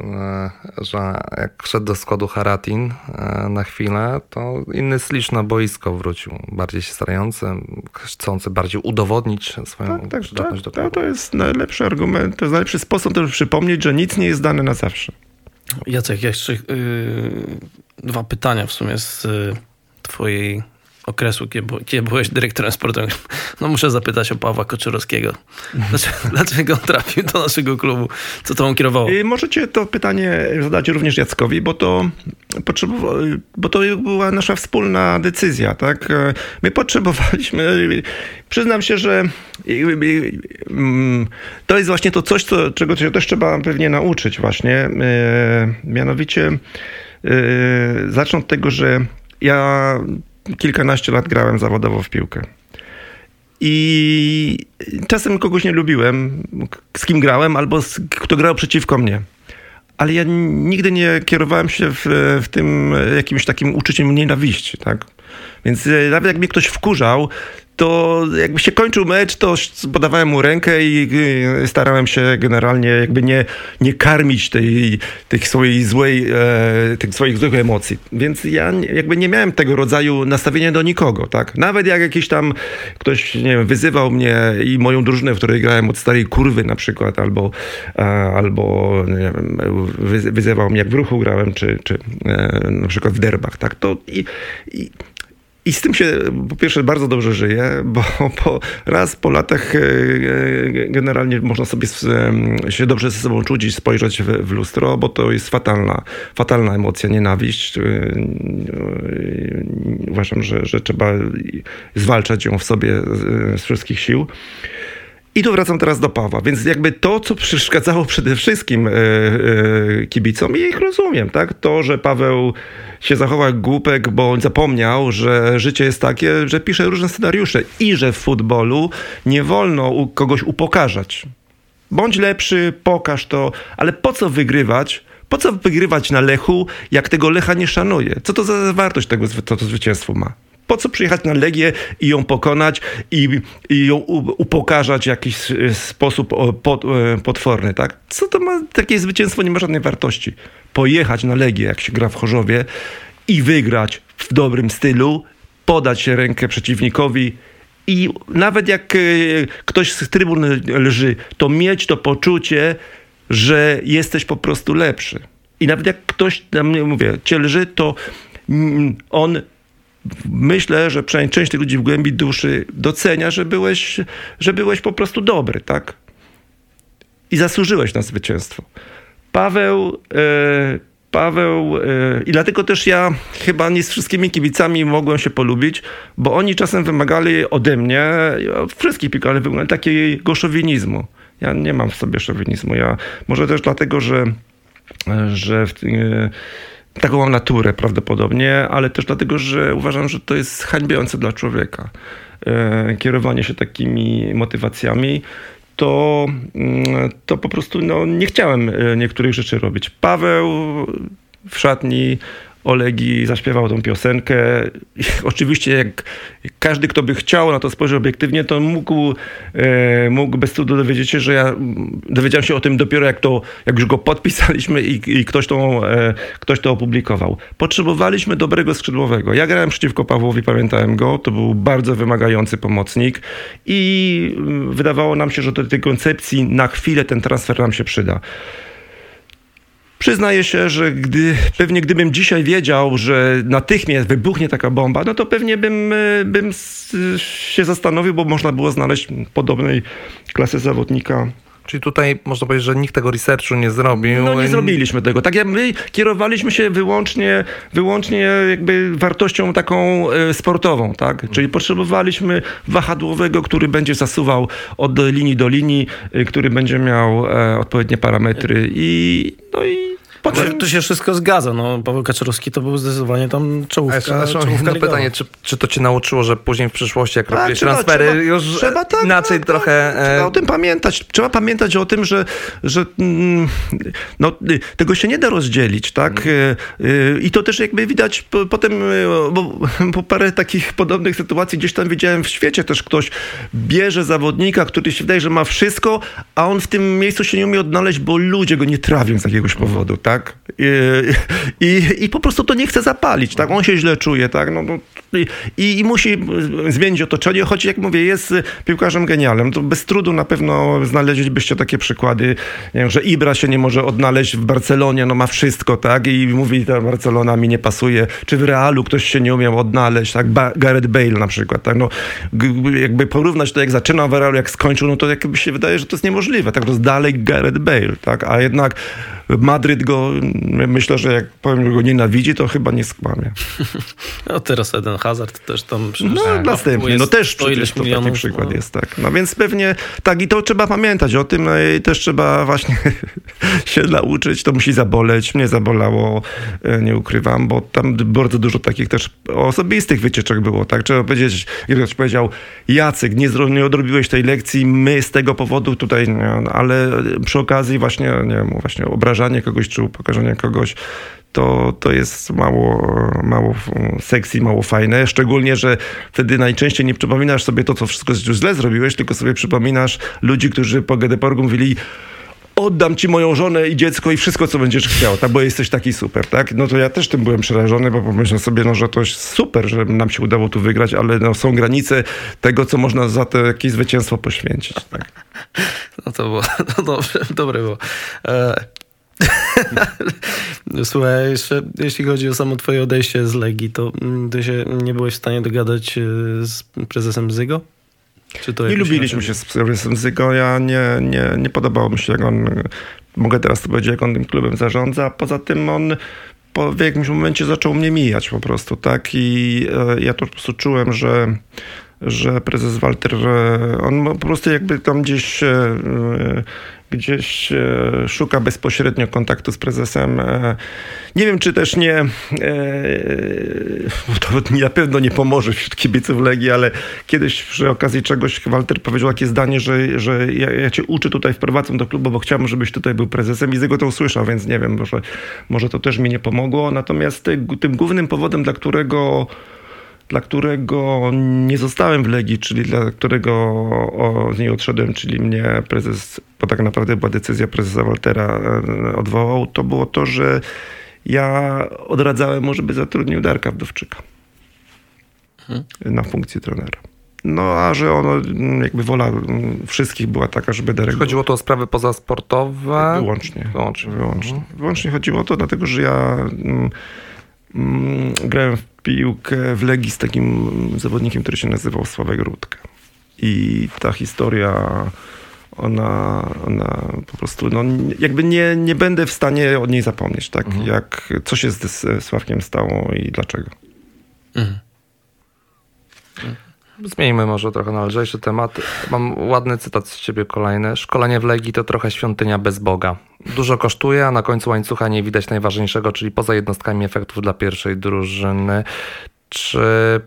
że jak wszedł do składu Haratin na chwilę, to inny Slisz na boisko wrócił. Bardziej się starający, chcący bardziej udowodnić swoją
tak, tak,
przydatność
tak,
do klubu.
To jest najlepszy argument, to jest najlepszy sposób, żeby przypomnieć, że nic nie jest dane na zawsze.
Jacek, jeszcze yy, dwa pytania w sumie z yy, twojej okresu, kiedy, kiedy byłeś dyrektorem sportowym. No muszę zapytać o Pawła Koczorowskiego. Dlaczego, dlaczego on trafił do naszego klubu? Co to on kierowało?
Możecie to pytanie zadać również Jackowi, bo to, bo to była nasza wspólna decyzja, tak? My potrzebowaliśmy, przyznam się, że to jest właśnie to coś, co, czego się też trzeba pewnie nauczyć właśnie. Mianowicie zacznę od tego, że ja kilkanaście lat grałem zawodowo w piłkę. I czasem kogoś nie lubiłem, z kim grałem, albo z, kto grał przeciwko mnie. Ale ja nigdy nie kierowałem się w, w tym jakimś takim uczuciem nienawiści, tak? Więc nawet jak mnie ktoś wkurzał, to jakby się kończył mecz, to podawałem mu rękę i starałem się generalnie jakby nie, nie karmić tej, tej swojej złej, e, tych swoich złych emocji. Więc ja jakby nie miałem tego rodzaju nastawienia do nikogo, tak? Nawet jak jakiś tam ktoś, nie wiem, wyzywał mnie i moją drużynę, w której grałem od starej kurwy na przykład, albo, e, albo nie wiem, wyzywał mnie jak w Ruchu grałem, czy, czy e, na przykład w derbach, tak? To i, i I z tym się po pierwsze bardzo dobrze żyje, bo po, raz po latach generalnie można sobie się dobrze ze sobą czuć i spojrzeć w, w lustro, bo to jest fatalna, fatalna emocja, nienawiść. Uważam, że, że trzeba zwalczać ją w sobie z wszystkich sił. I tu wracam teraz do Pawła, więc jakby to, co przeszkadzało przede wszystkim kibicom, i ich rozumiem, tak? To, że Paweł się zachował jak głupek, bo on zapomniał, że życie jest takie, że pisze różne scenariusze i że w futbolu nie wolno u kogoś upokarzać. Bądź lepszy, pokaż to, ale po co wygrywać? Po co wygrywać na Lechu, jak tego Lecha nie szanuje? Co to za wartość tego, to, to zwycięstwo ma? Po co przyjechać na Legię i ją pokonać i, i ją upokarzać w jakiś sposób potworny, tak? Co to ma? Takie zwycięstwo nie ma żadnej wartości. Pojechać na Legię, jak się gra w Chorzowie i wygrać w dobrym stylu, podać rękę przeciwnikowi i nawet jak ktoś z trybun lży, to mieć to poczucie, że jesteś po prostu lepszy. I nawet jak ktoś, mówię, cię lży, to on... Myślę, że przynajmniej część tych ludzi w głębi duszy docenia, że byłeś, że byłeś po prostu dobry, tak? I zasłużyłeś na zwycięstwo. Paweł e, Paweł yy, i dlatego też ja chyba nie z wszystkimi kibicami mogłem się polubić, bo oni czasem wymagali ode mnie, od wszystkich piłkarzy wymagali takiego szowinizmu. Ja nie mam w sobie szowinizmu. Ja, może też dlatego, że, że w, yy, taką mam naturę prawdopodobnie, ale też dlatego, że uważam, że to jest hańbiące dla człowieka. Yy, kierowanie się takimi motywacjami. To, to po prostu no, nie chciałem niektórych rzeczy robić. Paweł w szatni Olegi zaśpiewał tą piosenkę. I oczywiście jak każdy, kto by chciał na to spojrzeć obiektywnie, to mógł, e, mógł bez trudu dowiedzieć się, że ja dowiedziałem się o tym dopiero jak, to, jak już go podpisaliśmy i, i ktoś, to, e, ktoś to opublikował. Potrzebowaliśmy dobrego skrzydłowego. Ja grałem przeciwko Pawłowi, pamiętałem go. To był bardzo wymagający pomocnik i wydawało nam się, że do tej koncepcji na chwilę ten transfer nam się przyda. Przyznaję się, że gdy, pewnie gdybym dzisiaj wiedział, że natychmiast wybuchnie taka bomba, no to pewnie bym, bym się zastanowił, bo można było znaleźć podobnej klasy zawodnika.
Czyli tutaj można powiedzieć, że nikt tego researchu nie zrobił.
No nie zrobiliśmy tego. Tak jak my kierowaliśmy się wyłącznie, wyłącznie jakby wartością taką sportową, tak? Czyli potrzebowaliśmy wahadłowego, który będzie zasuwał od linii do linii, który będzie miał odpowiednie parametry i no i
Potem... Tu się wszystko zgadza. No, Paweł Kaczorowski to był zdecydowanie tam czołówka.
A jeszcze, jeszcze jedno pytanie, czy, czy to cię nauczyło, że później w przyszłości, jak robisz transfery,
trzeba,
już
trzeba, tak,
inaczej
tak,
trochę...
Tak, trzeba o tym pamiętać. Trzeba pamiętać o tym, że, że no, tego się nie da rozdzielić, tak? Hmm. I to też jakby widać po, potem, bo, bo parę takich podobnych sytuacji gdzieś tam widziałem w świecie też ktoś bierze zawodnika, który się wydaje, że ma wszystko, a on w tym miejscu się nie umie odnaleźć, bo ludzie go nie trawią z jakiegoś powodu, tak? Tak? I, i, I po prostu to nie chce zapalić, tak? On się źle czuje, tak? No, no, i, I musi zmienić otoczenie, choć jak mówię, jest piłkarzem genialnym. To bez trudu na pewno znaleźlibyście takie przykłady, nie wiem, że Ibra się nie może odnaleźć w Barcelonie, no ma wszystko, tak? I mówi, ta Barcelona mi nie pasuje. Czy w Realu ktoś się nie umiał odnaleźć, tak? Ba- Gareth Bale na przykład, tak? No, jakby porównać to, jak zaczynał w Realu, jak skończył, no to jakby się wydaje, że to jest niemożliwe, tak? To jest dalej Gareth Bale, tak? A jednak Madryt go, myślę, że jak powiem, że go nienawidzi, to chyba nie skłamie.
No teraz Eden Hazard też tam...
No tak, następnie, no też przecież to taki przykład no. jest, tak. No więc pewnie, tak i to trzeba pamiętać o tym, no i też trzeba właśnie się nauczyć, to musi zaboleć. Mnie zabolało, nie ukrywam, bo tam bardzo dużo takich też osobistych wycieczek było, tak. Trzeba powiedzieć, jak ktoś powiedział, Jacek, nie, zro, nie odrobiłeś tej lekcji, my z tego powodu tutaj, nie, ale przy okazji właśnie, nie wiem, właśnie obrażanie kogoś, czy upokarzanie kogoś, to, to jest mało, mało sexy, mało fajne. Szczególnie, że wtedy najczęściej nie przypominasz sobie to, co wszystko źle zrobiłeś, tylko sobie przypominasz ludzi, którzy po Gedeporgu mówili: oddam ci moją żonę i dziecko i wszystko, co będziesz chciał, tak, bo jesteś taki super, tak? No to ja też tym byłem przerażony, bo pomyślałem sobie, no, że to jest super, że nam się udało tu wygrać, ale no, są granice tego, co można za to jakieś zwycięstwo poświęcić, tak?
No to było, no dobrze, dobre było. E... Słuchaj, jeszcze, jeśli chodzi o samo twoje odejście z Legii, to ty się nie byłeś w stanie dogadać z prezesem Zygo? Czy to
nie lubiliśmy się z prezesem Zygo. Ja nie, nie, nie podobało mi się, jak on, mogę teraz to powiedzieć, jak on tym klubem zarządza. Poza tym on po, w jakimś momencie zaczął mnie mijać po prostu, tak? I e, ja to po prostu czułem, że że prezes Walter, on po prostu jakby tam gdzieś gdzieś szuka bezpośrednio kontaktu z prezesem. Nie wiem, czy też nie, to na pewno nie pomoże wśród kibiców Legii, ale kiedyś przy okazji czegoś Walter powiedział takie zdanie, że, że ja, ja cię uczę tutaj, wprowadzam do klubu, bo chciałbym, żebyś tutaj był prezesem i z jego to usłyszał, więc nie wiem, może, może to też mi nie pomogło. Natomiast tym głównym powodem, dla którego dla którego nie zostałem w Legii, czyli dla którego o, z niej odszedłem, czyli mnie prezes, bo tak naprawdę była decyzja prezesa Waltera, odwołał, to było to, że ja odradzałem mu, żeby zatrudnił Darka Wdowczyka hmm. na funkcję trenera. No, a że ono, jakby wola wszystkich była taka, żeby Darek...
Chodziło to o sprawy pozasportowe?
Wyłącznie. Wyłącznie. Wyłącznie. Wyłącznie chodziło o to, dlatego że ja... Mm, grałem w piłkę w Legii z takim zawodnikiem, który się nazywał Sławek Rudka. I ta historia ona, ona po prostu, no jakby nie, nie będę w stanie od niej zapomnieć, tak? Mhm. Jak, co się z, z Sławkiem stało i dlaczego. Mhm.
Zmieńmy może trochę na lżejszy temat. Mam ładny cytat z ciebie kolejny. Szkolenie w Legii to trochę świątynia bez Boga. Dużo kosztuje, a na końcu łańcucha nie widać najważniejszego, czyli poza jednostkami efektów dla pierwszej drużyny. Czy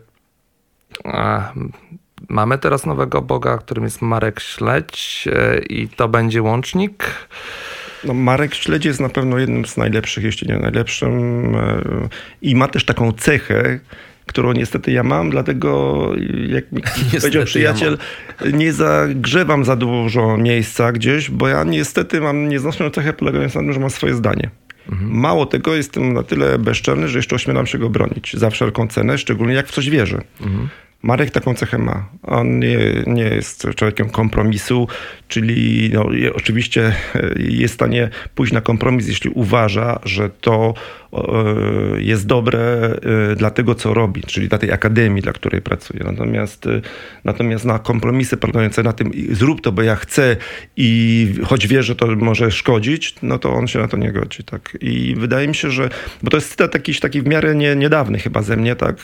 a, mamy teraz nowego Boga, którym jest Marek Śledź i to będzie łącznik?
No, Marek Śledź jest na pewno jednym z najlepszych, jeśli nie najlepszym i ma też taką cechę, którą niestety ja mam, dlatego jak mi powiedział przyjaciel, ja nie zagrzewam za dużo miejsca gdzieś, bo ja niestety mam nieznośną cechę polegającą na tym, że mam swoje zdanie. Mhm. Mało tego, jestem na tyle bezczelny, że jeszcze ośmielam się go bronić za wszelką cenę, szczególnie jak w coś wierzę. Mhm. Marek taką cechę ma. On nie, nie jest człowiekiem kompromisu, czyli no, oczywiście jest w stanie pójść na kompromis, jeśli uważa, że to jest dobre dla tego, co robi, czyli dla tej akademii, dla której pracuje. Natomiast, natomiast na kompromisy polegające na tym, zrób to, bo ja chcę i choć wie, że to może szkodzić, no to on się na to nie godzi. Tak? I wydaje mi się, że, bo to jest cytat jakiś taki w miarę nie, niedawny chyba ze mnie, tak?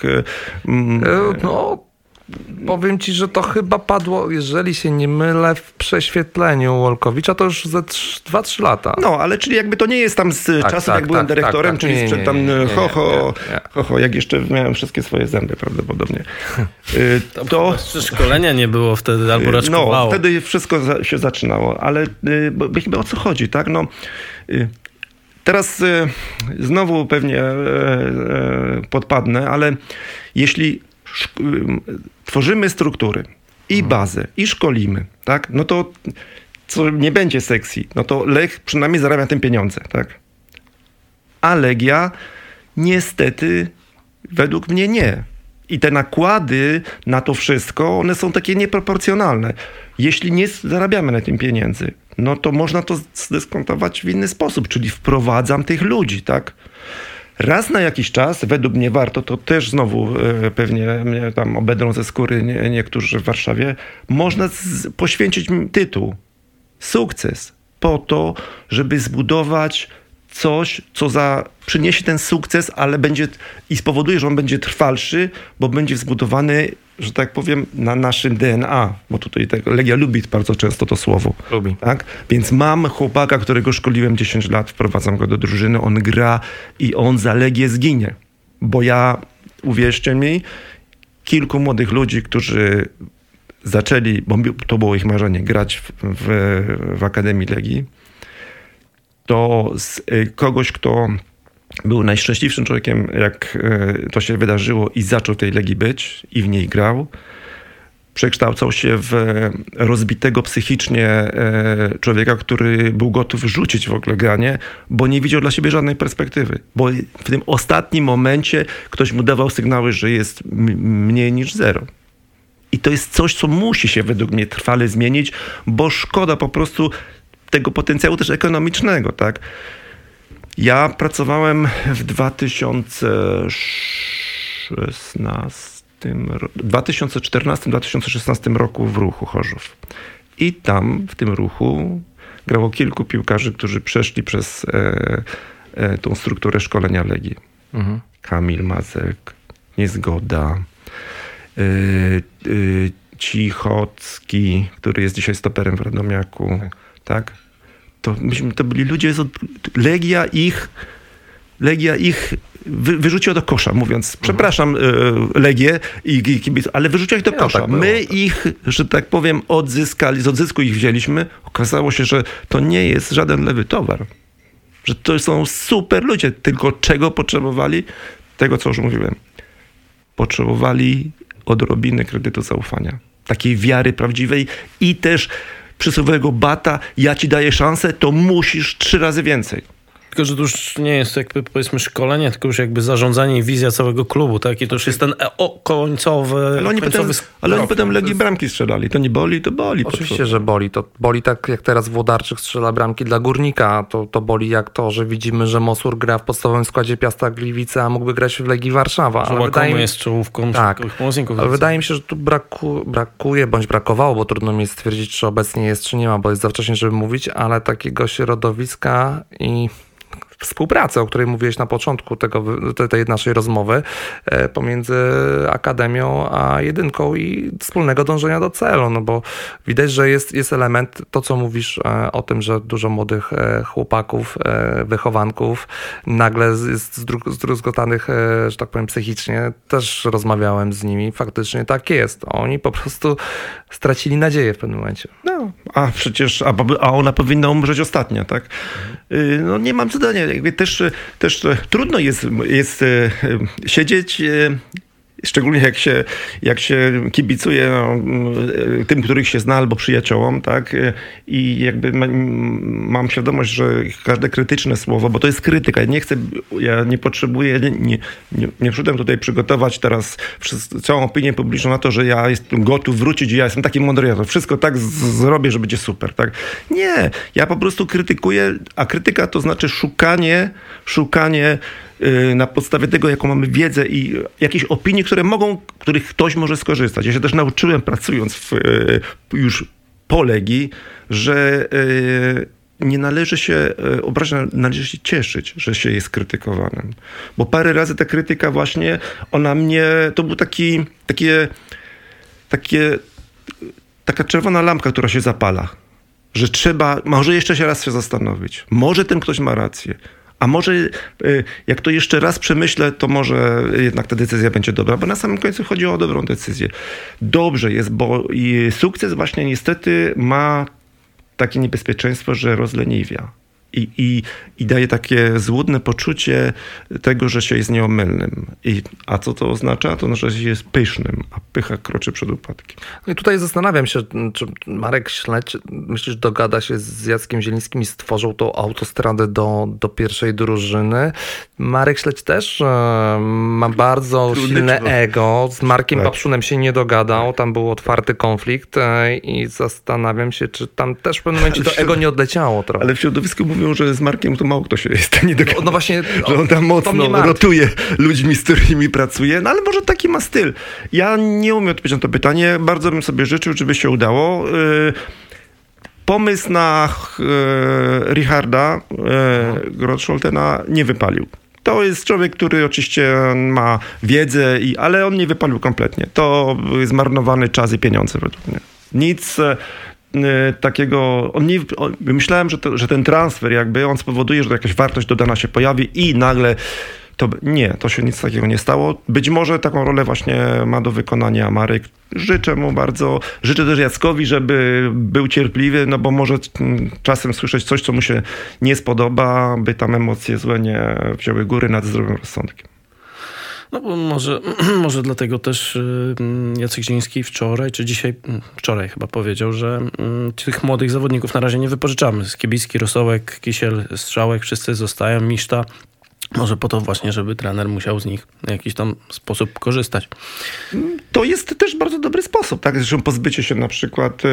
No, powiem ci, że to chyba padło, jeżeli się nie mylę, w prześwietleniu Wolkowicza, to już ze dwa trzy lata.
No, ale czyli jakby to nie jest tam z tak, czasów, tak, jak byłem tak, dyrektorem, tak, tak, czyli nie, sprzed tam nie, nie, ho, ho, nie, nie, nie. ho, ho, jak jeszcze miałem wszystkie swoje zęby prawdopodobnie.
To, to szkolenia nie było wtedy, albo raczkowało.
No, wtedy wszystko się zaczynało, ale bo, bo chyba o co chodzi, tak? No, teraz znowu pewnie podpadnę, ale jeśli tworzymy struktury i bazę, i szkolimy, tak? No to co nie będzie sexy, no to Lech przynajmniej zarabia tym pieniądze, tak? A Legia niestety według mnie nie. I te nakłady na to wszystko, one są takie nieproporcjonalne. Jeśli nie zarabiamy na tym pieniędzy, no to można to zdyskontować w inny sposób, czyli wprowadzam tych ludzi, tak? Raz na jakiś czas, według mnie warto, to też znowu e, pewnie mnie tam obedrą ze skóry nie, niektórzy w Warszawie, można z, poświęcić tytuł sukces po to, żeby zbudować coś, co za, przyniesie ten sukces, ale będzie i spowoduje, że on będzie trwalszy, bo będzie zbudowany, że tak powiem, na naszym D N A, bo tutaj tak, Legia lubi bardzo często to słowo.
Lubi.
Tak? Więc mam chłopaka, którego szkoliłem dziesięć lat, wprowadzam go do drużyny, on gra i on za Legię zginie. Bo ja, uwierzcie mi, kilku młodych ludzi, którzy zaczęli, bo to było ich marzenie, grać w, w, w Akademii Legii, to z kogoś, kto był najszczęśliwszym człowiekiem, jak to się wydarzyło i zaczął w tej Legii być i w niej grał, przekształcał się w rozbitego psychicznie człowieka, który był gotów rzucić w ogóle granie, bo nie widział dla siebie żadnej perspektywy. Bo w tym ostatnim momencie ktoś mu dawał sygnały, że jest m- mniej niż zero. I to jest coś, co musi się według mnie trwale zmienić, bo szkoda po prostu tego potencjału też ekonomicznego, tak? Ja pracowałem w dwa tysiące szesnastym, dwa tysiące czternastym dwa tysiące szesnastym roku w Ruchu Chorzów. I tam w tym Ruchu grało kilku piłkarzy, którzy przeszli przez e, e, tą strukturę szkolenia Legii. Mhm. Kamil Mazek, Niezgoda, e, e, Cichocki, który jest dzisiaj stoperem w Radomiaku, tak? To myśmy, to byli ludzie, z od... Legia ich, Legia ich wy, wyrzuciła do kosza, mówiąc, przepraszam y, Legię i, i kibic, ale wyrzuciła ich do kosza. No, tak My było, ich, że tak powiem, odzyskali, z odzysku ich wzięliśmy. Okazało się, że to nie jest żaden lewy towar. Że to są super ludzie, tylko czego potrzebowali? Tego, co już mówiłem. Potrzebowali odrobiny kredytu zaufania. Takiej wiary prawdziwej i też przysłowiowego bata, ja ci daję szansę, to musisz trzy razy więcej.
Tylko, że to już nie jest jakby powiedzmy szkolenie, tylko już jakby zarządzanie i wizja całego klubu, tak? I to już jest ten o, końcowy...
Ale oni potem, ale oni potem Legii bramki strzelali. To nie boli, to boli.
Oczywiście, że boli. To boli tak jak teraz Włodarczyk strzela bramki dla Górnika. To, to boli jak to, że widzimy, że Mosur gra w podstawowym składzie Piasta Gliwice, a mógłby grać w Legii Warszawa.
Że Łakomy jest czołówką
tak,
pomocników.
Ale wydaje mi się, że tu braku, brakuje, bądź brakowało, bo trudno mi stwierdzić, czy obecnie jest, czy nie ma, bo jest za wcześnie, żeby mówić, ale takiego środowiska i współpracy, o której mówiłeś na początku tego, tej naszej rozmowy, pomiędzy Akademią a Jedynką i wspólnego dążenia do celu, no bo widać, że jest, jest element, to co mówisz o tym, że dużo młodych chłopaków, wychowanków nagle jest zdruzgotanych, że tak powiem, psychicznie. Też rozmawiałem z nimi, faktycznie tak jest. Oni po prostu stracili nadzieję w pewnym momencie.
No, a przecież, a, a ona powinna umrzeć ostatnia, tak? Mhm. No nie mam zadania. Jakby też, też trudno jest, jest siedzieć, szczególnie jak się, jak się kibicuje no, tym, których się zna, albo przyjaciołom, tak? I jakby mam świadomość, że każde krytyczne słowo, bo to jest krytyka, ja nie chcę, ja nie potrzebuję, nie, nie, nie, nie przyszedłem tutaj przygotować teraz całą opinię publiczną na to, że ja jestem gotów wrócić i ja jestem taki mądry, ja to wszystko tak z- zrobię, że będzie super, tak? Nie, ja po prostu krytykuję, a krytyka to znaczy szukanie, szukanie na podstawie tego, jaką mamy wiedzę i jakieś opinie, które mogą, których ktoś może skorzystać. Ja się też nauczyłem, pracując w, już po Legii, że nie należy się obrażać, należy się cieszyć, że się jest krytykowanym. Bo parę razy ta krytyka właśnie, ona mnie, to był taki, takie, takie, taka czerwona lampka, która się zapala. Że trzeba, może jeszcze się raz się zastanowić. Może ten ktoś ma rację. A może jak to jeszcze raz przemyślę, to może jednak ta decyzja będzie dobra, bo na samym końcu chodzi o dobrą decyzję. Dobrze jest, bo i sukces właśnie niestety ma takie niebezpieczeństwo, że rozleniwia. I, i, i daje takie złudne poczucie tego, że się jest nieomylnym. I, a co to oznacza? To znaczy, że się jest pysznym, a pycha kroczy przed upadkiem.
No i tutaj zastanawiam się, czy Marek Śledź, myślisz, dogada się z Jackiem Zielińskim i stworzył tą autostradę do, do pierwszej drużyny. Marek Śledź też e, ma bardzo Trudny silne człowiek. ego. Z Markiem tak. Papszunem się nie dogadał. Tam był otwarty konflikt e, i zastanawiam się, czy tam też w pewnym momencie to ego nie odleciało trochę.
Ale w środowisku mówią, że z Markiem to mało kto się jest w stanie dogadać.
No, no właśnie,
że on tam mocno rotuje ludźmi, z którymi pracuje. No ale może taki ma styl. Ja nie umiem odpowiedzieć na to pytanie. Bardzo bym sobie życzył, żeby się udało. Pomysł na Richarda Grotscholtena nie wypalił. To jest człowiek, który oczywiście ma wiedzę, i, ale on nie wypalił kompletnie. To jest zmarnowany czas i pieniądze według mnie. Nic takiego, on nie, on, myślałem, że, to, że ten transfer jakby on spowoduje, że jakaś wartość dodana się pojawi i nagle to nie, to się nic takiego nie stało. Być może taką rolę właśnie ma do wykonania Marek. Życzę mu bardzo, życzę też Jackowi, żeby był cierpliwy, no bo może czasem słyszeć coś, co mu się nie spodoba, by tam emocje złe nie wzięły góry nad zdrowym rozsądkiem.
No bo może, może dlatego też Jacek Zieliński wczoraj, czy dzisiaj, wczoraj chyba powiedział, że tych młodych zawodników na razie nie wypożyczamy. Skibicki, Rosołek, Kisiel, Strzałek, wszyscy zostają, Miszta. Może po to właśnie, żeby trener musiał z nich w jakiś tam sposób korzystać.
To jest też bardzo dobry sposób, tak? Zresztą pozbycie się na przykład...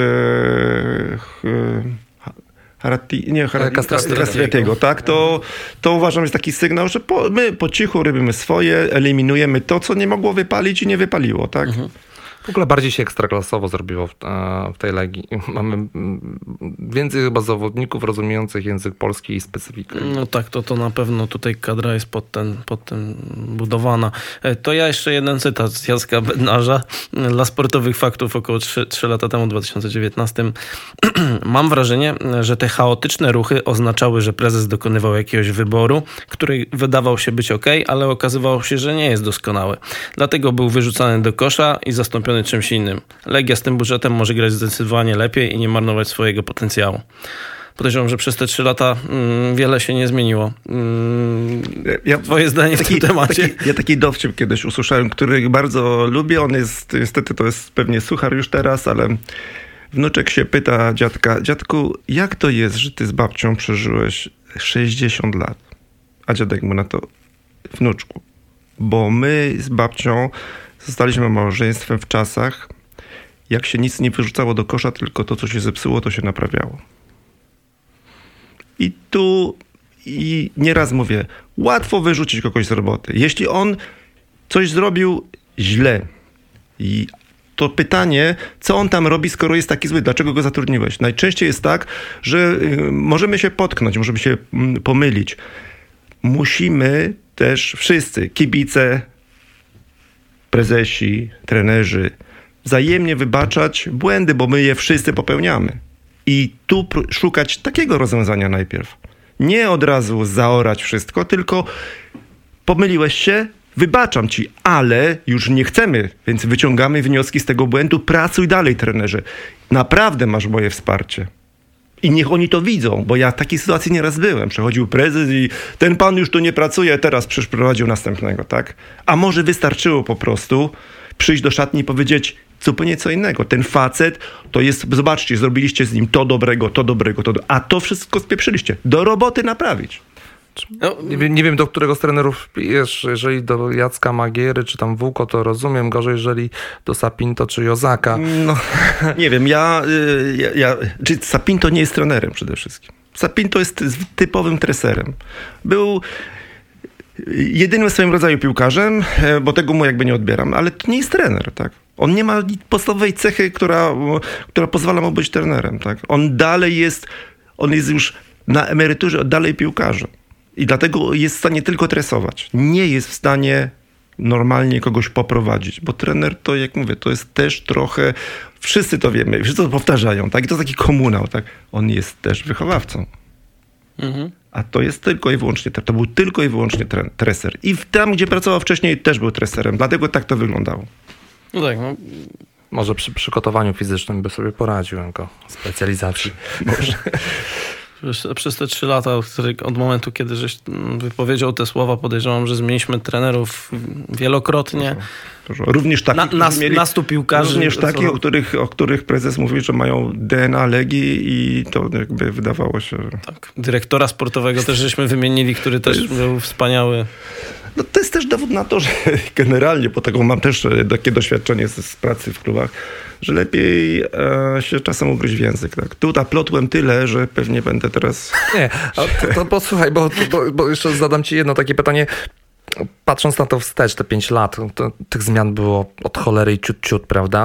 Yy, yy, Harati, nie, Castriatiego, tak? To, to uważam jest taki sygnał, że po, my po cichu robimy swoje, eliminujemy to, co nie mogło wypalić i nie wypaliło, tak? Mhm.
W ogóle bardziej się ekstraklasowo zrobiło w, w tej Legii. Mamy więcej chyba zawodników rozumiejących język polski i specyfikę.
No tak, to, to na pewno tutaj kadra jest pod ten, pod ten budowana. To ja jeszcze jeden cytat z Jacka Bednarza. Dla sportowych faktów około trzy lata temu, w dwa tysiące dziewiętnastym. Mam wrażenie, że te chaotyczne ruchy oznaczały, że prezes dokonywał jakiegoś wyboru, który wydawał się być ok, ale okazywało się, że nie jest doskonały. Dlatego był wyrzucany do kosza i zastąpiony czymś innym. Legia z tym budżetem może grać zdecydowanie lepiej i nie marnować swojego potencjału. Podejrzewam, że przez te trzy lata mm, wiele się nie zmieniło. Mm, ja, Twoje zdanie taki, w tym temacie?
Taki, ja taki dowcip kiedyś usłyszałem, który bardzo lubię. On jest, niestety to jest pewnie suchar już teraz, ale wnuczek się pyta dziadka, dziadku, jak to jest, że ty z babcią przeżyłeś sześćdziesiąt lat? A dziadek mu na to: wnuczku, bo my z babcią zostaliśmy małżeństwem w czasach, jak się nic nie wyrzucało do kosza, tylko to, co się zepsuło, to się naprawiało. I tu i nieraz mówię, łatwo wyrzucić kogoś z roboty. Jeśli on coś zrobił źle, i to pytanie, co on tam robi, skoro jest taki zły, dlaczego go zatrudniłeś? Najczęściej jest tak, że możemy się potknąć, możemy się pomylić. Musimy też wszyscy, kibice, prezesi, trenerzy, wzajemnie wybaczać błędy, bo my je wszyscy popełniamy. I tu pr- szukać takiego rozwiązania najpierw. Nie od razu zaorać wszystko, tylko pomyliłeś się, wybaczam ci, ale już nie chcemy, więc wyciągamy wnioski z tego błędu. Pracuj dalej, trenerze. Naprawdę masz moje wsparcie. I niech oni to widzą, bo ja w takiej sytuacji nieraz byłem. Przechodził prezes i ten pan już tu nie pracuje, teraz przyprowadził następnego, tak? A może wystarczyło po prostu przyjść do szatni i powiedzieć zupełnie co innego. Ten facet to jest, zobaczcie, zrobiliście z nim to dobrego, to dobrego, to do... a to wszystko spieprzyliście. Do roboty naprawić.
No, nie, wiem, nie wiem, do którego z trenerów pijesz. Jeżeli do Jacka Magiery, czy tam Włóko, to rozumiem. Gorzej, jeżeli do Sapinto, czy Jozaka.
No, nie wiem, ja, ja, ja... Czy Sapinto nie jest trenerem przede wszystkim. Sapinto jest typowym treserem. Był jedynym w swoim rodzaju piłkarzem, bo tego mu jakby nie odbieram, ale to nie jest trener, tak? On nie ma podstawowej cechy, która, która pozwala mu być trenerem, tak? On dalej jest, on jest już na emeryturze, dalej piłkarzem. I dlatego jest w stanie tylko tresować. Nie jest w stanie normalnie kogoś poprowadzić, bo trener to, jak mówię, to jest też trochę, wszyscy to wiemy, wszyscy to powtarzają, tak? I to taki komunał, tak? On jest też wychowawcą. Mhm. A to jest tylko i wyłącznie, to był tylko i wyłącznie tre, treser. I tam, gdzie pracował wcześniej, też był treserem. Dlatego tak to wyglądało.
No tak, no.
Może przy przygotowaniu fizycznym by sobie poradził jako specjalizacji. Może.
Przez te trzy lata, od momentu, kiedy żeś wypowiedział te słowa, podejrzewam, że zmieniliśmy trenerów wielokrotnie.
Dużo. Dużo. Również takich,
na, nas, mieli, nastu piłkarzy.
Również takich, o których, o których prezes mówi, że mają D N A Legii i to jakby wydawało się...
Tak. Dyrektora sportowego też żeśmy wymienili, który też jest... był wspaniały.
No to jest też dowód na to, że generalnie, bo taką mam też takie doświadczenie z, z pracy w klubach, że lepiej e, się czasem ugryźć w język. Tak? Tu naplotłem tyle, że pewnie będę teraz...
Nie, to, to posłuchaj, bo, bo, bo jeszcze zadam ci jedno takie pytanie. Patrząc na to wstecz, te pięć lat, to tych zmian było od cholery i ciut, ciut, prawda?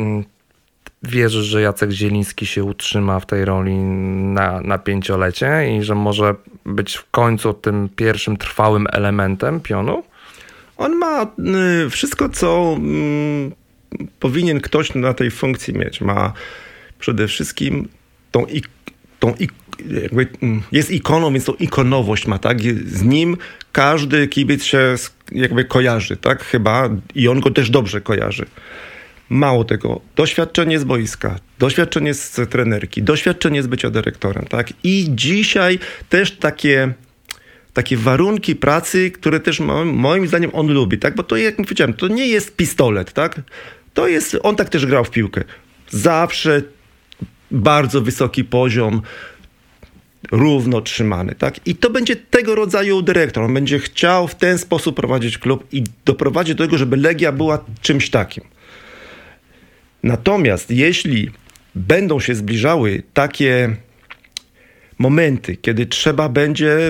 Wierzysz, że Jacek Zieliński się utrzyma w tej roli na, na pięciolecie i że może być w końcu tym pierwszym trwałym elementem pionu?
On ma y, wszystko, co y, powinien ktoś na tej funkcji mieć. Ma przede wszystkim tą, i, tą i, jakby, jest ikoną, więc tą ikonowość ma, tak? Z nim każdy kibic się jakby kojarzy, tak? Chyba i on go też dobrze kojarzy. Mało tego, doświadczenie z boiska, doświadczenie z trenerki, doświadczenie z bycia dyrektorem, tak? I dzisiaj też takie, takie warunki pracy, które też moim, moim zdaniem on lubi, tak? Bo to, jak powiedziałem, to nie jest pistolet, tak? To jest, on tak też grał w piłkę. Zawsze bardzo wysoki poziom, równo trzymany, tak? I to będzie tego rodzaju dyrektor. On będzie chciał w ten sposób prowadzić klub i doprowadzić do tego, żeby Legia była czymś takim. Natomiast jeśli będą się zbliżały takie momenty, kiedy trzeba będzie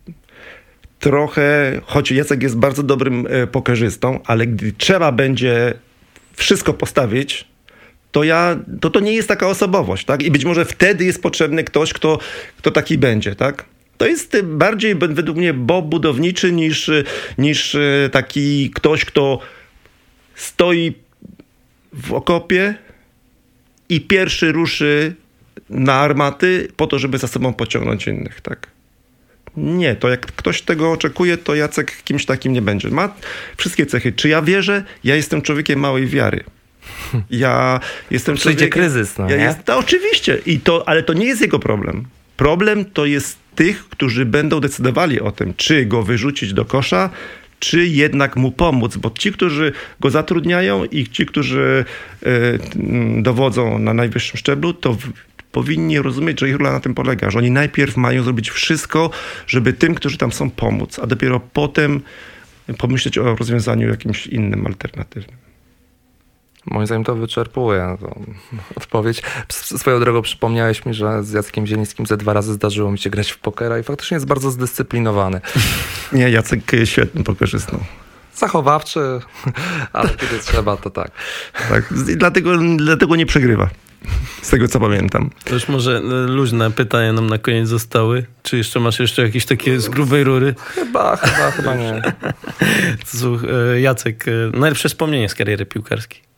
trochę, choć Jacek jest bardzo dobrym pokerzystą, ale gdy trzeba będzie wszystko postawić, to ja, to, to nie jest taka osobowość, tak? I być może wtedy jest potrzebny ktoś, kto, kto taki będzie, tak? To jest bardziej według mnie Bob budowniczy niż, niż taki ktoś, kto stoi w okopie i pierwszy ruszy na armaty po to, żeby za sobą pociągnąć innych, tak? Nie, to jak ktoś tego oczekuje, to Jacek kimś takim nie będzie. Ma wszystkie cechy. Czy ja wierzę? Ja jestem człowiekiem małej wiary. Ja jestem
Przyjdzie kryzys, no
ja
nie?
Jest, to oczywiście, I to, ale to nie jest jego problem. Problem to jest tych, którzy będą decydowali o tym, czy go wyrzucić do kosza, czy jednak mu pomóc, bo ci, którzy go zatrudniają i ci, którzy y, dowodzą na najwyższym szczeblu, to w, powinni rozumieć, że ich rola na tym polega, że oni najpierw mają zrobić wszystko, żeby tym, którzy tam są, pomóc, a dopiero potem pomyśleć o rozwiązaniu jakimś innym, alternatywnym.
Moim zdaniem to wyczerpuje to odpowiedź. Swoją drogą przypomniałeś mi, że z Jackiem Zielińskim ze dwa razy zdarzyło mi się grać w pokera i faktycznie jest bardzo zdyscyplinowany.
Nie, Jacek świetny pokerzystą.
Zachowawczy, ale kiedy trzeba, to tak.
Tak, dlatego, dlatego nie przegrywa. Z tego, co pamiętam.
To już może luźne pytania nam na koniec zostały. Czy jeszcze masz jeszcze jakieś takie z grubej rury?
Chyba, chyba, chyba nie.
Słuch, Jacek, najlepsze wspomnienie z kariery piłkarskiej?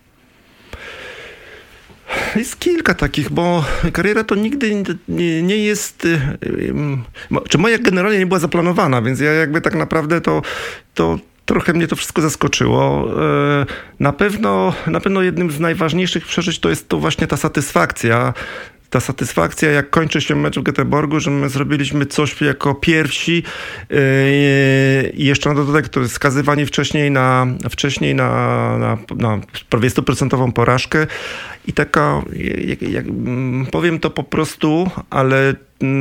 Jest kilka takich, bo kariera to nigdy nie, nie jest... Czy moja generalnie nie była zaplanowana, więc ja jakby tak naprawdę to... to trochę mnie to wszystko zaskoczyło. Na pewno, na pewno jednym z najważniejszych przeżyć to jest to właśnie ta satysfakcja. Ta satysfakcja, jak kończy się mecz w Göteborgu, że my zrobiliśmy coś jako pierwsi i jeszcze na dodatek to skazywanie wcześniej na, wcześniej na, na, na prawie stu procent prowadzkę i taka, jak, jak, powiem to po prostu, ale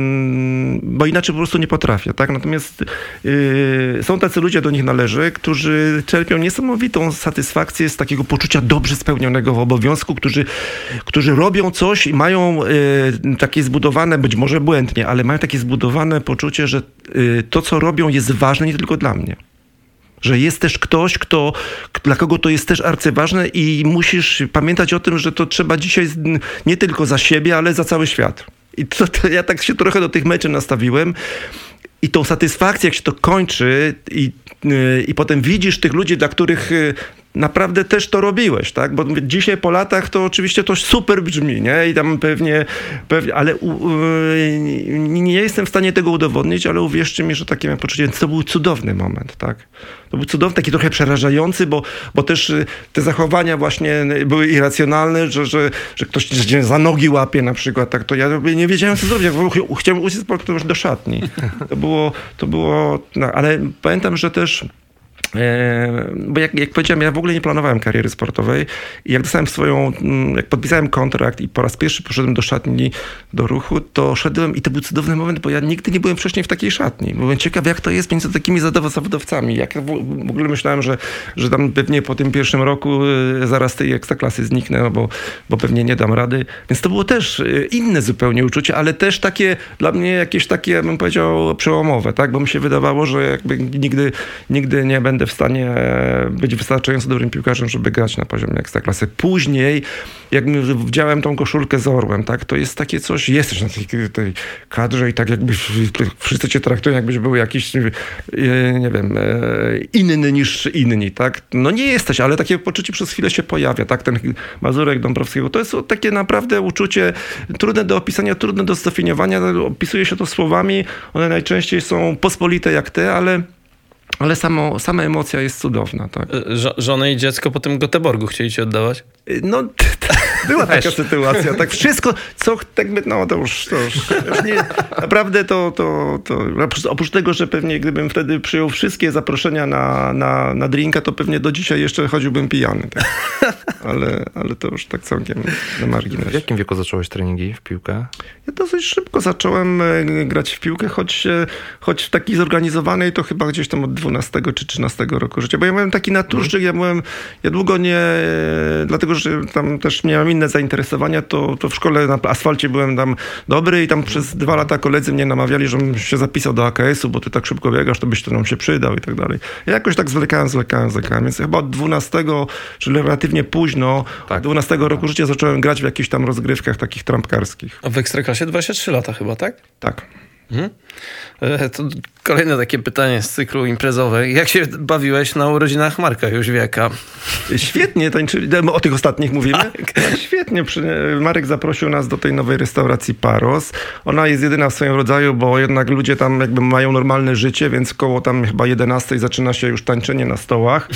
bo inaczej po prostu nie potrafię, tak? Natomiast yy, są tacy ludzie, do nich należy, którzy czerpią niesamowitą satysfakcję z takiego poczucia dobrze spełnionego obowiązku, którzy, którzy robią coś i mają yy, takie zbudowane, być może błędnie, ale mają takie zbudowane poczucie, że yy, to, co robią, jest ważne nie tylko dla mnie. Że jest też ktoś, kto, dla kogo to jest też arcyważne i musisz pamiętać o tym, że to trzeba dzisiaj nie tylko za siebie, ale za cały świat. I to, to ja tak się trochę do tych meczy nastawiłem i tą satysfakcję, jak się to kończy i, yy, i potem widzisz tych ludzi, dla których yy, naprawdę też to robiłeś, tak? Bo dzisiaj po latach to oczywiście to super brzmi, nie? I tam pewnie, pewnie ale u, yy, nie jestem w stanie tego udowodnić, ale uwierzcie mi, że takie miałem poczucie, to był cudowny moment, tak? To był cudowny, taki trochę przerażający, bo, bo też te zachowania właśnie były irracjonalne, że, że, że ktoś cię za nogi łapie na przykład, tak? To ja nie wiedziałem, co zrobić. Chciałem uciec do szatni. To było, to było, no, ale pamiętam, że też bo jak, jak powiedziałem, ja w ogóle nie planowałem kariery sportowej i jak dostałem swoją, jak podpisałem kontrakt i po raz pierwszy poszedłem do szatni, do Ruchu, to szedłem i to był cudowny moment, bo ja nigdy nie byłem wcześniej w takiej szatni. Byłem ciekaw, jak to jest między takimi zawodowcami. Jak ja w ogóle myślałem, że, że tam pewnie po tym pierwszym roku zaraz tej ekstraklasy zniknę, no bo, bo pewnie nie dam rady. Więc to było też inne zupełnie uczucie, ale też takie dla mnie jakieś takie, bym powiedział, przełomowe, tak? Bo mi się wydawało, że jakby nigdy, nigdy nie będę w stanie być wystarczająco dobrym piłkarzem, żeby grać na poziomie ekstraklasy. Później, jak widziałem tą koszulkę z orłem, tak, to jest takie coś, jesteś na tej, tej kadrze i tak jakby wszyscy cię traktują, jakbyś był jakiś, nie wiem, inny niż inni, tak. No nie jesteś, ale takie poczucie przez chwilę się pojawia, tak, ten Mazurek Dąbrowskiego. To jest takie naprawdę uczucie trudne do opisania, trudne do zdefiniowania. Opisuje się to słowami, one najczęściej są pospolite jak te, ale Ale samo, sama emocja jest cudowna, tak.
Żo- żonę i dziecko po tym Göteborgu chcieli ci oddawać?
No, była taka sytuacja, tak. Wszystko, co tak by, no to już, to już, już nie, naprawdę to, to, to, oprócz tego, że pewnie gdybym wtedy przyjął wszystkie zaproszenia na, na, na drinka, to pewnie do dzisiaj jeszcze chodziłbym pijany, tak. Ale, ale to już tak całkiem na marginesie.
W jakim wieku zacząłeś treningi w piłkę?
Ja dosyć szybko zacząłem grać w piłkę, choć, choć w takiej zorganizowanej to chyba gdzieś tam od dwunastego czy trzynastego roku życia, bo ja byłem taki naturszczyk, ja byłem, ja długo nie, dlatego, że tam też miałem inne zainteresowania, to, to w szkole na asfalcie byłem tam dobry i tam przez dwa lata koledzy mnie namawiali, żebym się zapisał do A K S u, bo ty tak szybko biegasz, to byś to nam się przydał i tak dalej. Ja jakoś tak zwlekałem, zwlekałem, zwlekałem, więc chyba od dwunastego, czyli relatywnie późno, tak. Od dwunastego roku życia zacząłem grać w jakichś tam rozgrywkach takich trampkarskich.
A w Ekstraklasie dwadzieścia trzy lata chyba, tak?
Tak.
Mhm. To kolejne takie pytanie z cyklu imprezowej. Jak się bawiłeś na urodzinach Marka Jóźwiaka?
Świetnie tańczyli. O tych ostatnich mówimy?
Tak.
Tak, świetnie. Marek zaprosił nas do tej nowej restauracji Paros. Ona jest jedyna w swoim rodzaju, bo jednak ludzie tam jakby mają normalne życie, więc koło tam chyba jedenastej zaczyna się już tańczenie na stołach.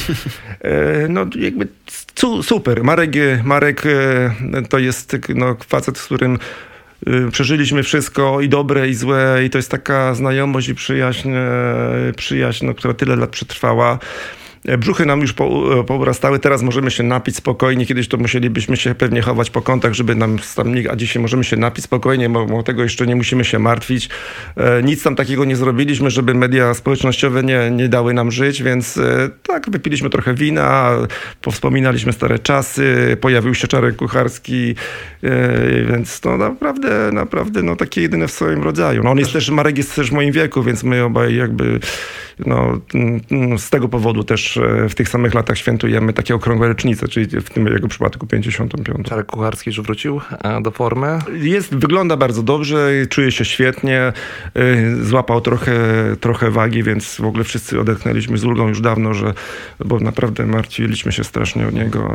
No jakby super. Marek, Marek to jest no, facet, z którym przeżyliśmy wszystko i dobre, i złe, i to jest taka znajomość i przyjaźń, przyjaźń no, która tyle lat przetrwała. brzuchy nam już po, pourastały, teraz możemy się napić spokojnie, kiedyś to musielibyśmy się pewnie chować po kątach, żeby nam tam, a dzisiaj możemy się napić spokojnie, bo tego jeszcze nie musimy się martwić. Nic tam takiego nie zrobiliśmy, żeby media społecznościowe nie, nie dały nam żyć, więc tak, wypiliśmy trochę wina, powspominaliśmy stare czasy, pojawił się Czarek Kucharski, więc to naprawdę, naprawdę no, takie jedyne w swoim rodzaju. No, on jest też, Marek jest też w moim wieku, więc my obaj jakby no, z tego powodu też w tych samych latach świętujemy takie okrągłe rocznice, czyli w tym jego przypadku pięćdziesiątą piątą.
Czarek Kucharski już wrócił do formy?
Jest, wygląda bardzo dobrze, czuje się świetnie, złapał trochę, trochę wagi, więc w ogóle wszyscy odetchnęliśmy z ulgą już dawno, że, bo naprawdę martwiliśmy się strasznie o niego.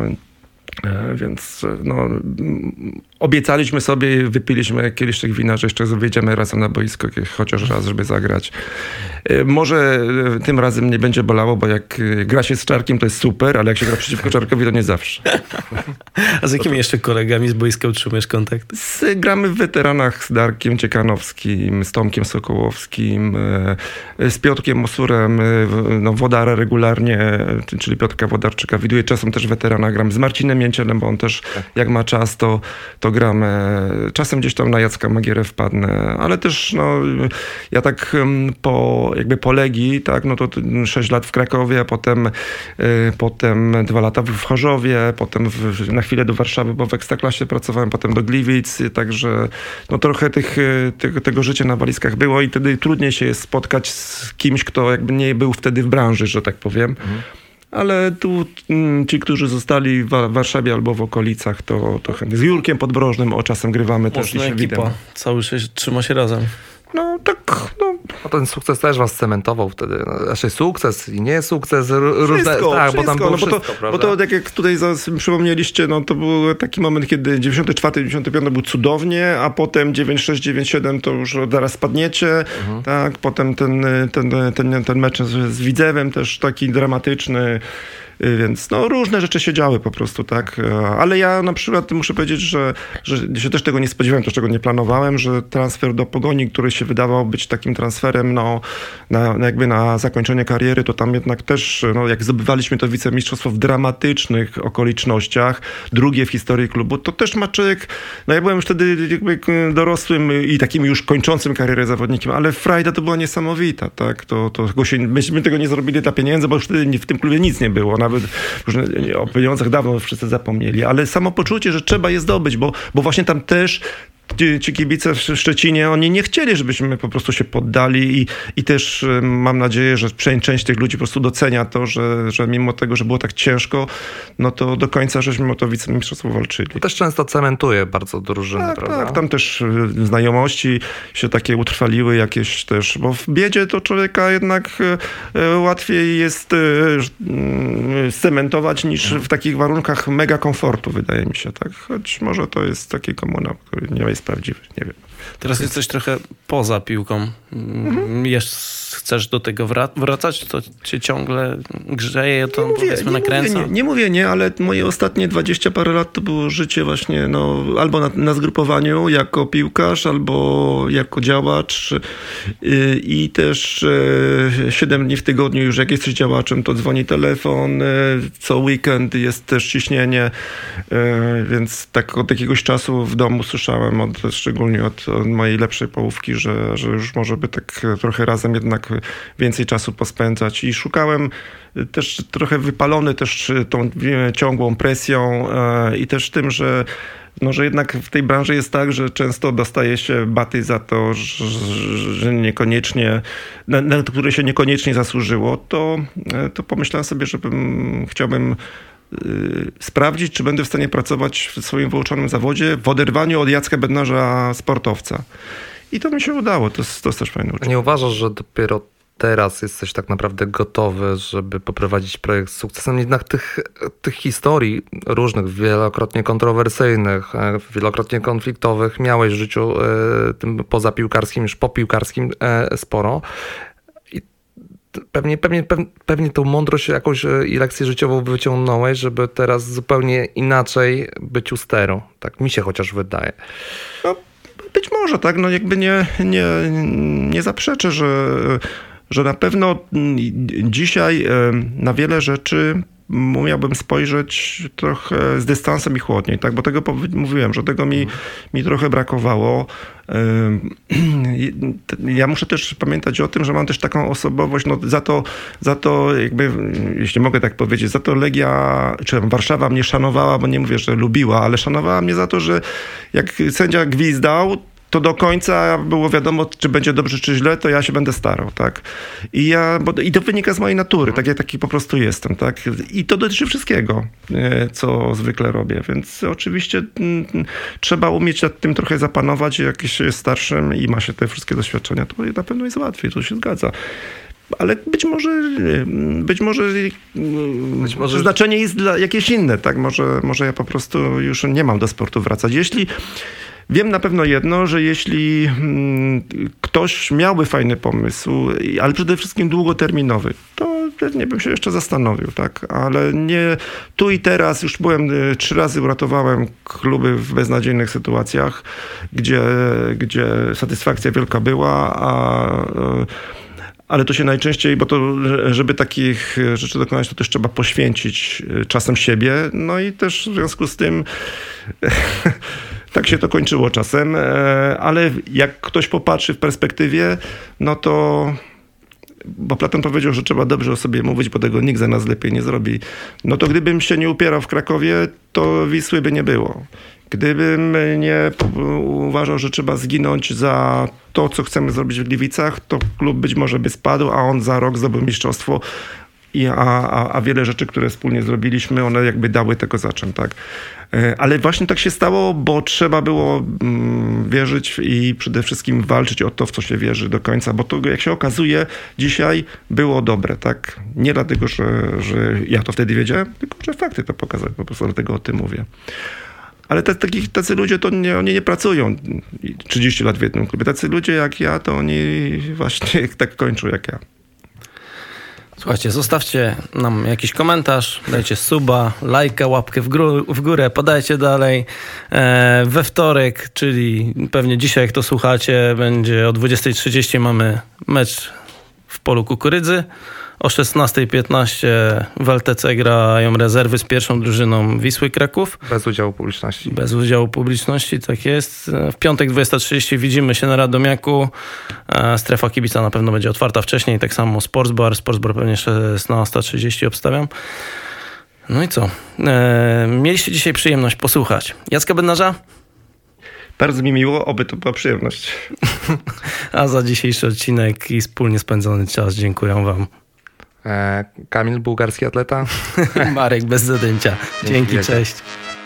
Więc no, obiecaliśmy sobie, wypiliśmy kieliszek wina, że jeszcze wyjdziemy razem na boisko, chociaż raz, żeby zagrać. Może tym razem nie będzie bolało, bo jak gra się z Czarkiem, to jest super, ale jak się gra przeciwko Czarkowi, to nie zawsze.
A z jakimi jeszcze kolegami z boiska utrzymujesz kontakt?
Z, gramy w weteranach z Darkiem Ciekanowskim, z Tomkiem Sokołowskim, z Piotrkiem Mosurem, no, Wodara regularnie, czyli Piotrka Wodarczyka. Widuję czasem też weterana, gram z Marcinem Mięcielem, bo on też jak ma czas, to, to gramy. Czasem gdzieś tam na Jacka Magierę wpadnę, ale też no, ja tak po, jakby po Legii, tak, no to sześć lat w Krakowie, potem, y, potem dwa lata w Chorzowie, potem w, na chwilę do Warszawy, bo w Ekstraklasie pracowałem, potem do Gliwic, także no trochę tych, tych, tego życia na walizkach było i wtedy trudniej się jest spotkać z kimś, kto jakby nie był wtedy w branży, że tak powiem. Mhm. Ale tu m, ci, którzy zostali w Warszawie albo w okolicach, to, to chętnie. Z Jurkiem Podbrożnym o czasem grywamy też i się
ekipa. Cały się trzyma się razem.
No tak, no.
no. Ten sukces też was cementował wtedy. Znaczy sukces i nie sukces. Różne,
wszystko,
tak,
wszystko,
bo tam było
no bo
wszystko,
to,
prawda?
Bo to tak jak tutaj przypomnieliście, no to był taki moment, kiedy dziewięćdziesiąty czwarty dziewięćdziesiąty piąty był cudownie, a potem dziewięćdziesiąt sześć dziewięćdziesiąt siedem to już zaraz spadniecie, mhm. tak, potem ten, ten, ten, ten mecz z, z Widzewem też taki dramatyczny. Więc no, różne rzeczy się działy po prostu, tak. Ale ja na przykład muszę powiedzieć, że, że się też tego nie spodziewałem, też tego nie planowałem, że transfer do Pogoni, który się wydawał być takim transferem no, na, na jakby na zakończenie kariery, to tam jednak też, no, jak zdobywaliśmy to wicemistrzostwo w dramatycznych okolicznościach, drugie w historii klubu, to też Maciek, no ja byłem już wtedy jakby dorosłym i takim już kończącym karierę zawodnikiem, ale frajda to była niesamowita, tak. To, to go się, myśmy tego nie zrobili dla pieniędzy, bo już wtedy w tym klubie nic nie było. Nawet o pieniądzach dawno wszyscy zapomnieli, ale samo poczucie, że trzeba je zdobyć, bo, bo właśnie tam też ci, ci kibice w Szczecinie, oni nie chcieli, żebyśmy po prostu się poddali i, i też mam nadzieję, że część tych ludzi po prostu docenia to, że, że mimo tego, że było tak ciężko, no to do końca żeśmy o to wicemistrzostwo walczyli. To
też często cementuje bardzo drużyny,
tak,
prawda? Tak,
tam też znajomości się takie utrwaliły jakieś też, bo w biedzie to człowieka jednak łatwiej jest cementować niż w takich warunkach mega komfortu, wydaje mi się, tak? Choć może to jest taki komunał, który nie jest prawdziwy, nie wiem.
Teraz jesteś trochę poza piłką. Mhm. Jest, chcesz do tego wra- wracać? To cię ciągle grzeje, to
nie mówię,
powiedzmy
nie
nakręca?
Mówię, nie, nie mówię nie, ale moje ostatnie dwadzieścia parę lat to było życie właśnie no, albo na, na zgrupowaniu jako piłkarz, albo jako działacz yy, i też yy, siedem dni w tygodniu już jak jesteś działaczem, to dzwoni telefon, yy, co weekend jest też ciśnienie, yy, więc tak od jakiegoś czasu w domu słyszałem, od, szczególnie od, od mojej lepszej połówki, że, że już może by tak trochę razem jednak więcej czasu pospędzać i szukałem też trochę wypalony też tą ciągłą presją i też tym, że no, że jednak w tej branży jest tak, że często dostaje się baty za to, że, że niekoniecznie, na, na które się niekoniecznie zasłużyło, to, to pomyślałem sobie, że bym, chciałbym sprawdzić, czy będę w stanie pracować w swoim wyuczonym zawodzie w oderwaniu od Jacka Bednarza sportowca. I to mi się udało, to, to jest też fajne uczucie.
Nie uważasz, że dopiero teraz jesteś tak naprawdę gotowy, żeby poprowadzić projekt z sukcesem? Jednak tych, tych historii różnych, wielokrotnie kontrowersyjnych, wielokrotnie konfliktowych miałeś w życiu tym pozapiłkarskim, już popiłkarskim sporo. I pewnie, pewnie, pewnie tą mądrość jakąś i lekcję życiową wyciągnąłeś, żeby teraz zupełnie inaczej być u steru. Tak mi się chociaż wydaje.
No, być może, tak. No jakby nie, nie, nie zaprzeczę, że że na pewno dzisiaj na wiele rzeczy umiałbym spojrzeć trochę z dystansem i chłodniej, tak? Bo tego mówiłem, że tego mi, mi trochę brakowało. Ja muszę też pamiętać o tym, że mam też taką osobowość, no za to, za to jakby, jeśli mogę tak powiedzieć, za to Legia, czy Warszawa mnie szanowała, bo nie mówię, że lubiła, ale szanowała mnie za to, że jak sędzia gwizdał, to do końca było wiadomo, czy będzie dobrze, czy źle, to ja się będę starał, tak? I ja, bo, i to wynika z mojej natury, tak, ja taki po prostu jestem, tak? I to dotyczy wszystkiego, co zwykle robię, więc oczywiście m, trzeba umieć nad tym trochę zapanować, jak się jest starszym i ma się te wszystkie doświadczenia, to na pewno jest łatwiej, to się zgadza. Ale być może, być może, być może znaczenie jest dla jakieś inne, tak? Może, może ja po prostu już nie mam do sportu wracać. Jeśli Wiem na pewno jedno, że jeśli ktoś miałby fajny pomysł, ale przede wszystkim długoterminowy, to pewnie bym się jeszcze zastanowił, tak? Ale nie tu i teraz, już byłem trzy razy, uratowałem kluby w beznadziejnych sytuacjach, gdzie, gdzie satysfakcja wielka była, a ale to się najczęściej, bo to, żeby takich rzeczy dokonać, to też trzeba poświęcić czasem siebie, no i też w związku z tym tak się to kończyło czasem, ale jak ktoś popatrzy w perspektywie, no to, bo Platon powiedział, że trzeba dobrze o sobie mówić, bo tego nikt za nas lepiej nie zrobi, no to gdybym się nie upierał w Krakowie, to Wisły by nie było. Gdybym nie uważał, że trzeba zginąć za to, co chcemy zrobić w Gliwicach, to klub być może by spadł, a on za rok zdobył mistrzostwo. I, a, a, a wiele rzeczy, które wspólnie zrobiliśmy, one jakby dały tego zaczyn, tak? Ale właśnie tak się stało, bo trzeba było mm, wierzyć i przede wszystkim walczyć o to, w co się wierzy do końca, bo to, jak się okazuje, dzisiaj było dobre, tak? Nie dlatego, że, że ja to wtedy wiedziałem, tylko że fakty to pokazały, po prostu dlatego o tym mówię. Ale te, taki, tacy ludzie, to nie, oni nie pracują trzydzieści lat w jednym klubie. Tacy ludzie jak ja, to oni właśnie tak kończą jak ja.
Słuchajcie, zostawcie nam jakiś komentarz, dajcie suba, lajka, łapkę w, górę, w górę, podajcie dalej. E, we wtorek, czyli pewnie dzisiaj, jak to słuchacie, będzie o dwudziestej trzydzieści mamy mecz w polu Kukurydzy. O szesnastej piętnaście w L T C grają rezerwy z pierwszą drużyną Wisły Kraków.
Bez udziału publiczności.
Bez udziału publiczności, tak jest. W piątek dwudziesta trzydzieści widzimy się na Radomiaku. Strefa kibica na pewno będzie otwarta wcześniej, tak samo Sportsbar. Sportsbar pewnie szesnasta trzydzieści obstawiam. No i co? Mieliście dzisiaj przyjemność posłuchać Jacka Bednarza?
Bardzo mi miło, oby to była przyjemność.
A za dzisiejszy odcinek i wspólnie spędzony czas dziękuję wam.
Kamil, bułgarski atleta.
Marek bez zadęcia. Dzięki, cześć.